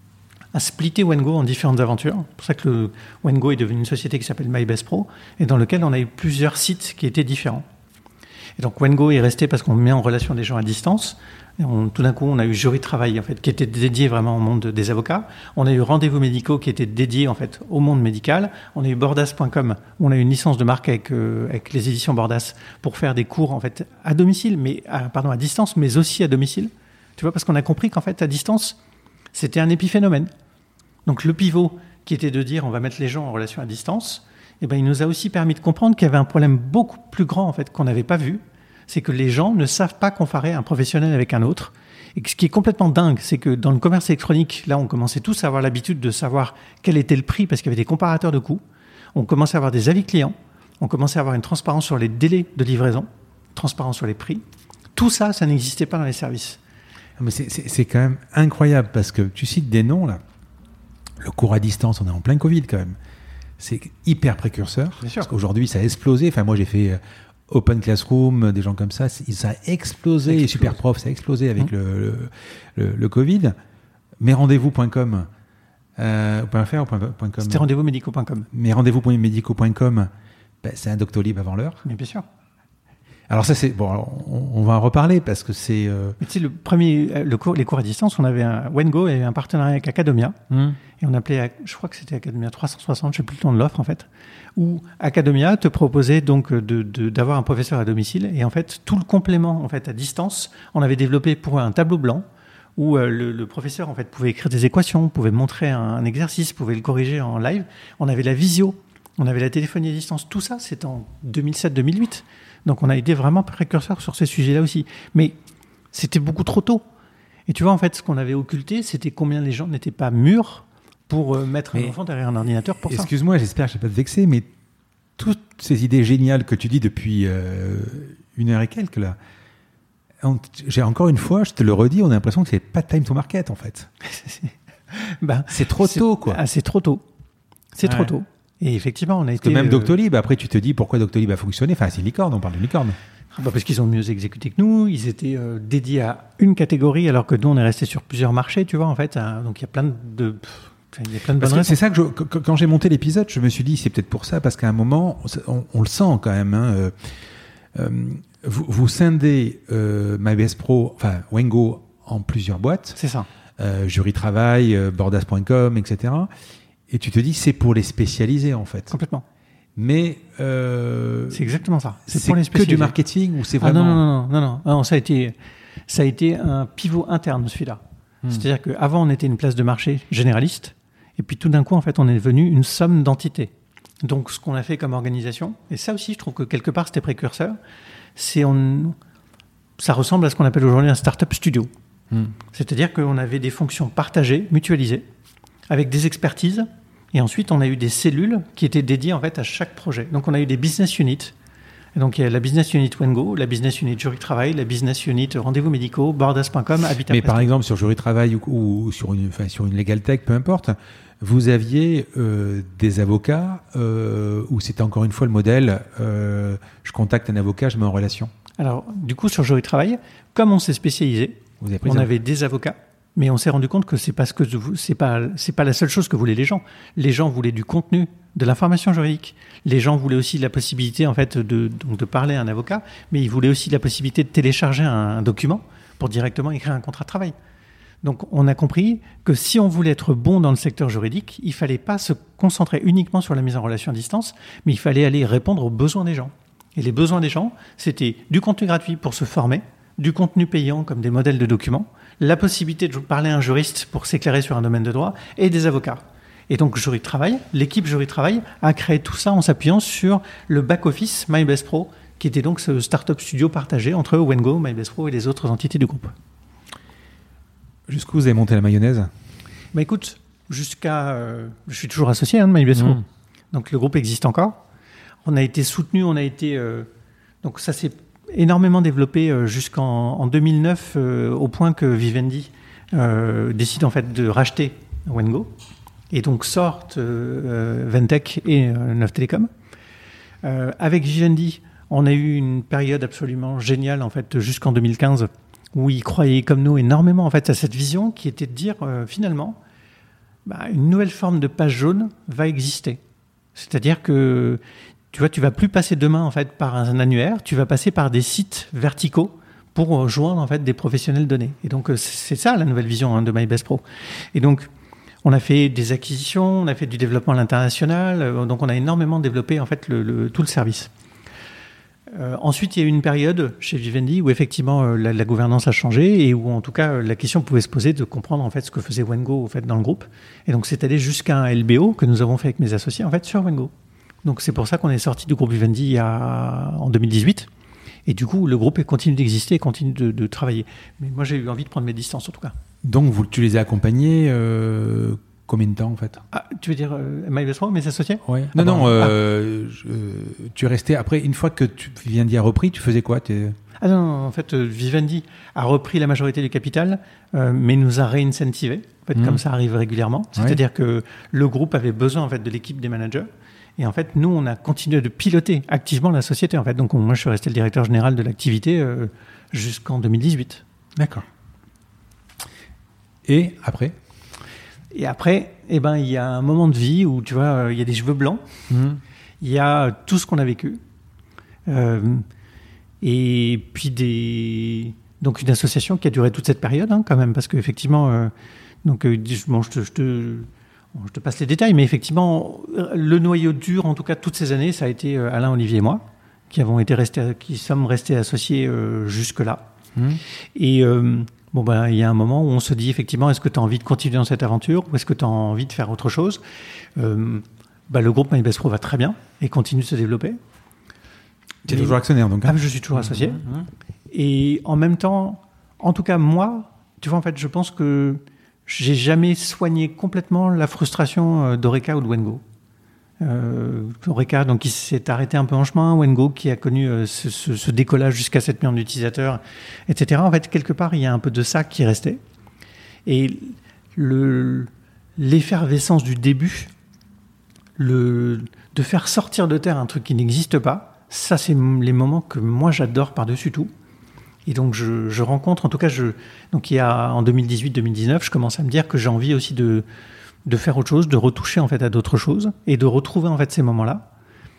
à splitter Wengo en différentes aventures. C'est pour ça que Wengo est devenu une société qui s'appelle MyBestPro et dans laquelle on a eu plusieurs sites qui étaient différents. Et donc Wengo est resté parce qu'on met en relation des gens à distance. Et tout d'un coup, on a eu Jury Travail en fait, qui était dédié vraiment au monde des avocats. On a eu Rendez-vous médicaux qui était dédié en fait au monde médical. On a eu Bordas.com où on a eu une licence de marque avec les éditions Bordas pour faire des cours en fait à domicile, à distance, mais aussi à domicile. Tu vois, parce qu'on a compris qu'en fait à distance, c'était un épiphénomène. Donc le pivot qui était de dire on va mettre les gens en relation à distance, eh ben, il nous a aussi permis de comprendre qu'il y avait un problème beaucoup plus grand en fait qu'on n'avait pas vu. C'est que les gens ne savent pas comparer un professionnel avec un autre. Et ce qui est complètement dingue, c'est que dans le commerce électronique, là, on commençait tous à avoir l'habitude de savoir quel était le prix parce qu'il y avait des comparateurs de coûts. On commençait à avoir des avis clients. On commençait à avoir une transparence sur les délais de livraison, transparence sur les prix. Tout ça, ça n'existait pas dans les services. Mais c'est quand même incroyable parce que tu cites des noms là. Le cours à distance, on est en plein Covid quand même. C'est hyper précurseur. Bien sûr. Parce qu'aujourd'hui, ça a explosé. Enfin, moi, j'ai fait Open Classroom, des gens comme ça. Ça a explosé. Les Superprof, ça a explosé avec le Covid. Mais rendez-vous.com, .fr ou .com? C'était rendez-vous-médicaux.com. Mais rendez-vous.médicaux.com, ben, c'est un Doctolib avant l'heure. Mais bien sûr. Alors ça, c'est bon. On va en reparler parce que c'est. Mais tu sais, les cours à distance, on avait Wengo et un partenariat avec Academia, et on appelait, je crois que c'était Academia 360, je sais plus le nom de l'offre en fait, où Academia te proposait donc d'avoir un professeur à domicile, et en fait tout le complément en fait à distance, on avait développé pour eux un tableau blanc où le professeur en fait pouvait écrire des équations, pouvait montrer un exercice, pouvait le corriger en live. On avait la visio, on avait la téléphonie à distance, tout ça, c'était en 2007-2008. Donc on a été vraiment précurseurs sur ces sujets-là aussi. Mais c'était beaucoup trop tôt. Et tu vois, en fait, ce qu'on avait occulté, c'était combien les gens n'étaient pas mûrs pour mettre un enfant derrière un ordinateur pour ça. Excuse-moi, j'espère que je ne vais pas te vexer, mais toutes ces idées géniales que tu dis depuis 1 heure et quelques, là, j'ai encore une fois, je te le redis, on a l'impression que c'est pas time to market, en fait. C'est trop tôt, quoi. Ah, c'est trop tôt. C'est trop tôt. Et effectivement, on a été... Parce que même Doctolib, après tu te dis pourquoi Doctolib a fonctionné. Enfin, c'est licorne, on parle de licorne. Parce qu'ils ont mieux exécuté que nous, ils étaient dédiés à une catégorie, alors que nous, on est resté sur plusieurs marchés, tu vois, en fait. Donc il y a plein de bonnes raisons. C'est ça que quand j'ai monté l'épisode, je me suis dit, c'est peut-être pour ça, parce qu'à un moment, on le sent quand même. Hein, vous scindez MyBestPro, enfin Wengo, en plusieurs boîtes. C'est ça. Jury Travail, Bordas.com, etc. Et tu te dis, c'est pour les spécialiser, en fait. Complètement. Mais c'est exactement ça. C'est pour les que du marketing ou c'est vraiment... Non, ça a été un pivot interne, celui-là. C'est-à-dire qu'avant, on était une place de marché généraliste. Et puis tout d'un coup, en fait, on est devenu une somme d'entités. Donc, ce qu'on a fait comme organisation, et ça aussi, je trouve que quelque part, c'était précurseur, ça ressemble à ce qu'on appelle aujourd'hui un startup studio. C'est-à-dire qu'on avait des fonctions partagées, mutualisées, avec des expertises. Et ensuite, on a eu des cellules qui étaient dédiées en fait à chaque projet. Donc, on a eu des business units. Et donc, il y a la business unit Wengo, la business unit Jury Travail, la business unit Rendez-vous médicaux, Bordas.com, Habitat. Mais par exemple, sur Jury Travail ou sur une Legal Tech, peu importe, vous aviez des avocats où c'était encore une fois le modèle je contacte un avocat, je mets en relation. Alors, du coup, sur Jury Travail, comme on s'est spécialisé, on avait des avocats. Mais on s'est rendu compte que c'est pas la seule chose que voulaient les gens. Les gens voulaient du contenu, de l'information juridique. Les gens voulaient aussi la possibilité en fait de parler à un avocat, mais ils voulaient aussi la possibilité de télécharger un document pour directement écrire un contrat de travail. Donc on a compris que si on voulait être bon dans le secteur juridique, il fallait pas se concentrer uniquement sur la mise en relation à distance, mais il fallait aller répondre aux besoins des gens. Et les besoins des gens, c'était du contenu gratuit pour se former, du contenu payant comme des modèles de documents, la possibilité de parler à un juriste pour s'éclairer sur un domaine de droit et des avocats. Et donc Jury Travail, l'équipe Jury Travail a créé tout ça en s'appuyant sur le back-office MyBestPro, qui était donc ce startup studio partagé entre Wengo, MyBestPro et les autres entités du groupe. Jusqu'où vous avez monté la mayonnaise ? Bah écoute, je suis toujours associé de MyBestPro. Donc le groupe existe encore. On a été soutenu, on a été Donc ça s'est énormément développé jusqu'en 2009, au point que Vivendi décide en fait de racheter Wengo, et donc sortent Ventec et Neuf Télécom. Avec Vivendi, on a eu une période absolument géniale en fait jusqu'en 2015, où ils croyaient comme nous énormément en fait à cette vision qui était de dire finalement une nouvelle forme de page jaune va exister. C'est-à-dire que tu vas plus passer demain en fait par un annuaire, tu vas passer par des sites verticaux pour joindre en fait des professionnels donnés. Et donc c'est ça la nouvelle vision de MyBestPro. Et donc on a fait des acquisitions, on a fait du développement à l'international, donc on a énormément développé en fait tout le service. Ensuite, il y a eu une période chez Vivendi où effectivement la gouvernance a changé et où en tout cas la question pouvait se poser de comprendre en fait ce que faisait Wengo en fait dans le groupe. Et donc c'est allé jusqu'à un LBO que nous avons fait avec mes associés en fait sur Wengo. Donc c'est pour ça qu'on est sorti du groupe Vivendi en 2018. Et du coup, le groupe continue d'exister et continue de travailler. Mais moi, j'ai eu envie de prendre mes distances en tout cas. Donc tu les as accompagnés combien de temps en fait? Tu veux dire MyBestPro, mes associés? Ouais. Tu es resté après, une fois que Vivendi a repris, tu faisais quoi? Non, en fait, Vivendi a repris la majorité du capital, mais nous a réincentivé, en fait, comme ça arrive régulièrement. C'est-à-dire que le groupe avait besoin en fait, de l'équipe des managers. Et en fait, nous, on a continué de piloter activement la société. En fait. Donc, moi, je suis resté le directeur général de l'activité jusqu'en 2018. D'accord. Et après? Et après, il y a un moment de vie où, tu vois, il y a des cheveux blancs, il y a tout ce qu'on a vécu, et puis donc une association qui a duré toute cette période, quand même, parce qu'effectivement, je te passe les détails, mais effectivement, le noyau dur, en tout cas, toutes ces années, ça a été Alain, Olivier et moi, qui sommes restés associés jusque-là. Et il y a un moment où on se dit effectivement, est-ce que tu as envie de continuer dans cette aventure ou est-ce que tu as envie de faire autre chose? Le groupe MyBestPro va très bien et continue de se développer. Tu es toujours actionnaire donc? Je suis toujours associé. Et en même temps, en tout cas moi, tu vois, en fait, je pense que j'ai jamais soigné complètement la frustration d'Horeca ou de Wengo. Horeca, donc, qui s'est arrêté un peu en chemin, Wengo, qui a connu ce décollage jusqu'à 7 millions d'utilisateurs, etc. En fait, quelque part, il y a un peu de ça qui restait. Et l'effervescence du début, de faire sortir de terre un truc qui n'existe pas, ça, c'est les moments que moi, j'adore par-dessus tout. Et donc, je rencontre, en tout cas, donc, il y a, en 2018-2019, je commence à me dire que j'ai envie aussi de faire autre chose, de retoucher en fait à d'autres choses et de retrouver en fait ces moments-là.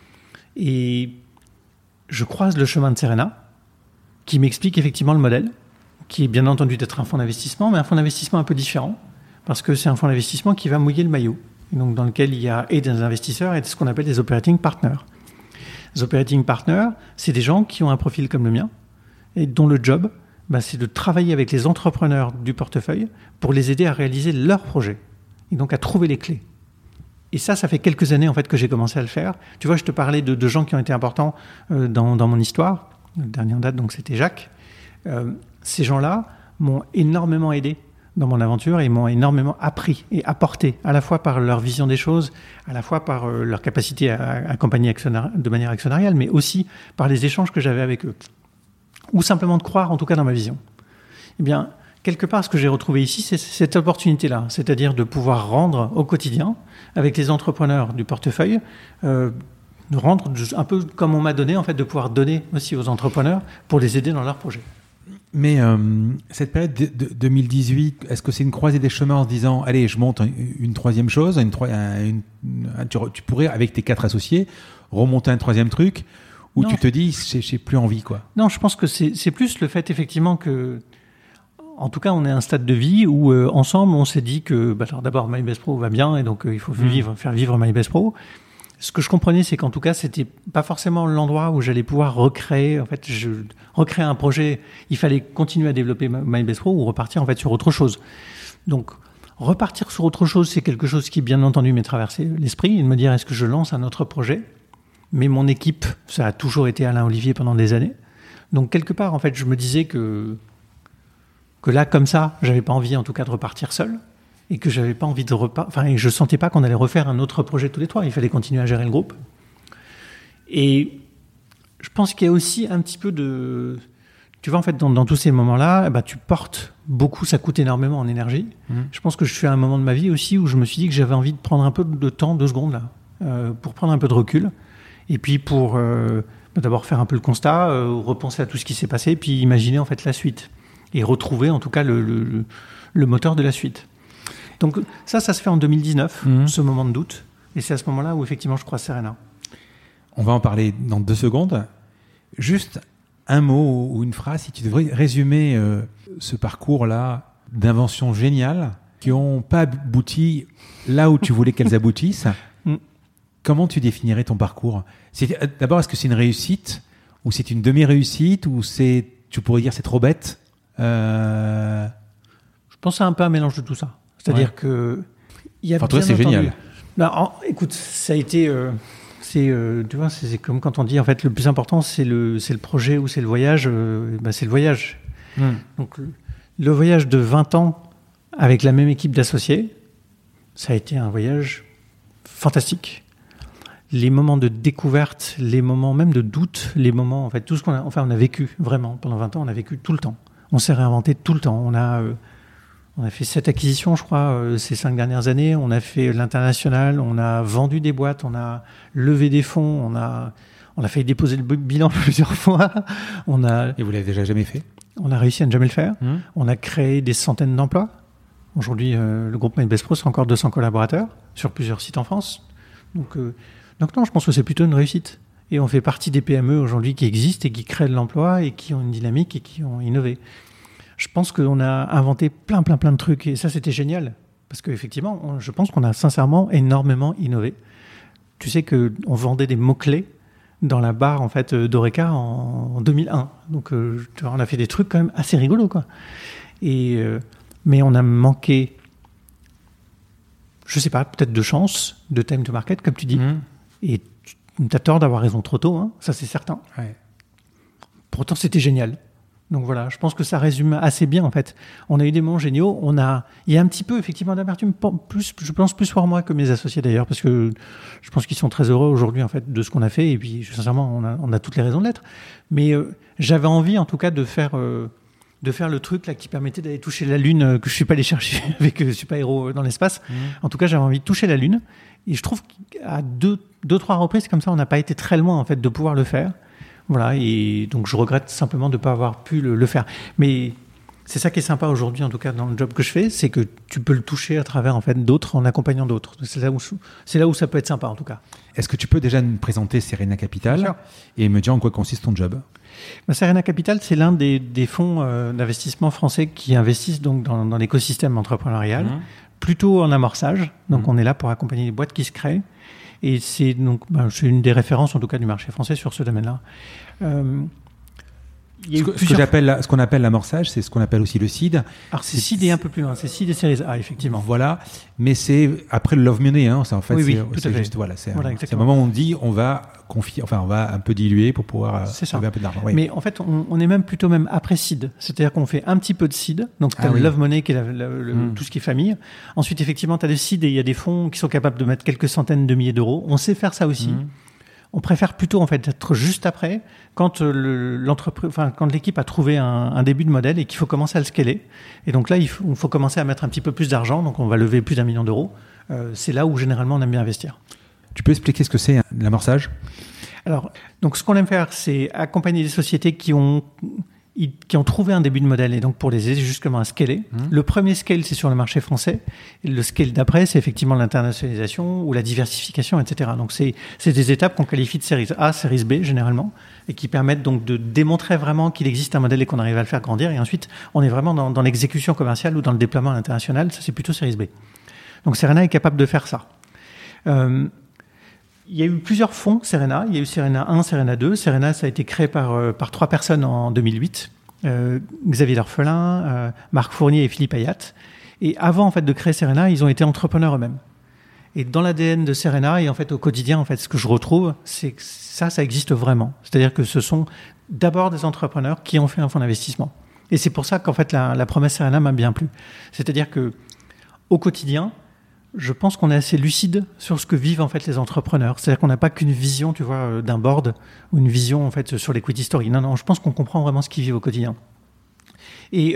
Et je croise le chemin de Serena, qui m'explique effectivement le modèle, qui est bien entendu d'être un fonds d'investissement, mais un fonds d'investissement un peu différent, parce que c'est un fonds d'investissement qui va mouiller le maillot, et donc dans lequel il y a et des investisseurs et ce qu'on appelle des operating partners. Les operating partners, c'est des gens qui ont un profil comme le mien, et dont le job, c'est de travailler avec les entrepreneurs du portefeuille pour les aider à réaliser leurs projets. Et donc à trouver les clés. Et ça fait quelques années en fait que j'ai commencé à le faire. Tu vois, je te parlais de gens qui ont été importants dans mon histoire. Le dernier en date, donc c'était Jacques. Ces gens-là m'ont énormément aidé dans mon aventure et m'ont énormément appris et apporté, à la fois par leur vision des choses, à la fois par leur capacité à accompagner de manière actionnariale, mais aussi par les échanges que j'avais avec eux. Ou simplement de croire, en tout cas, dans ma vision. Eh bien, quelque part, ce que j'ai retrouvé ici, c'est cette opportunité-là, c'est-à-dire de pouvoir rendre au quotidien, avec les entrepreneurs du portefeuille, de rendre un peu comme on m'a donné, en fait, de pouvoir donner aussi aux entrepreneurs pour les aider dans leurs projets. Mais cette période de 2018, est-ce que c'est une croisée des chemins en se disant, allez, je monte une troisième chose, tu pourrais, avec tes 4 associés, remonter un troisième truc, ou tu te dis, j'ai plus envie, quoi? Non, je pense que c'est plus le fait, effectivement, que... En tout cas, on est à un stade de vie où, ensemble, on s'est dit que, alors d'abord, MyBestPro va bien et donc il faut faire vivre MyBestPro. Ce que je comprenais, c'est qu'en tout cas, c'était pas forcément l'endroit où j'allais pouvoir recréer. En fait, recréer un projet. Il fallait continuer à développer MyBestPro ou repartir en fait sur autre chose. Donc, repartir sur autre chose, c'est quelque chose qui, bien entendu, m'est traversé l'esprit et de me dire, est-ce que je lance un autre projet? Mais mon équipe, ça a toujours été Alain Olivier pendant des années. Donc, quelque part, en fait, je me disais que là, comme ça, j'avais pas envie, en tout cas, de repartir seul, et que j'avais pas envie et je sentais pas qu'on allait refaire un autre projet tous les 3. Il fallait continuer à gérer le groupe. Et Je pense qu'il y a aussi un petit peu de... Tu vois, en fait, dans tous ces moments-là, tu portes beaucoup, ça coûte énormément en énergie. Je pense que je suis à un moment de ma vie aussi où je me suis dit que j'avais envie de prendre un peu de temps, 2 secondes, là, pour prendre un peu de recul. Et puis pour d'abord faire un peu le constat, repenser à tout ce qui s'est passé, puis imaginer en fait la suite. Et retrouver en tout cas le moteur de la suite. Donc ça se fait en 2019, ce moment de doute. Et c'est à ce moment-là où effectivement je croise Serena. On va en parler dans 2 secondes. Juste un mot ou une phrase, si tu devrais résumer ce parcours-là d'inventions géniales qui n'ont pas abouti là où tu voulais qu'elles aboutissent. Comment tu définirais ton parcours ? D'abord, est-ce que c'est une réussite ou c'est une demi-réussite ou tu pourrais dire c'est trop bête ? Je pense que c'est un peu un mélange de tout ça. C'est-à-dire que... Enfin, toi, c'est génial. Écoute, ça a été... tu vois, c'est comme quand on dit, en fait, le plus important, c'est le projet ou c'est le voyage. C'est le voyage. Donc, le voyage de 20 ans avec la même équipe d'associés, ça a été un voyage fantastique. Les moments de découverte, les moments même de doute, les moments, en fait, tout ce qu'on a, on a vécu vraiment pendant 20 ans, on a vécu tout le temps. On s'est réinventé tout le temps. On a fait 7 acquisitions, je crois, ces 5 dernières années. On a fait l'international, on a vendu des boîtes, on a levé des fonds, on a failli déposer le bilan plusieurs fois. Et vous l'avez déjà jamais fait ? On a réussi à ne jamais le faire. On a créé des centaines d'emplois. Aujourd'hui, le groupe MindBest Pro, c'est encore 200 collaborateurs sur plusieurs sites en France. Donc non, je pense que c'est plutôt une réussite. Et on fait partie des PME aujourd'hui qui existent et qui créent de l'emploi et qui ont une dynamique et qui ont innové. Je pense qu'on a inventé plein de trucs et ça, c'était génial. Parce qu'effectivement, je pense qu'on a sincèrement énormément innové. Tu sais qu'on vendait des mots-clés dans la barre en fait, d'Oreca en 2001. Donc, on a fait des trucs quand même assez rigolos, quoi. Mais on a manqué, je sais pas, peut-être de chance, de time to market, comme tu dis. Et tu as tort d'avoir raison trop tôt, ça c'est certain. Ouais. Pourtant, c'était génial. Donc voilà, je pense que ça résume assez bien en fait. On a eu des moments géniaux. Il y a un petit peu effectivement d'amertume, je pense plus pour moi que mes associés d'ailleurs, parce que je pense qu'ils sont très heureux aujourd'hui en fait de ce qu'on a fait. Et puis sincèrement, on a toutes les raisons de l'être. Mais j'avais envie en tout cas de faire le truc là qui permettait d'aller toucher la Lune, que je suis pas allé chercher avec Super Héros dans l'espace. En tout cas, j'avais envie de toucher la Lune. Et je trouve qu'à 2-3 reprises comme ça, on n'a pas été très loin en fait de pouvoir le faire. Voilà, et donc je regrette simplement de ne pas avoir pu le faire. Mais c'est ça qui est sympa aujourd'hui, en tout cas dans le job que je fais, c'est que tu peux le toucher à travers en fait d'autres, en accompagnant d'autres. C'est là où ça peut être sympa en tout cas. Est-ce que tu peux déjà nous présenter Serena Capital et me dire en quoi consiste ton job ? Serena Capital, c'est l'un des fonds d'investissement français qui investissent donc dans l'écosystème entrepreneurial, plutôt en amorçage. Donc on est là pour accompagner les boîtes qui se créent. Et c'est donc c'est une des références en tout cas du marché français sur ce domaine-là. Ce qu'on appelle l'amorçage, c'est ce qu'on appelle aussi le seed. Alors c'est seed et un peu plus loin, c'est seed et Series A effectivement. Voilà, mais c'est après le love money, c'est en fait oui, tout à fait. Juste c'est un moment où on dit on va on va un peu diluer pour pouvoir trouver un peu d'argent. Oui. Mais en fait, on est même plutôt après seed, c'est-à-dire qu'on fait un petit peu de seed. Donc tu as le love money qui est tout ce qui est famille. Ensuite effectivement tu as le seed et il y a des fonds qui sont capables de mettre quelques centaines de milliers d'euros. On sait faire ça aussi. On préfère plutôt en fait être juste après, quand quand l'équipe a trouvé un début de modèle et qu'il faut commencer à le scaler. Et donc là, il faut commencer à mettre un petit peu plus d'argent. Donc on va lever plus d'1 million d'euros. C'est là où généralement on aime bien investir. Tu peux expliquer ce que c'est l'amorçage ? Alors, donc ce qu'on aime faire, c'est accompagner des sociétés qui ont trouvé un début de modèle et donc pour les aider justement à scaler. Le premier scale, c'est sur le marché français. Et le scale d'après, c'est effectivement l'internationalisation ou la diversification, etc. Donc c'est des étapes qu'on qualifie de Series A, Series B généralement, et qui permettent donc de démontrer vraiment qu'il existe un modèle et qu'on arrive à le faire grandir. Et ensuite, on est vraiment dans l'exécution commerciale ou dans le déploiement à l'international. Ça, c'est plutôt Series B. Donc Serena est capable de faire ça. Il y a eu plusieurs fonds Serena. Il y a eu Serena 1, Serena 2. Serena, ça a été créé par 3 personnes en 2008. Xavier L'Orphelin, Marc Fournier et Philippe Ayat. Et avant en fait de créer Serena, ils ont été entrepreneurs eux-mêmes. Et dans l'ADN de Serena et en fait au quotidien, en fait, ce que je retrouve, c'est que ça existe vraiment. C'est-à-dire que ce sont d'abord des entrepreneurs qui ont fait un fonds d'investissement. Et c'est pour ça qu'en fait la promesse Serena m'a bien plu. C'est-à-dire que au quotidien, je pense qu'on est assez lucide sur ce que vivent en fait les entrepreneurs. C'est-à-dire qu'on n'a pas qu'une vision, tu vois, d'un board ou une vision en fait sur l'equity story. Non, je pense qu'on comprend vraiment ce qu'ils vivent au quotidien. Et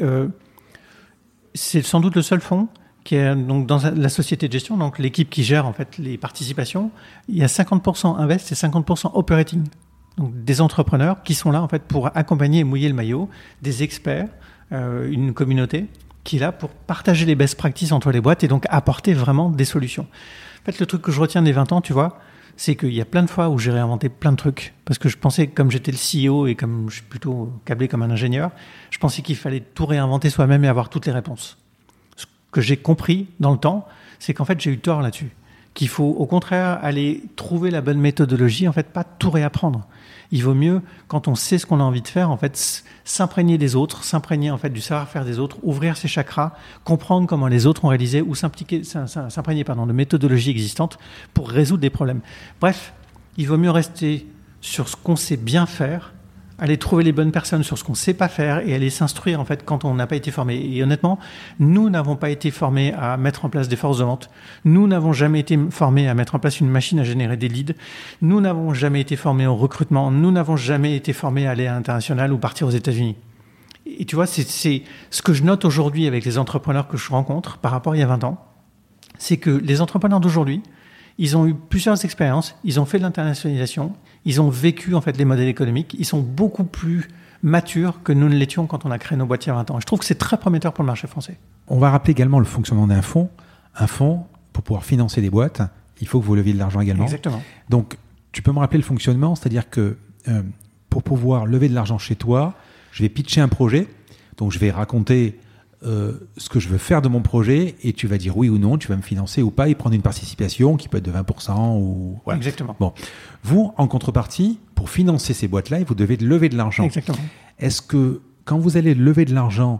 c'est sans doute le seul fonds qui est donc dans la société de gestion, donc l'équipe qui gère en fait les participations. Il y a 50% invest et 50% operating. Donc des entrepreneurs qui sont là en fait pour accompagner et mouiller le maillot, des experts, une communauté qui est là pour partager les best practices entre les boîtes et donc apporter vraiment des solutions. En fait, le truc que je retiens des 20 ans, tu vois, c'est qu'il y a plein de fois où j'ai réinventé plein de trucs. Parce que je pensais, comme j'étais le CEO et comme je suis plutôt câblé comme un ingénieur, je pensais qu'il fallait tout réinventer soi-même et avoir toutes les réponses. Ce que j'ai compris dans le temps, c'est qu'en fait, j'ai eu tort là-dessus. Qu'il faut, au contraire, aller trouver la bonne méthodologie, en fait, pas tout réapprendre. Il vaut mieux, quand on sait ce qu'on a envie de faire, en fait, s'imprégner des autres, s'imprégner en fait du savoir-faire des autres, ouvrir ses chakras, comprendre comment les autres ont réalisé ou s'imprégner de méthodologies existantes pour résoudre des problèmes. Bref, il vaut mieux rester sur ce qu'on sait bien faire, aller trouver les bonnes personnes sur ce qu'on ne sait pas faire et aller s'instruire en fait quand on n'a pas été formé. Et honnêtement, nous n'avons pas été formés à mettre en place des forces de vente. Nous n'avons jamais été formés à mettre en place une machine à générer des leads. Nous n'avons jamais été formés au recrutement. Nous n'avons jamais été formés à aller à l'international ou partir aux États-Unis. Et tu vois, c'est ce que je note aujourd'hui avec les entrepreneurs que je rencontre par rapport à il y a 20 ans. C'est que les entrepreneurs d'aujourd'hui, ils ont eu plusieurs expériences, ils ont fait de l'internationalisation, ils ont vécu en fait les modèles économiques, ils sont beaucoup plus matures que nous ne l'étions quand on a créé nos boîtes il y a 20 ans. Je trouve que c'est très prometteur pour le marché français. On va rappeler également le fonctionnement d'un fonds. Un fonds, pour pouvoir financer des boîtes, il faut que vous leviez de l'argent également. Exactement. Donc, tu peux me rappeler le fonctionnement, c'est-à-dire que pour pouvoir lever de l'argent chez toi, je vais pitcher un projet, donc je vais raconter ce que je veux faire de mon projet et tu vas dire oui ou non, tu vas me financer ou pas et prendre une participation qui peut être de 20% ou... Voilà. Exactement. Bon. Vous, en contrepartie, pour financer ces boîtes-là, vous devez lever de l'argent. Exactement. Est-ce que quand vous allez lever de l'argent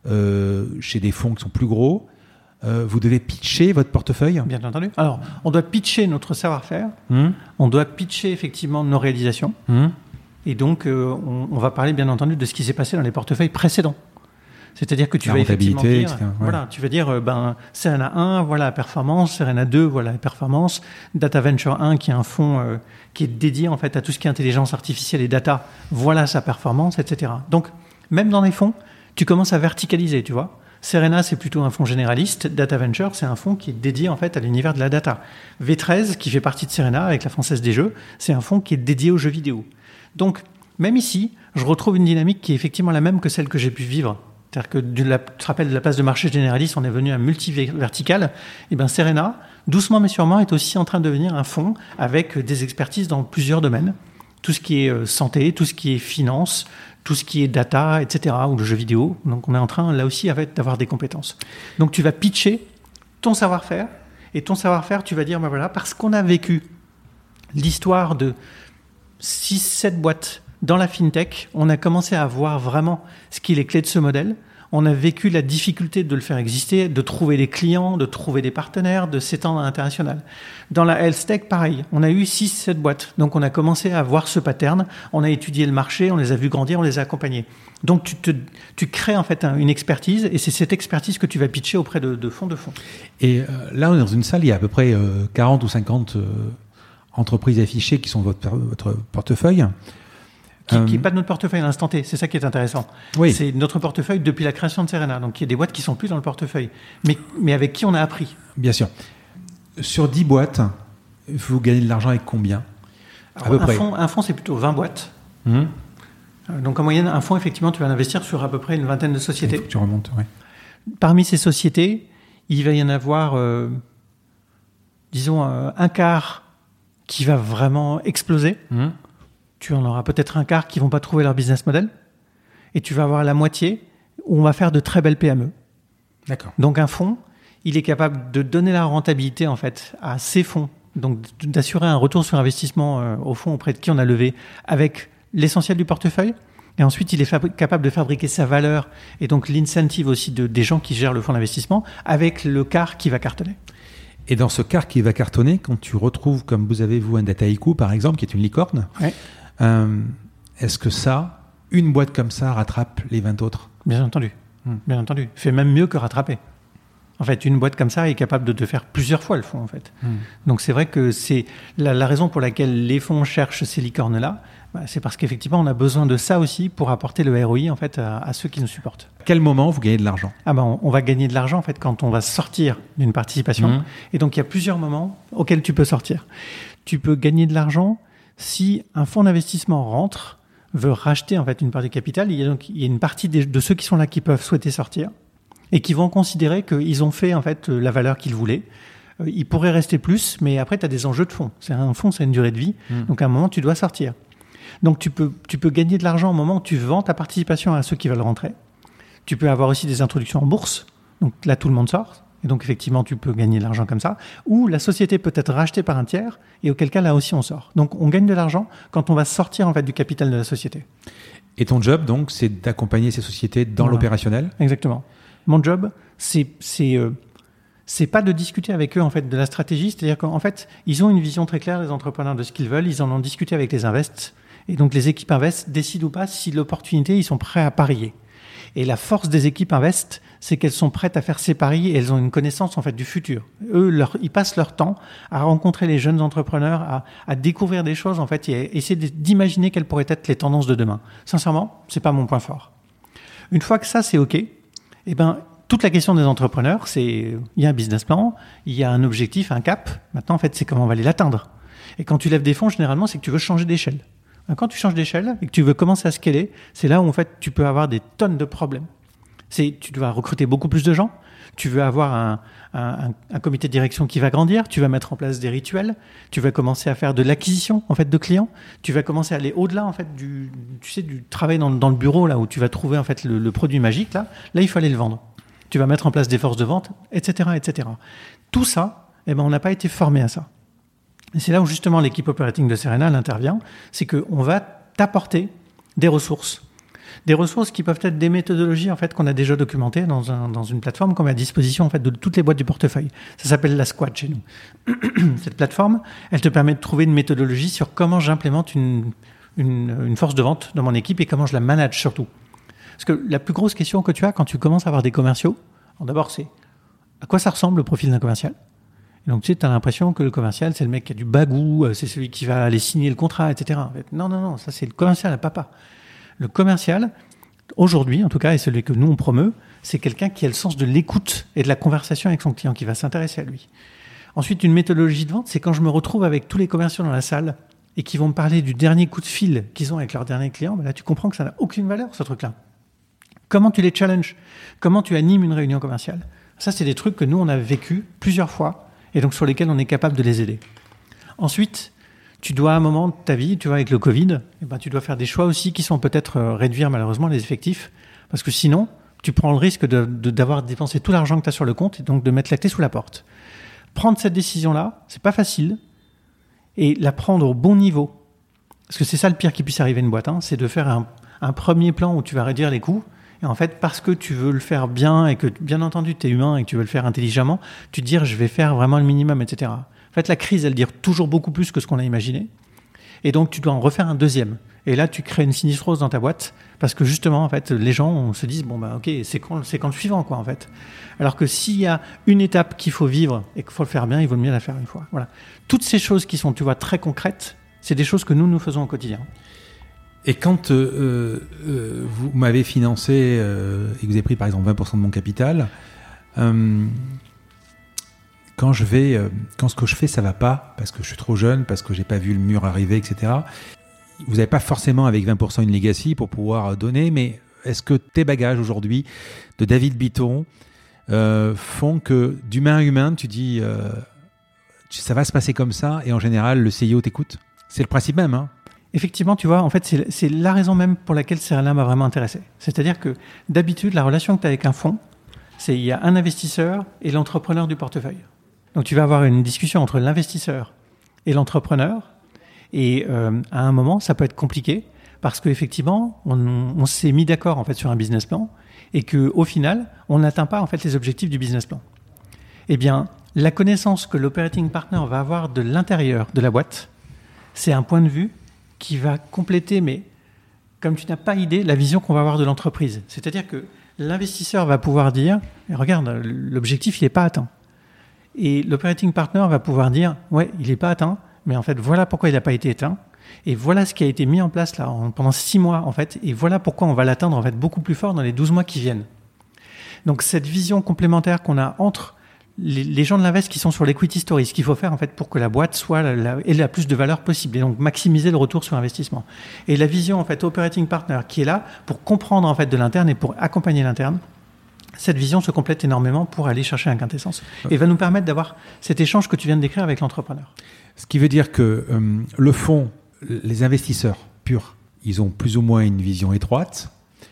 chez des fonds qui sont plus gros, vous devez pitcher votre portefeuille ? Bien entendu. Alors, on doit pitcher notre savoir-faire, on doit pitcher effectivement nos réalisations et donc on va parler bien entendu de ce qui s'est passé dans les portefeuilles précédents. C'est-à-dire que tu vas effectivement dire, etc. Ouais. Voilà, tu vas dire, Serena 1, voilà la performance, Serena 2, voilà la performance, Data Venture 1, qui est un fonds qui est dédié en fait à tout ce qui est intelligence artificielle et data, voilà sa performance, etc. Donc, même dans les fonds, tu commences à verticaliser, tu vois. Serena, c'est plutôt un fonds généraliste. Data Venture, c'est un fonds qui est dédié en fait à l'univers de la data. V13, qui fait partie de Serena avec la Française des Jeux, c'est un fonds qui est dédié aux jeux vidéo. Donc, même ici, je retrouve une dynamique qui est effectivement la même que celle que j'ai pu vivre. C'est-à-dire que tu te rappelles de la place de marché généraliste, on est venu à multivertical. Et bien Serena, doucement mais sûrement, est aussi en train de devenir un fonds avec des expertises dans plusieurs domaines. Tout ce qui est santé, tout ce qui est finance, tout ce qui est data, etc. ou le jeu vidéo. Donc on est en train là aussi d'avoir des compétences. Donc tu vas pitcher ton savoir-faire. Et ton savoir-faire, tu vas dire, ben voilà, parce qu'on a vécu l'histoire de 6-7 boîtes dans la fintech, on a commencé à voir vraiment ce qui est les clés de ce modèle. On a vécu la difficulté de le faire exister, de trouver des clients, de trouver des partenaires, de s'étendre à l'international. Dans la health tech, pareil. On a eu 6-7 boîtes. Donc, on a commencé à voir ce pattern. On a étudié le marché, on les a vus grandir, on les a accompagnés. Donc, tu crées en fait une expertise et c'est cette expertise que tu vas pitcher auprès de fonds de fonds. Et là, on est dans une salle, il y a à peu près 40 ou 50 entreprises affichées qui sont votre portefeuille. Qui n'est pas de notre portefeuille à l'instant T, c'est ça qui est intéressant. Oui. C'est notre portefeuille depuis la création de Serena. Donc il y a des boîtes qui ne sont plus dans le portefeuille, mais avec qui on a appris. Bien sûr. Sur 10 boîtes, vous gagnez de l'argent avec combien ? Alors, un fonds, c'est plutôt 20 boîtes. Donc en moyenne, un fonds, effectivement, tu vas investir sur à peu près une vingtaine de sociétés. Il faut que tu remontes, oui. Parmi ces sociétés, il va y en avoir, disons, un quart qui va vraiment exploser. Tu en auras peut-être un quart qui ne vont pas trouver leur business model. Et tu vas avoir la moitié où on va faire de très belles PME. D'accord. Donc un fonds, il est capable de donner la rentabilité en fait à ces fonds. Donc d'assurer un retour sur investissement au fonds auprès de qui on a levé avec l'essentiel du portefeuille. Et ensuite, il est capable de fabriquer sa valeur et donc l'incentive aussi des gens qui gèrent le fonds d'investissement avec le quart qui va cartonner. Et dans ce quart qui va cartonner, quand tu retrouves, comme vous avez vous, un Dataiku par exemple, qui est une licorne, ouais. Est-ce que une boîte comme ça rattrape les 20 autres ? Bien entendu. Bien entendu. Fait même mieux que rattraper. En fait, une boîte comme ça est capable de te faire plusieurs fois le fonds, en fait. Donc, c'est vrai que c'est la raison pour laquelle les fonds cherchent ces licornes-là. C'est parce qu'effectivement, on a besoin de ça aussi pour apporter le ROI, en fait, à ceux qui nous supportent. À quel moment vous gagnez de l'argent ? On va gagner de l'argent, en fait, quand on va sortir d'une participation. Et donc, il y a plusieurs moments auxquels tu peux sortir. Tu peux gagner de l'argent si un fonds d'investissement rentre, veut racheter, en fait, une part du capital. Il y a une partie de ceux qui sont là qui peuvent souhaiter sortir et qui vont considérer qu'ils ont fait en fait la valeur qu'ils voulaient. Ils pourraient rester plus, mais après tu as des enjeux de fonds. C'est un fonds, c'est une durée de vie, donc à un moment tu dois sortir. Donc tu peux gagner de l'argent au moment où tu vends ta participation à ceux qui veulent rentrer. Tu peux avoir aussi des introductions en bourse, donc là tout le monde sort, et donc effectivement tu peux gagner de l'argent comme ça. Ou la société peut être rachetée par un tiers, et auquel cas là aussi on sort. Donc on gagne de l'argent quand on va sortir en fait du capital de la société. Et ton job donc c'est d'accompagner ces sociétés dans l'opérationnel ? Exactement. Mon job, c'est pas de discuter avec eux en fait de la stratégie, c'est-à-dire qu'en fait, ils ont une vision très claire, les entrepreneurs, de ce qu'ils veulent, ils en ont discuté avec les invests, et donc les équipes invest décident ou pas si l'opportunité, ils sont prêts à parier. Et la force des équipes invest, c'est qu'elles sont prêtes à faire ces paris et elles ont une connaissance en fait du futur. Eux, ils passent leur temps à rencontrer les jeunes entrepreneurs, à découvrir des choses en fait, et à essayer d'imaginer quelles pourraient être les tendances de demain. Sincèrement, c'est pas mon point fort. Une fois que ça c'est OK, toute la question des entrepreneurs, c'est il y a un business plan, il y a un objectif, un cap. Maintenant, en fait, c'est comment on va aller l'atteindre. Et quand tu lèves des fonds, généralement, c'est que tu veux changer d'échelle. Quand tu changes d'échelle et que tu veux commencer à scaler, c'est là où en fait tu peux avoir des tonnes de problèmes. Tu dois recruter beaucoup plus de gens, tu veux avoir un comité de direction qui va grandir, tu vas mettre en place des rituels, tu vas commencer à faire de l'acquisition en fait de clients, tu vas commencer à aller au-delà en fait du travail dans le bureau là où tu vas trouver en fait le produit magique là il faut aller le vendre. Tu vas mettre en place des forces de vente, etc., etc. Tout ça, on n'a pas été formé à ça. Et c'est là où justement l'équipe operating de Serena intervient, c'est qu'on va t'apporter des ressources qui peuvent être des méthodologies en fait qu'on a déjà documentées dans une plateforme qu'on met à disposition en fait de toutes les boîtes du portefeuille. Ça s'appelle la Squad chez nous. Cette plateforme, elle te permet de trouver une méthodologie sur comment j'implémente une force de vente dans mon équipe et comment je la manage surtout. Parce que la plus grosse question que tu as quand tu commences à avoir des commerciaux, d'abord c'est à quoi ça ressemble le profil d'un commercial. Et donc tu sais, tu as l'impression que le commercial c'est le mec qui a du bagou, c'est celui qui va aller signer le contrat, etc. En fait, non, ça c'est le commercial à papa. Le commercial, aujourd'hui en tout cas, et celui que nous on promeut, c'est quelqu'un qui a le sens de l'écoute et de la conversation avec son client, qui va s'intéresser à lui. Ensuite, une méthodologie de vente, c'est quand je me retrouve avec tous les commerciaux dans la salle et qui vont me parler du dernier coup de fil qu'ils ont avec leur dernier client, là tu comprends que ça n'a aucune valeur ce truc-là. Comment tu les challenges ? Comment tu animes une réunion commerciale ? Ça, c'est des trucs que nous, on a vécu plusieurs fois et donc sur lesquels on est capable de les aider. Ensuite, tu dois à un moment de ta vie, tu vois, avec le Covid, tu dois faire des choix aussi qui sont peut-être réduire malheureusement les effectifs parce que sinon, tu prends le risque d'avoir dépensé tout l'argent que tu as sur le compte et donc de mettre la clé sous la porte. Prendre cette décision-là, c'est pas facile et la prendre au bon niveau. Parce que c'est ça le pire qui puisse arriver à une boîte, c'est de faire un premier plan où tu vas réduire les coûts. Et en fait, parce que tu veux le faire bien et que, bien entendu, tu es humain et que tu veux le faire intelligemment, tu te dis, je vais faire vraiment le minimum, etc. En fait, la crise, elle dure toujours beaucoup plus que ce qu'on a imaginé. Et donc, tu dois en refaire un deuxième. Et là, tu crées une sinistrose dans ta boîte parce que justement, en fait, les gens se disent, ok, c'est quand le suivant, quoi, en fait. Alors que s'il y a une étape qu'il faut vivre et qu'il faut le faire bien, il vaut mieux la faire une fois. Voilà. Toutes ces choses qui sont, tu vois, très concrètes, c'est des choses que nous faisons au quotidien. Et quand vous m'avez financé et que vous avez pris par exemple 20% de mon capital, quand ce que je fais ça va pas parce que je suis trop jeune, parce que j'ai pas vu le mur arriver, etc. Vous n'avez pas forcément avec 20% une legacy pour pouvoir donner, mais est-ce que tes bagages aujourd'hui de David Bitton font que d'humain à humain tu dis ça va se passer comme ça et en général le CIO t'écoute ? C'est le principe même, hein. Effectivement, tu vois, en fait, c'est la raison même pour laquelle Serena m'a vraiment intéressé. C'est-à-dire que d'habitude, la relation que tu as avec un fonds, c'est il y a un investisseur et l'entrepreneur du portefeuille. Donc tu vas avoir une discussion entre l'investisseur et l'entrepreneur et à un moment, ça peut être compliqué parce qu'effectivement, on s'est mis d'accord en fait sur un business plan et qu'au final, on n'atteint pas en fait les objectifs du business plan. Eh bien, la connaissance que l'operating partner va avoir de l'intérieur de la boîte, c'est un point de vue qui va compléter, mais comme tu n'as pas idée la vision qu'on va avoir de l'entreprise. C'est-à-dire que l'investisseur va pouvoir dire, regarde, l'objectif, il n'est pas atteint. Et l'operating partner va pouvoir dire, ouais, il n'est pas atteint, mais en fait, voilà pourquoi il n'a pas été atteint. Et voilà ce qui a été mis en place là pendant 6 mois, en fait. Et voilà pourquoi on va l'atteindre en fait beaucoup plus fort dans les 12 mois qui viennent. Donc, cette vision complémentaire qu'on a entre les gens de l'invest qui sont sur l'equity story, ce qu'il faut faire en fait pour que la boîte ait la plus de valeur possible et donc maximiser le retour sur investissement. Et la vision en fait operating partner qui est là pour comprendre en fait de l'interne et pour accompagner l'interne. Cette vision se complète énormément pour aller chercher un quintessence et va nous permettre d'avoir cet échange que tu viens de décrire avec l'entrepreneur. Ce qui veut dire que le fonds, les investisseurs purs, ils ont plus ou moins une vision étroite.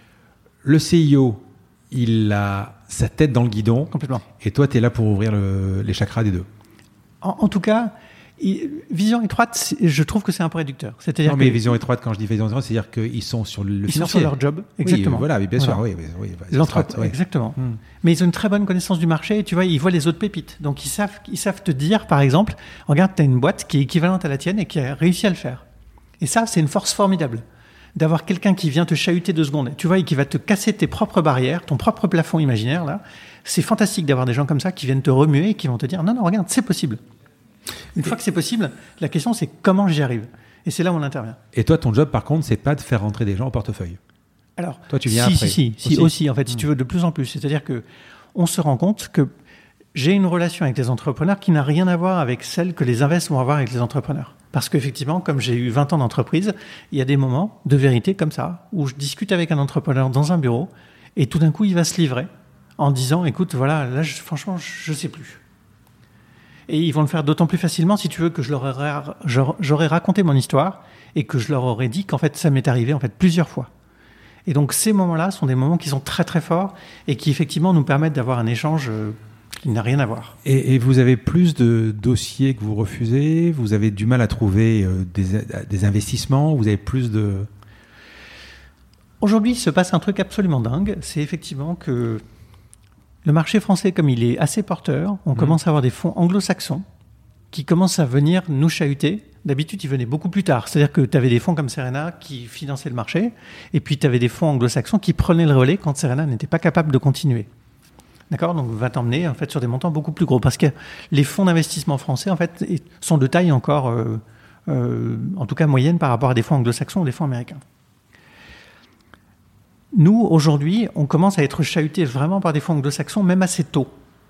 Le CIO, il a sa tête dans le guidon. Complètement. Et toi, tu es là pour ouvrir les chakras des deux. En tout cas, vision étroite, je trouve que c'est un peu réducteur. C'est-à-dire non, mais vision étroite, quand je dis vision étroite, c'est-à-dire qu'ils sont sur le financier. Ils sont sur leur job, exactement. Oui, voilà, bien sûr. Voilà. Oui, l'entreprise, oui. Exactement. Mais ils ont une très bonne connaissance du marché et tu vois, ils voient les autres pépites. Donc, ils savent te dire, par exemple, regarde, tu as une boîte qui est équivalente à la tienne et qui a réussi à le faire. Et ça, c'est une force formidable. D'avoir quelqu'un qui vient te chahuter 2 secondes, tu vois, et qui va te casser tes propres barrières, ton propre plafond imaginaire, là. C'est fantastique d'avoir des gens comme ça qui viennent te remuer et qui vont te dire, non, regarde, c'est possible. Une fois que c'est possible, la question, c'est comment j'y arrive. Et c'est là où on intervient. Et toi, ton job, par contre, c'est pas de faire rentrer des gens au portefeuille. Alors, toi, tu viens après. Si, aussi, en fait, si tu veux, de plus en plus. C'est-à-dire que on se rend compte que j'ai une relation avec les entrepreneurs qui n'a rien à voir avec celle que les invests vont avoir avec les entrepreneurs. Parce qu'effectivement, comme j'ai eu 20 ans d'entreprise, il y a des moments de vérité comme ça, où je discute avec un entrepreneur dans un bureau, et tout d'un coup, il va se livrer en disant, écoute, voilà, là, franchement, je sais plus. Et ils vont le faire d'autant plus facilement, si tu veux, que j'aurais raconté mon histoire, et que je leur aurais dit qu'en fait, ça m'est arrivé en fait plusieurs fois. Et donc, ces moments-là sont des moments qui sont très, très forts, et qui, effectivement, nous permettent d'avoir un échange qui n'a rien à voir. Et vous avez plus de dossiers que vous refusez? Vous avez du mal à trouver des investissements? Vous avez plus de... Aujourd'hui, il se passe un truc absolument dingue. C'est effectivement que le marché français, comme il est assez porteur, on commence à avoir des fonds anglo-saxons qui commencent à venir nous chahuter. D'habitude, ils venaient beaucoup plus tard. C'est-à-dire que tu avais des fonds comme Serena qui finançaient le marché, et puis tu avais des fonds anglo-saxons qui prenaient le relais quand Serena n'était pas capable de continuer. D'accord, donc va t'emmener en fait sur des montants beaucoup plus gros parce que les fonds d'investissement français en fait sont de taille encore, en tout cas moyenne par rapport à des fonds anglo-saxons ou des fonds américains. Nous aujourd'hui, on commence à être chahutés vraiment par des fonds anglo-saxons, même assez tôt.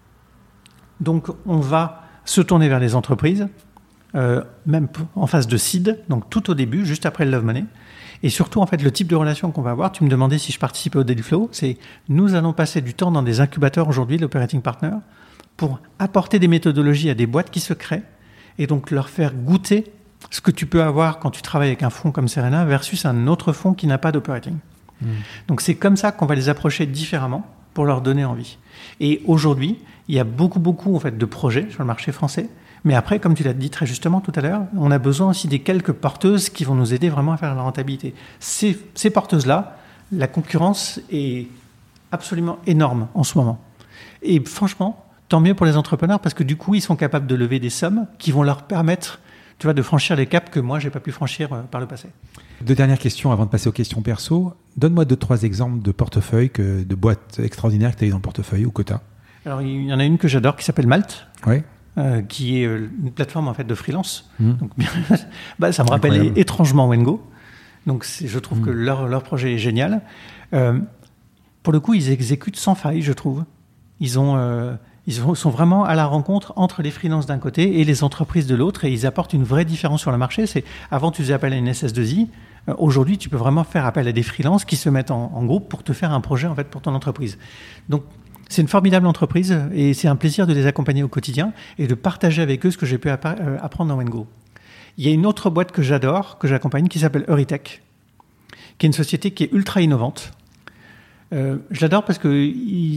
Donc on va se tourner vers les entreprises, même en phase de seed, donc tout au début, juste après le Love Money. Et surtout, en fait, le type de relation qu'on va avoir, tu me demandais si je participais au Deal Flow, c'est nous allons passer du temps dans des incubateurs aujourd'hui, l'Operating Partner, pour apporter des méthodologies à des boîtes qui se créent et donc leur faire goûter ce que tu peux avoir quand tu travailles avec un fonds comme Serena versus un autre fonds qui n'a pas d'operating. Donc c'est comme ça qu'on va les approcher différemment pour leur donner envie. Et aujourd'hui, il y a beaucoup en fait, de projets sur le marché français. Mais après, comme tu l'as dit très justement tout à l'heure, on a besoin aussi des quelques porteuses qui vont nous aider vraiment à faire la rentabilité. Ces porteuses-là, la concurrence est absolument énorme en ce moment. Et franchement, tant mieux pour les entrepreneurs parce que du coup, ils sont capables de lever des sommes qui vont leur permettre, tu vois, de franchir les caps que moi, je n'ai pas pu franchir par le passé. 2 dernières questions avant de passer aux questions perso. Donne-moi 2-3 exemples de portefeuilles, de boîtes extraordinaires que tu as eu dans le portefeuille ou que tu as. Alors, il y en a une que j'adore qui s'appelle Malte. Oui. Qui est une plateforme en fait de freelance. Donc, ça me rappelle étrangement Wengo. Donc je trouve que leur projet est génial. Pour le coup, ils exécutent sans faille, je trouve. Ils sont vraiment à la rencontre entre les freelances d'un côté et les entreprises de l'autre, et ils apportent une vraie différence sur le marché. Avant, tu faisais appel à une SS2I. Aujourd'hui, tu peux vraiment faire appel à des freelances qui se mettent en groupe pour te faire un projet en fait pour ton entreprise. Donc c'est une formidable entreprise et c'est un plaisir de les accompagner au quotidien et de partager avec eux ce que j'ai pu apprendre dans Wengo. Il y a une autre boîte que j'adore, que j'accompagne, qui s'appelle Euritech, qui est une société qui est ultra innovante. Je l'adore parce que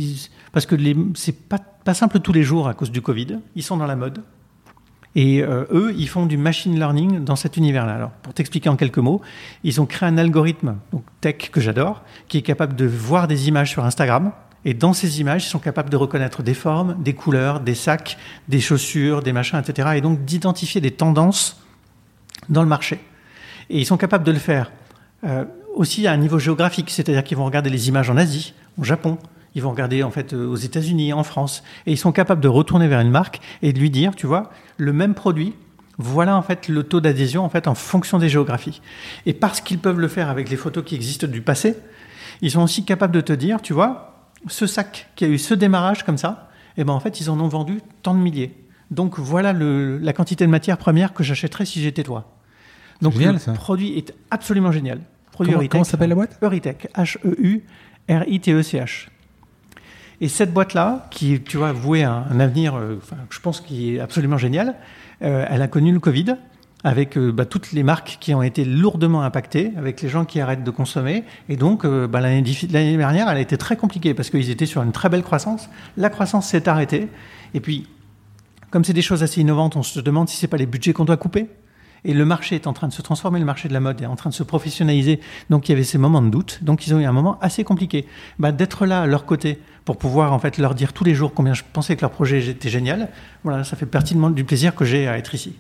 c'est pas simple tous les jours à cause du Covid. Ils sont dans la mode. Et eux, ils font du machine learning dans cet univers-là. Alors, pour t'expliquer en quelques mots, ils ont créé un algorithme, donc tech que j'adore, qui est capable de voir des images sur Instagram. Et dans ces images, ils sont capables de reconnaître des formes, des couleurs, des sacs, des chaussures, des machins, etc. Et donc d'identifier des tendances dans le marché. Et ils sont capables de le faire aussi à un niveau géographique, c'est-à-dire qu'ils vont regarder les images en Asie, au Japon, ils vont regarder en fait aux États-Unis, en France, et ils sont capables de retourner vers une marque et de lui dire, tu vois, le même produit, voilà en fait le taux d'adhésion en fait en fonction des géographies. Et parce qu'ils peuvent le faire avec les photos qui existent du passé, ils sont aussi capables de te dire, tu vois, ce sac qui a eu ce démarrage comme ça, et ben en fait ils en ont vendu tant de milliers. Donc voilà la quantité de matière première que j'achèterais si j'étais toi. Donc génial, le produit est absolument génial. Comment s'appelle la boîte ? Euritech, H-E-U-R-I-T-E-C-H. Et cette boîte-là, qui, tu vois, vouée à un avenir, je pense, qui est absolument génial, elle a connu le Covid, avec toutes les marques qui ont été lourdement impactées, avec les gens qui arrêtent de consommer. Et donc, l'année dernière, elle a été très compliquée, parce qu'ils étaient sur une très belle croissance. La croissance s'est arrêtée. Et puis, comme c'est des choses assez innovantes, on se demande si ce n'est pas les budgets qu'on doit couper. Et le marché est en train de se transformer, le marché de la mode est en train de se professionnaliser. Donc, il y avait ces moments de doute. Donc, ils ont eu un moment assez compliqué. D'être là, à leur côté, pour pouvoir en fait leur dire tous les jours combien je pensais que leur projet était génial, voilà, ça fait partie du plaisir que j'ai à être ici.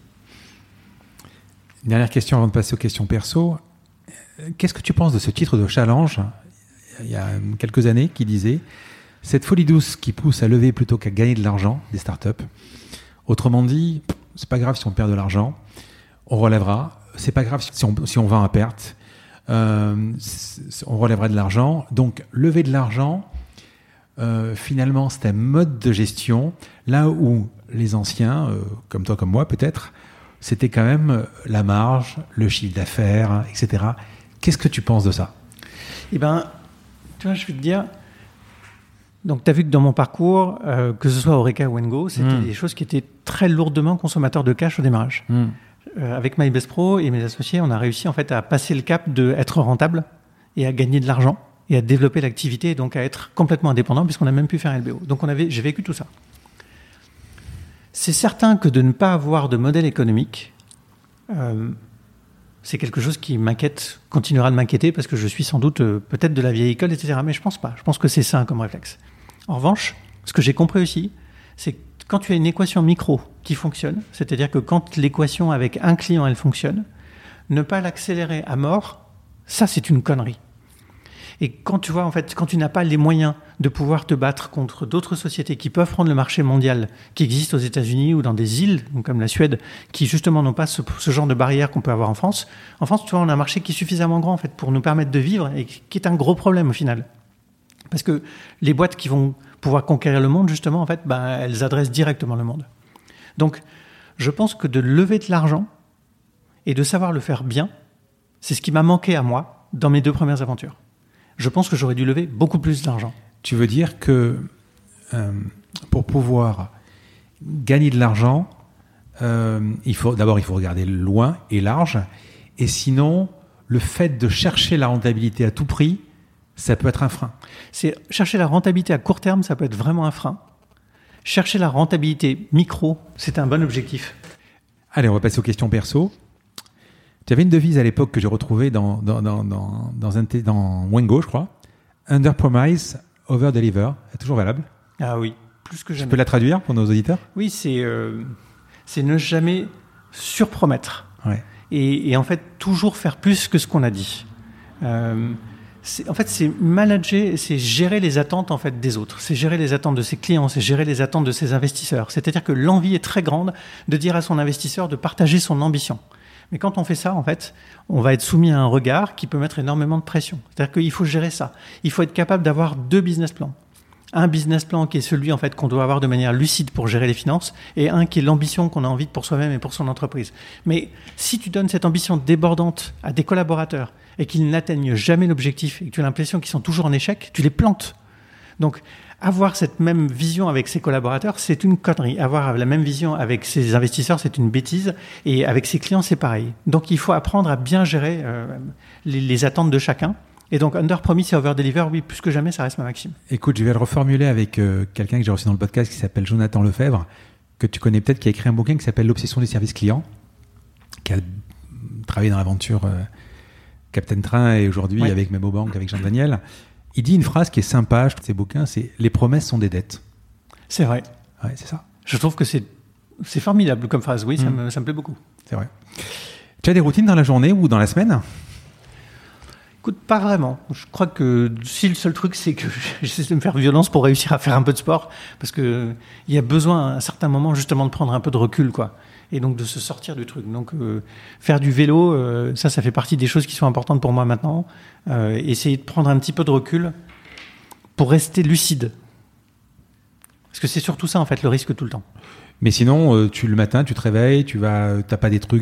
Une dernière question avant de passer aux questions perso. Qu'est-ce que tu penses de ce titre de challenge, il y a quelques années, qui disait « Cette folie douce qui pousse à lever plutôt qu'à gagner de l'argent des startups ». Autrement dit, c'est pas grave si on perd de l'argent. On relèvera. C'est pas grave si on vend à perte. On relèvera de l'argent. Donc, lever de l'argent, finalement, c'est un mode de gestion. Là où les anciens, comme toi, comme moi, peut-être, c'était quand même la marge, le chiffre d'affaires, etc. Qu'est-ce que tu penses de ça ? Eh bien, tu vois, je vais te dire... Donc, tu as vu que dans mon parcours, que ce soit Horeca ou Wengo, c'était des choses qui étaient très lourdement consommateurs de cash au démarrage. Avec MyBestPro et mes associés, on a réussi en fait à passer le cap d'être rentable et à gagner de l'argent et à développer l'activité et donc à être complètement indépendant puisqu'on a même pu faire un LBO. Donc j'ai vécu tout ça. C'est certain que de ne pas avoir de modèle économique, c'est quelque chose qui m'inquiète, continuera de m'inquiéter parce que je suis sans doute peut-être de la vieille école, etc. Mais je pense pas. Je pense que c'est sain comme réflexe. En revanche, ce que j'ai compris aussi, c'est que quand tu as une équation micro qui fonctionne, c'est-à-dire que quand l'équation avec un client, elle fonctionne, ne pas l'accélérer à mort, ça, c'est une connerie. Et quand tu vois, en fait, quand tu n'as pas les moyens de pouvoir te battre contre d'autres sociétés qui peuvent prendre le marché mondial qui existe aux États-Unis ou dans des îles, comme la Suède, qui justement n'ont pas ce genre de barrière qu'on peut avoir en France. En France, tu vois, on a un marché qui est suffisamment grand, en fait, pour nous permettre de vivre et qui est un gros problème au final. Parce que les boîtes qui vont pouvoir conquérir le monde, justement, en fait, elles adressent directement le monde. Donc, je pense que de lever de l'argent et de savoir le faire bien, c'est ce qui m'a manqué à moi dans mes 2 premières aventures. Je pense que j'aurais dû lever beaucoup plus d'argent. Tu veux dire que pour pouvoir gagner de l'argent, il faut regarder loin et large, et sinon, le fait de chercher la rentabilité à tout prix, ça peut être un frein. Chercher la rentabilité à court terme, ça peut être vraiment un frein. Chercher la rentabilité micro, c'est un bon objectif. Allez, on va passer aux questions perso. Tu avais une devise à l'époque que j'ai retrouvée dans Wengo, je crois. Under-promise, over-deliver. Elle est toujours valable. Ah oui, plus que jamais. Tu peux la traduire pour nos auditeurs ? Oui, c'est ne jamais surpromettre. Ouais. Et en fait, toujours faire plus que ce qu'on a dit. C'est manager, c'est gérer les attentes en fait des autres, c'est gérer les attentes de ses clients, c'est gérer les attentes de ses investisseurs. C'est-à-dire que l'envie est très grande de dire à son investisseur de partager son ambition. Mais quand on fait ça, en fait, on va être soumis à un regard qui peut mettre énormément de pression. C'est-à-dire qu'il faut gérer ça. Il faut être capable d'avoir 2 business plans. Un business plan qui est celui en fait qu'on doit avoir de manière lucide pour gérer les finances et un qui est l'ambition qu'on a envie pour soi-même et pour son entreprise. Mais si tu donnes cette ambition débordante à des collaborateurs et qu'ils n'atteignent jamais l'objectif et que tu as l'impression qu'ils sont toujours en échec, tu les plantes. Donc, avoir cette même vision avec ses collaborateurs, c'est une connerie. Avoir la même vision avec ses investisseurs, c'est une bêtise. Et avec ses clients, c'est pareil. Donc, il faut apprendre à bien gérer les attentes de chacun. Et donc, under promise et over deliver, oui, plus que jamais, ça reste ma maxime. Écoute, je vais le reformuler avec quelqu'un que j'ai reçu dans le podcast qui s'appelle Jonathan Lefebvre, que tu connais peut-être, qui a écrit un bouquin qui s'appelle L'obsession du service client, qui a travaillé dans l'aventure Captain Train et aujourd'hui avec Memo Bank, avec Jean-Daniel. Il dit une phrase qui est sympa, je trouve, ces bouquins, c'est « Les promesses sont des dettes ». C'est vrai. Ouais, c'est ça. Je trouve que c'est formidable comme phrase, oui, ça me plaît beaucoup. C'est vrai. Tu as des routines dans la journée ou dans la semaine ? Écoute, pas vraiment. Je crois que si le seul truc, c'est que j'essaie de me faire violence pour réussir à faire un peu de sport, parce que il y a besoin à un certain moment justement de prendre un peu de recul, quoi, et donc de se sortir du truc. Donc faire du vélo, ça fait partie des choses qui sont importantes pour moi maintenant. Essayer de prendre un petit peu de recul pour rester lucide, parce que c'est surtout ça en fait le risque tout le temps. Mais sinon, le matin, tu te réveilles, t'as pas des trucs,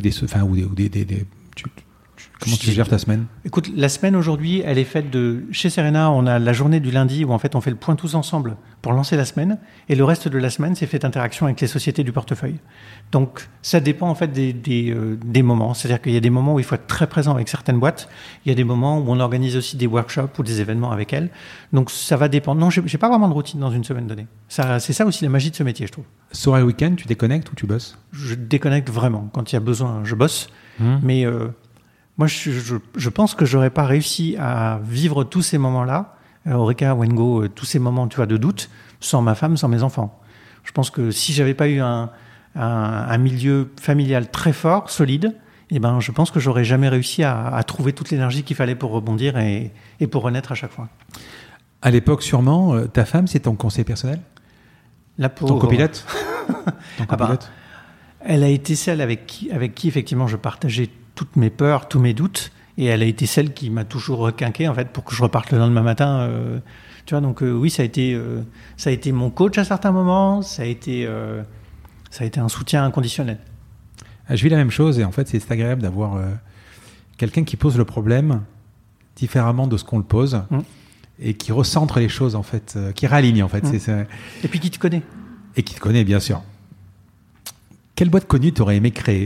comment tu gères ta semaine? Écoute, la semaine aujourd'hui, elle est faite chez Serena, on a la journée du lundi où en fait on fait le point tous ensemble pour lancer la semaine, et le reste de la semaine, c'est fait d'interaction avec les sociétés du portefeuille. Donc ça dépend en fait des moments. C'est-à-dire qu'il y a des moments où il faut être très présent avec certaines boîtes, il y a des moments où on organise aussi des workshops ou des événements avec elles. Donc ça va dépendre. Non, j'ai pas vraiment de routine dans une semaine donnée. C'est ça aussi la magie de ce métier, je trouve. Soir et week-end, tu déconnectes ou tu bosses? Je déconnecte vraiment. Quand il y a besoin, je bosse. Mais moi, je pense que j'aurais pas réussi à vivre tous ces moments-là, Horeca, Wengo, tous ces moments, tu vois, de doute, sans ma femme, sans mes enfants. Je pense que si j'avais pas eu un milieu familial très fort, solide, je pense que j'aurais jamais réussi à trouver toute l'énergie qu'il fallait pour rebondir et pour renaître à chaque fois. À l'époque, sûrement, ta femme, c'est ton conseiller personnel? La pauvre. Ton copilote? Elle a été celle avec qui effectivement je partageais toutes mes peurs, tous mes doutes, et elle a été celle qui m'a toujours requinqué en fait pour que je reparte le lendemain matin. Tu vois, donc oui, ça a été mon coach à certains moments, ça a été un soutien inconditionnel. Je vis la même chose, et en fait, c'est agréable d'avoir quelqu'un qui pose le problème différemment de ce qu'on le pose, et qui recentre les choses en fait, qui réaligne en fait. Et puis qui te connaît. Et qui te connaît, bien sûr. Quelle boîte connue t'aurais aimé créer?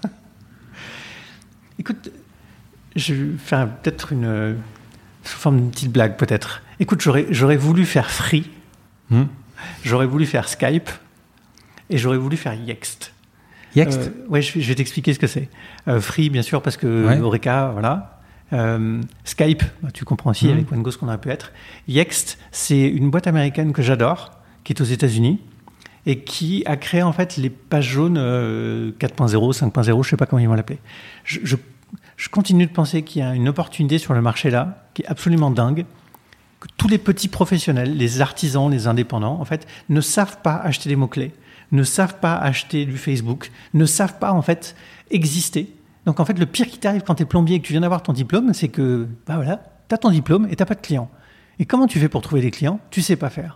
Écoute, je vais faire peut-être sous forme d'une petite blague peut-être. Écoute, j'aurais voulu faire Free, j'aurais voulu faire Skype, et j'aurais voulu faire Yext. Yext? Ouais, je vais t'expliquer ce que c'est. Free, bien sûr, parce que Horeca, voilà. Skype, tu comprends aussi avec Wengo ce qu'on aurait pu être. Yext, c'est une boîte américaine que j'adore, qui est aux États-Unis, et qui a créé en fait les pages jaunes 4.0, 5.0, je sais pas comment ils vont l'appeler. Je continue de penser qu'il y a une opportunité sur le marché là, qui est absolument dingue, que tous les petits professionnels, les artisans, les indépendants, en fait, ne savent pas acheter des mots-clés, ne savent pas acheter du Facebook, ne savent pas en fait exister. Donc en fait, le pire qui t'arrive quand tu es plombier et que tu viens d'avoir ton diplôme, c'est que tu as ton diplôme et tu n'as pas de clients. Et comment tu fais pour trouver des clients? Tu sais pas faire.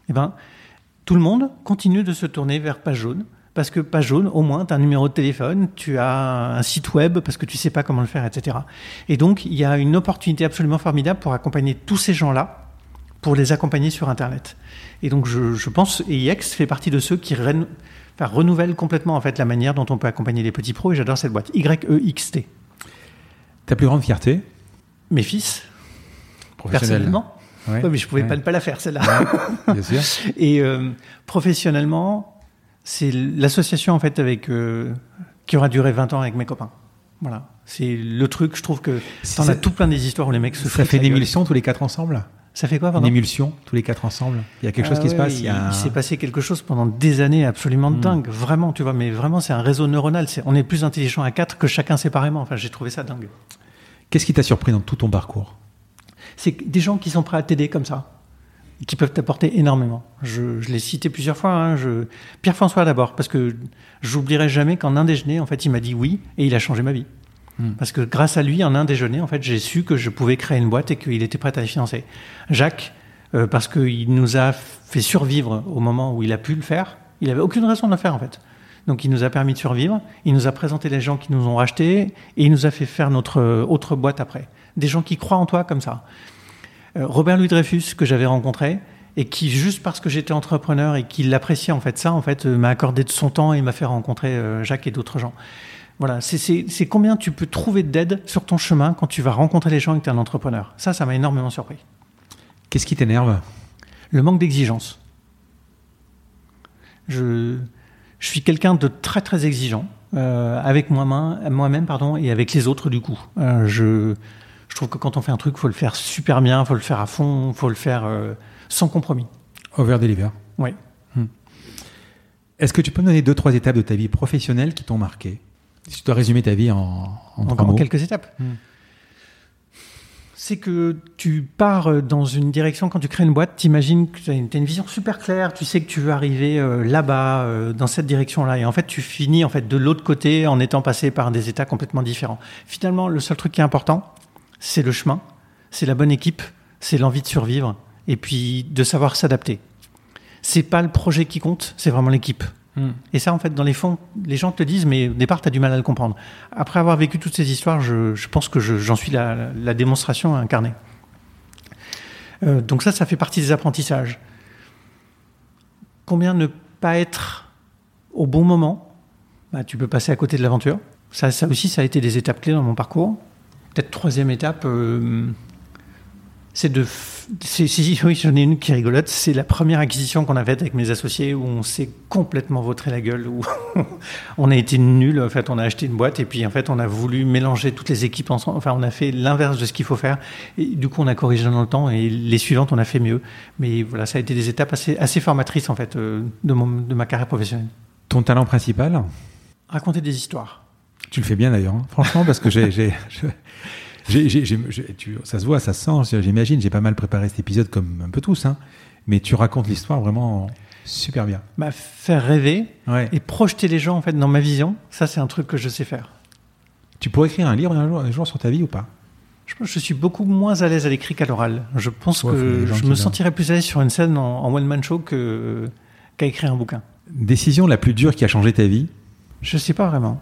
Tout le monde continue de se tourner vers Page Jaune, parce que Page Jaune, au moins, tu as un numéro de téléphone, tu as un site web, parce que tu sais pas comment le faire, etc. Et donc, il y a une opportunité absolument formidable pour accompagner tous ces gens-là, pour les accompagner sur Internet. Et donc, je pense, et Yext fait partie de ceux qui renouvellent complètement en fait, la manière dont on peut accompagner les petits pros, et j'adore cette boîte, YEXT. Ta plus grande fierté? Mes fils, personnellement. Ouais, mais je pouvais pas ne pas la faire, celle-là. Ouais, bien sûr. Et professionnellement, c'est l'association en fait qui aura duré 20 ans avec mes copains. Voilà, c'est le truc. Je trouve que t'en as tout plein des histoires où les mecs se. Ça fait une émulsion tous les 4 ensemble. Ça fait quoi, pardon? Une émulsion tous les 4 ensemble. Il y a quelque chose qui se passe. Il s'est passé quelque chose pendant des années absolument dingue. Vraiment, tu vois. Mais vraiment, c'est un réseau neuronal. On est plus intelligent à 4 que chacun séparément. Enfin, j'ai trouvé ça dingue. Qu'est-ce qui t'a surpris dans tout ton parcours? C'est des gens qui sont prêts à t'aider comme ça, qui peuvent t'apporter énormément. Je l'ai cité plusieurs fois. Pierre-François d'abord, parce que j'oublierai jamais qu'en un déjeuner, en fait, il m'a dit oui et il a changé ma vie. Parce que grâce à lui, en un déjeuner, en fait, j'ai su que je pouvais créer une boîte et qu'il était prêt à la financer. Jacques, parce qu'il nous a fait survivre au moment où il a pu le faire. Il n'avait aucune raison de le faire, en fait. Donc, il nous a permis de survivre. Il nous a présenté les gens qui nous ont rachetés et il nous a fait faire notre autre boîte après. Des gens qui croient en toi comme ça. Robert Louis Dreyfus, que j'avais rencontré, et qui, juste parce que j'étais entrepreneur et qu'il appréciait en fait ça, en fait, m'a accordé de son temps et m'a fait rencontrer Jacques et d'autres gens. Voilà, c'est combien tu peux trouver d'aide sur ton chemin quand tu vas rencontrer les gens et que tu es un entrepreneur. Ça m'a énormément surpris. Qu'est-ce qui t'énerve? Le manque d'exigence. Je suis quelqu'un de très très exigeant avec moi-même et avec les autres du coup. Je trouve que quand on fait un truc, il faut le faire super bien, il faut le faire à fond, il faut le faire sans compromis. Over-deliver. Oui. Est-ce que tu peux me donner 2-3 étapes de ta vie professionnelle qui t'ont marqué? Si tu dois résumer ta vie en 3 mots. En quelques étapes. C'est que tu pars dans une direction, quand tu crées une boîte, t'imagines que tu as une vision super claire, tu sais que tu veux arriver là-bas, dans cette direction-là. Et en fait, tu finis en fait, de l'autre côté en étant passé par des états complètement différents. Finalement, le seul truc qui est important, c'est le chemin, c'est la bonne équipe, c'est l'envie de survivre et puis de savoir s'adapter. C'est pas le projet qui compte, c'est vraiment l'équipe. Et ça, en fait, dans les fonds, les gens te le disent, mais au départ, tu as du mal à le comprendre. Après avoir vécu toutes ces histoires, je pense que j'en suis la démonstration incarnée. Donc ça fait partie des apprentissages. Combien ne pas être au bon moment ? Tu peux passer à côté de l'aventure. Ça aussi, ça a été des étapes clés dans mon parcours. Peut-être troisième étape, oui, j'en ai une qui est rigolote. C'est la première acquisition qu'on a faite avec mes associés où on s'est complètement vautré la gueule, où on a été nuls. En fait, on a acheté une boîte et puis en fait, on a voulu mélanger toutes les équipes ensemble. Enfin, on a fait l'inverse de ce qu'il faut faire. Et du coup, on a corrigé dans le temps et les suivantes, on a fait mieux. Mais voilà, ça a été des étapes assez formatrices en fait de ma carrière professionnelle. Ton talent principal ? Raconter des histoires. Tu le fais bien d'ailleurs, hein. Franchement, parce que ça se voit, ça se sent, j'imagine, j'ai pas mal préparé cet épisode comme un peu tous, hein, mais tu racontes l'histoire vraiment super bien. Faire rêver et projeter les gens en fait, dans ma vision, ça c'est un truc que je sais faire. Tu pourrais écrire un livre un jour sur ta vie ou pas ? Je suis beaucoup moins à l'aise à l'écrit qu'à l'oral. Je pense que je me sentirais plus à l'aise sur une scène en one-man show qu'à écrire un bouquin. Décision la plus dure qui a changé ta vie ? Je sais pas vraiment.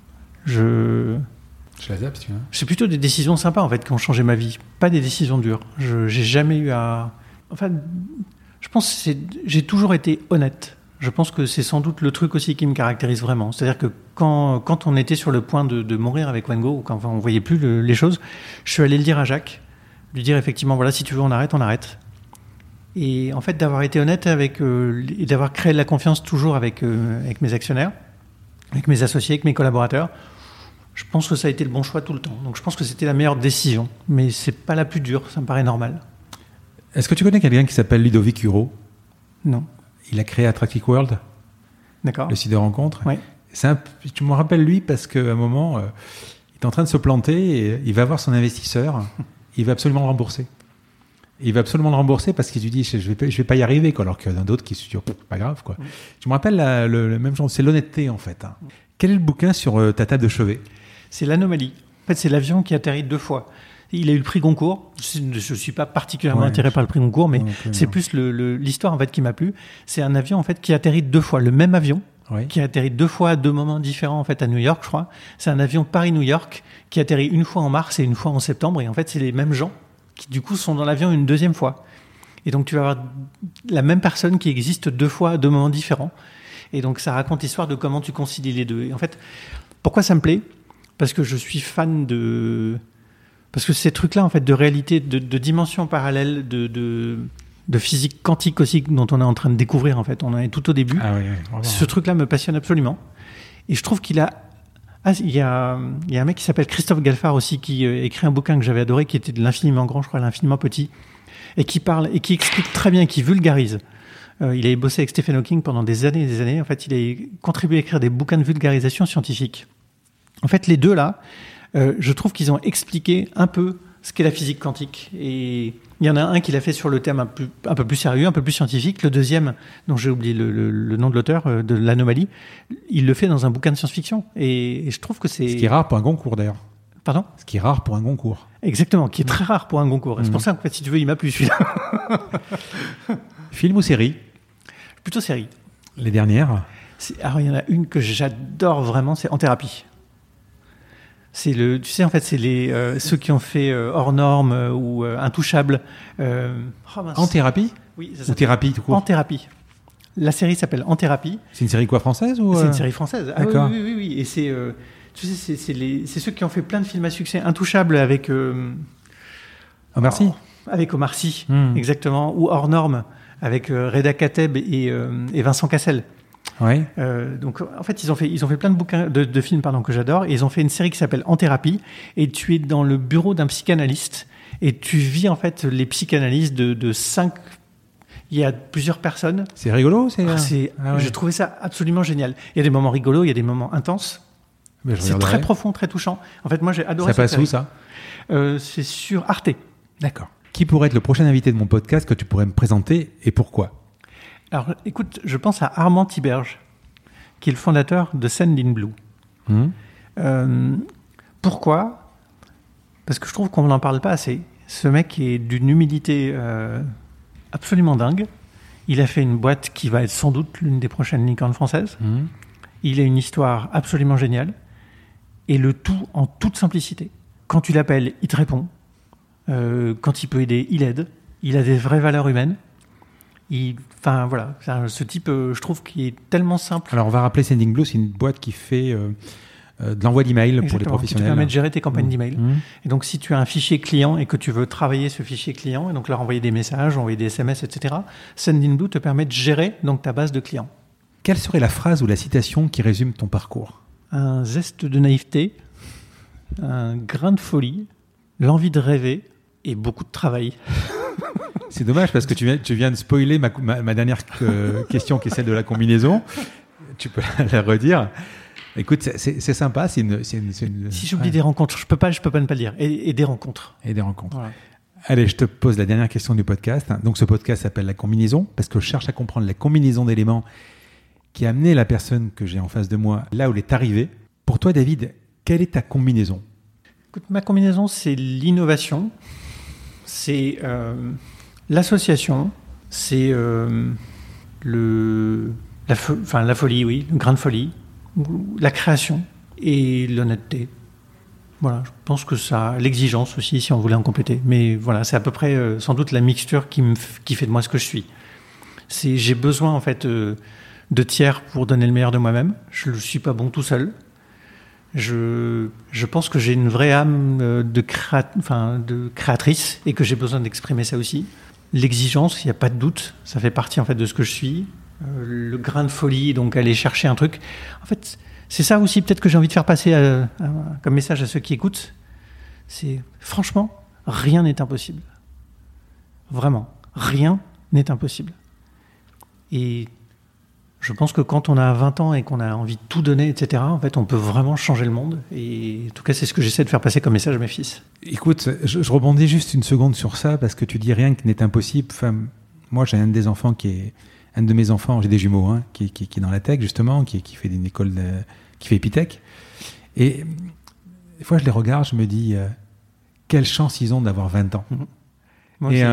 Je la zappe, tu vois. C'est plutôt des décisions sympas en fait qui ont changé ma vie, pas des décisions dures. J'ai jamais eu à. Enfin, je pense que j'ai toujours été honnête. Je pense que c'est sans doute le truc aussi qui me caractérise vraiment. C'est-à-dire que quand on était sur le point de mourir avec Wango, ou quand on voyait plus les choses, je suis allé le dire à Jacques, lui dire effectivement voilà, si tu veux on arrête, on arrête. Et en fait d'avoir été honnête et d'avoir créé de la confiance toujours avec mes actionnaires, avec mes associés, avec mes collaborateurs. Je pense que ça a été le bon choix tout le temps. Donc je pense que c'était la meilleure décision. Mais c'est pas la plus dure, ça me paraît normal. Est-ce que tu connais quelqu'un qui s'appelle Ludovic Huro ? Non. Il a créé Attractive World. D'accord. Le site de rencontre. Oui. Tu me rappelles lui parce qu'à un moment, il est en train de se planter et il va voir son investisseur. Il va absolument le rembourser. Il va absolument le rembourser parce qu'il lui dit je vais pas y arriver quoi. Alors qu'il y en a d'autres qui se disent pas grave quoi. Tu me rappelles le même genre, c'est l'honnêteté en fait. Hein. Quel est le bouquin sur ta table de chevet ? C'est l'Anomalie. En fait, c'est l'avion qui atterrit 2 fois. Il a eu le prix Goncourt. Je ne suis pas particulièrement attiré par le prix Goncourt, mais c'est plus l'histoire en fait qui m'a plu. C'est un avion en fait qui atterrit 2 fois, le même avion qui atterrit 2 fois à 2 moments différents en fait à New York, je crois. C'est un avion Paris-New York qui atterrit une fois en mars et une fois en septembre. Et en fait, c'est les mêmes gens qui du coup sont dans l'avion une deuxième fois. Et donc tu vas avoir la même personne qui existe 2 fois à 2 moments différents. Et donc ça raconte l'histoire de comment tu concilies les deux. Et en fait, pourquoi ça me plaît ? Parce que je suis fan parce que ces trucs-là, en fait, de réalité, de dimensions parallèles, de physique quantique aussi, dont on est en train de découvrir, en fait. On en est tout au début. Ah oui, ce truc-là me passionne absolument. Et je trouve qu'il a... il y a un mec qui s'appelle Christophe Galfard aussi, qui écrit un bouquin que j'avais adoré, qui était de l'infiniment grand, je crois, l'infiniment petit, et qui parle, et qui explique très bien, qui vulgarise. Il a bossé avec Stephen Hawking pendant des années et des années. En fait, il a contribué à écrire des bouquins de vulgarisation scientifique. En fait, les deux là, je trouve qu'ils ont expliqué un peu ce qu'est la physique quantique. Et il y en a un qui l'a fait sur le thème un peu plus sérieux, un peu plus scientifique. Le deuxième, dont j'ai oublié le nom de l'auteur, de l'Anomalie, il le fait dans un bouquin de science-fiction. Et je trouve que c'est... Ce qui est rare pour un Goncourt d'ailleurs. Pardon ? Ce qui est rare pour un Concours. Exactement, qui est très rare pour un Goncourt. C'est pour ça qu'en fait, si tu veux, il m'a plu celui-là. Film ou série ? Plutôt série. Les dernières ? Alors, il y en a une que j'adore vraiment, c'est En thérapie. C'est tu sais, en fait, c'est ceux qui ont fait Hors Normes ou Intouchables. En thérapie ? Oui, ça s'appelle. Ou thérapie tout court ? En thérapie. La série s'appelle En thérapie. C'est une série quoi, française ou C'est une série française. D'accord. Ah, oui. Et c'est, tu sais, c'est ceux qui ont fait plein de films à succès. Intouchables avec. Omar Sy. Avec Omar Sy, exactement. Ou Hors Normes avec Reda Kateb et Vincent Cassel. Ouais. Donc en fait ils ont fait plein de bouquins de films que j'adore et ils ont fait une série qui s'appelle En thérapie et tu es dans le bureau d'un psychanalyste et tu vis en fait les psychanalyses de 5. Il y a plusieurs personnes. C'est rigolo, J'ai trouvé ça absolument génial. Il y a des moments rigolos, il y a des moments intenses. Mais c'est très profond, très touchant. En fait, moi, j'ai adoré ça. Ça passe où, ça c'est sur Arte. D'accord. Qui pourrait être le prochain invité de mon podcast que tu pourrais me présenter et pourquoi? Alors, écoute, je pense à Armand Tiberge, qui est le fondateur de Sendinblue. Pourquoi? Parce que je trouve qu'on n'en parle pas assez. Ce mec est d'une humilité absolument dingue. Il a fait une boîte qui va être sans doute l'une des prochaines licornes françaises. Il a une histoire absolument géniale. Et le tout en toute simplicité. Quand tu l'appelles, il te répond. Quand il peut aider, il aide. Il a des vraies valeurs humaines. Enfin, voilà. Ce type, je trouve qu'il est tellement simple. Alors, on va rappeler Sendinblue, c'est une boîte qui fait de l'envoi d'email pour les professionnels. Qui te permet de gérer tes campagnes d'email. Et donc, si tu as un fichier client et que tu veux travailler ce fichier client, et donc leur envoyer des messages, envoyer des SMS, etc., Sendinblue te permet de gérer donc, ta base de clients. Quelle serait la phrase ou la citation qui résume ton parcours? Un zeste de naïveté, un grain de folie, l'envie de rêver et beaucoup de travail. C'est dommage parce que tu viens de spoiler ma dernière question qui est celle de la combinaison. Tu peux la redire. Écoute, c'est sympa. Si j'oublie des rencontres, je peux pas ne pas le dire. Et des rencontres. Et des rencontres. Voilà. Allez, je te pose la dernière question du podcast. Donc, ce podcast s'appelle La Combinaison parce que je cherche à comprendre la combinaison d'éléments qui a amené la personne que j'ai en face de moi là où elle est arrivée. Pour toi, David, quelle est ta combinaison? Écoute, ma combinaison, c'est l'innovation, c'est l'association, c'est la folie, oui, le grain de folie, la création et l'honnêteté. Voilà, je pense que ça, l'exigence aussi, si on voulait en compléter. Mais voilà, c'est à peu près sans doute la mixture qui fait de moi ce que je suis. J'ai besoin en fait de tiers pour donner le meilleur de moi-même. Je ne suis pas bon tout seul. Je pense que j'ai une vraie âme de créatrice et que j'ai besoin d'exprimer ça aussi. L'exigence, il n'y a pas de doute, ça fait partie en fait de ce que je suis. Le grain de folie, donc aller chercher un truc. En fait, c'est ça aussi peut-être que j'ai envie de faire passer comme message à ceux qui écoutent. C'est franchement, rien n'est impossible. Vraiment, rien n'est impossible. Et je pense que quand on a 20 ans et qu'on a envie de tout donner, etc., en fait, on peut vraiment changer le monde. Et en tout cas, c'est ce que j'essaie de faire passer comme message à mes fils. Écoute, je rebondis juste une seconde sur ça parce que tu dis rien qui n'est impossible. Enfin, moi, j'ai un de mes enfants, j'ai des jumeaux, hein, qui est dans la tech justement, qui fait une école, qui fait Epitech. Et des fois, je les regarde, je me dis, quelle chance ils ont d'avoir 20 ans. Moi aussi.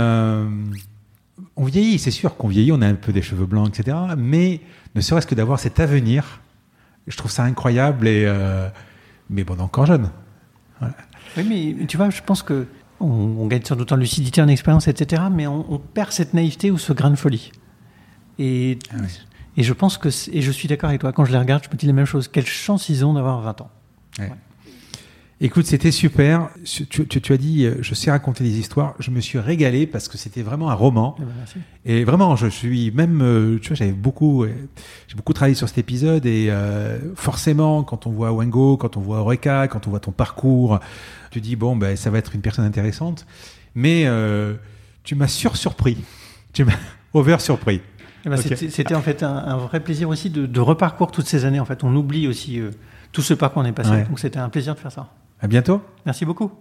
On vieillit, c'est sûr qu'on vieillit, on a un peu des cheveux blancs, etc. Mais ne serait-ce que d'avoir cet avenir, je trouve ça incroyable. Mais bon, encore jeune. Voilà. Oui, mais tu vois, je pense que on gagne sans doute en lucidité, en expérience, etc. Mais on perd cette naïveté ou ce grain de folie. Et je pense que, et je suis d'accord avec toi, quand je les regarde, je me dis la même chose. Quelle chance ils ont d'avoir 20 ans. Ouais. Ouais. Écoute, c'était super. Tu as dit, je sais raconter des histoires. Je me suis régalé parce que c'était vraiment un roman. Merci. Et vraiment, je suis même, tu vois, j'ai beaucoup travaillé sur cet épisode et forcément, quand on voit Wango, quand on voit Eureka, quand on voit ton parcours, tu dis bon, ben ça va être une personne intéressante. Mais tu m'as surpris. Tu m'as over-surpris. Okay. C'était en fait un vrai plaisir aussi de reparcourir toutes ces années. En fait, on oublie aussi tout ce par quoi on est passé. Ouais. Donc c'était un plaisir de faire ça. À bientôt. Merci beaucoup.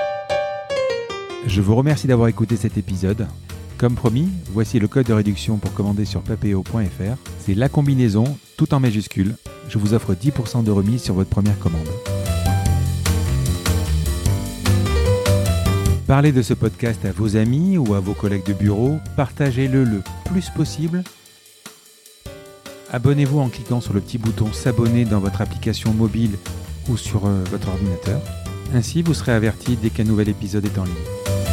Je vous remercie d'avoir écouté cet épisode. Comme promis, voici le code de réduction pour commander sur papéo.fr. C'est la combinaison, tout en majuscule. Je vous offre 10% de remise sur votre première commande. Parlez de ce podcast à vos amis ou à vos collègues de bureau. Partagez-le le plus possible. Abonnez-vous en cliquant sur le petit bouton s'abonner dans votre application mobile ou sur votre ordinateur. Ainsi, vous serez averti dès qu'un nouvel épisode est en ligne.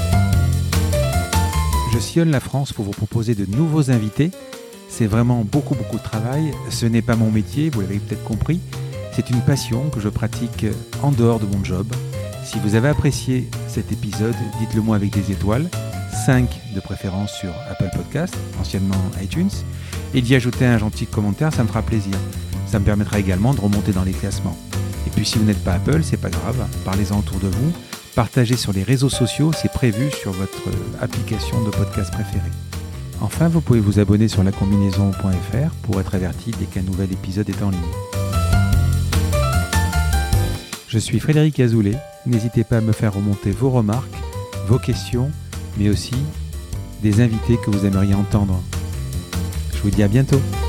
Je sillonne la France pour vous proposer de nouveaux invités. C'est vraiment beaucoup de travail. Ce n'est pas mon métier, vous l'avez peut-être compris. C'est une passion que je pratique en dehors de mon job. Si vous avez apprécié cet épisode, dites-le moi avec des étoiles, 5 de préférence sur Apple Podcast, anciennement iTunes, et d'y ajouter un gentil commentaire, ça me fera plaisir. Ça me permettra également de remonter dans les classements. Et puis si vous n'êtes pas Apple, c'est pas grave, parlez-en autour de vous, partagez sur les réseaux sociaux, c'est prévu sur votre application de podcast préférée. Enfin, vous pouvez vous abonner sur lacombinaison.fr pour être averti dès qu'un nouvel épisode est en ligne. Je suis Frédéric Azoulay. N'hésitez pas à me faire remonter vos remarques, vos questions, mais aussi des invités que vous aimeriez entendre. Je vous dis à bientôt.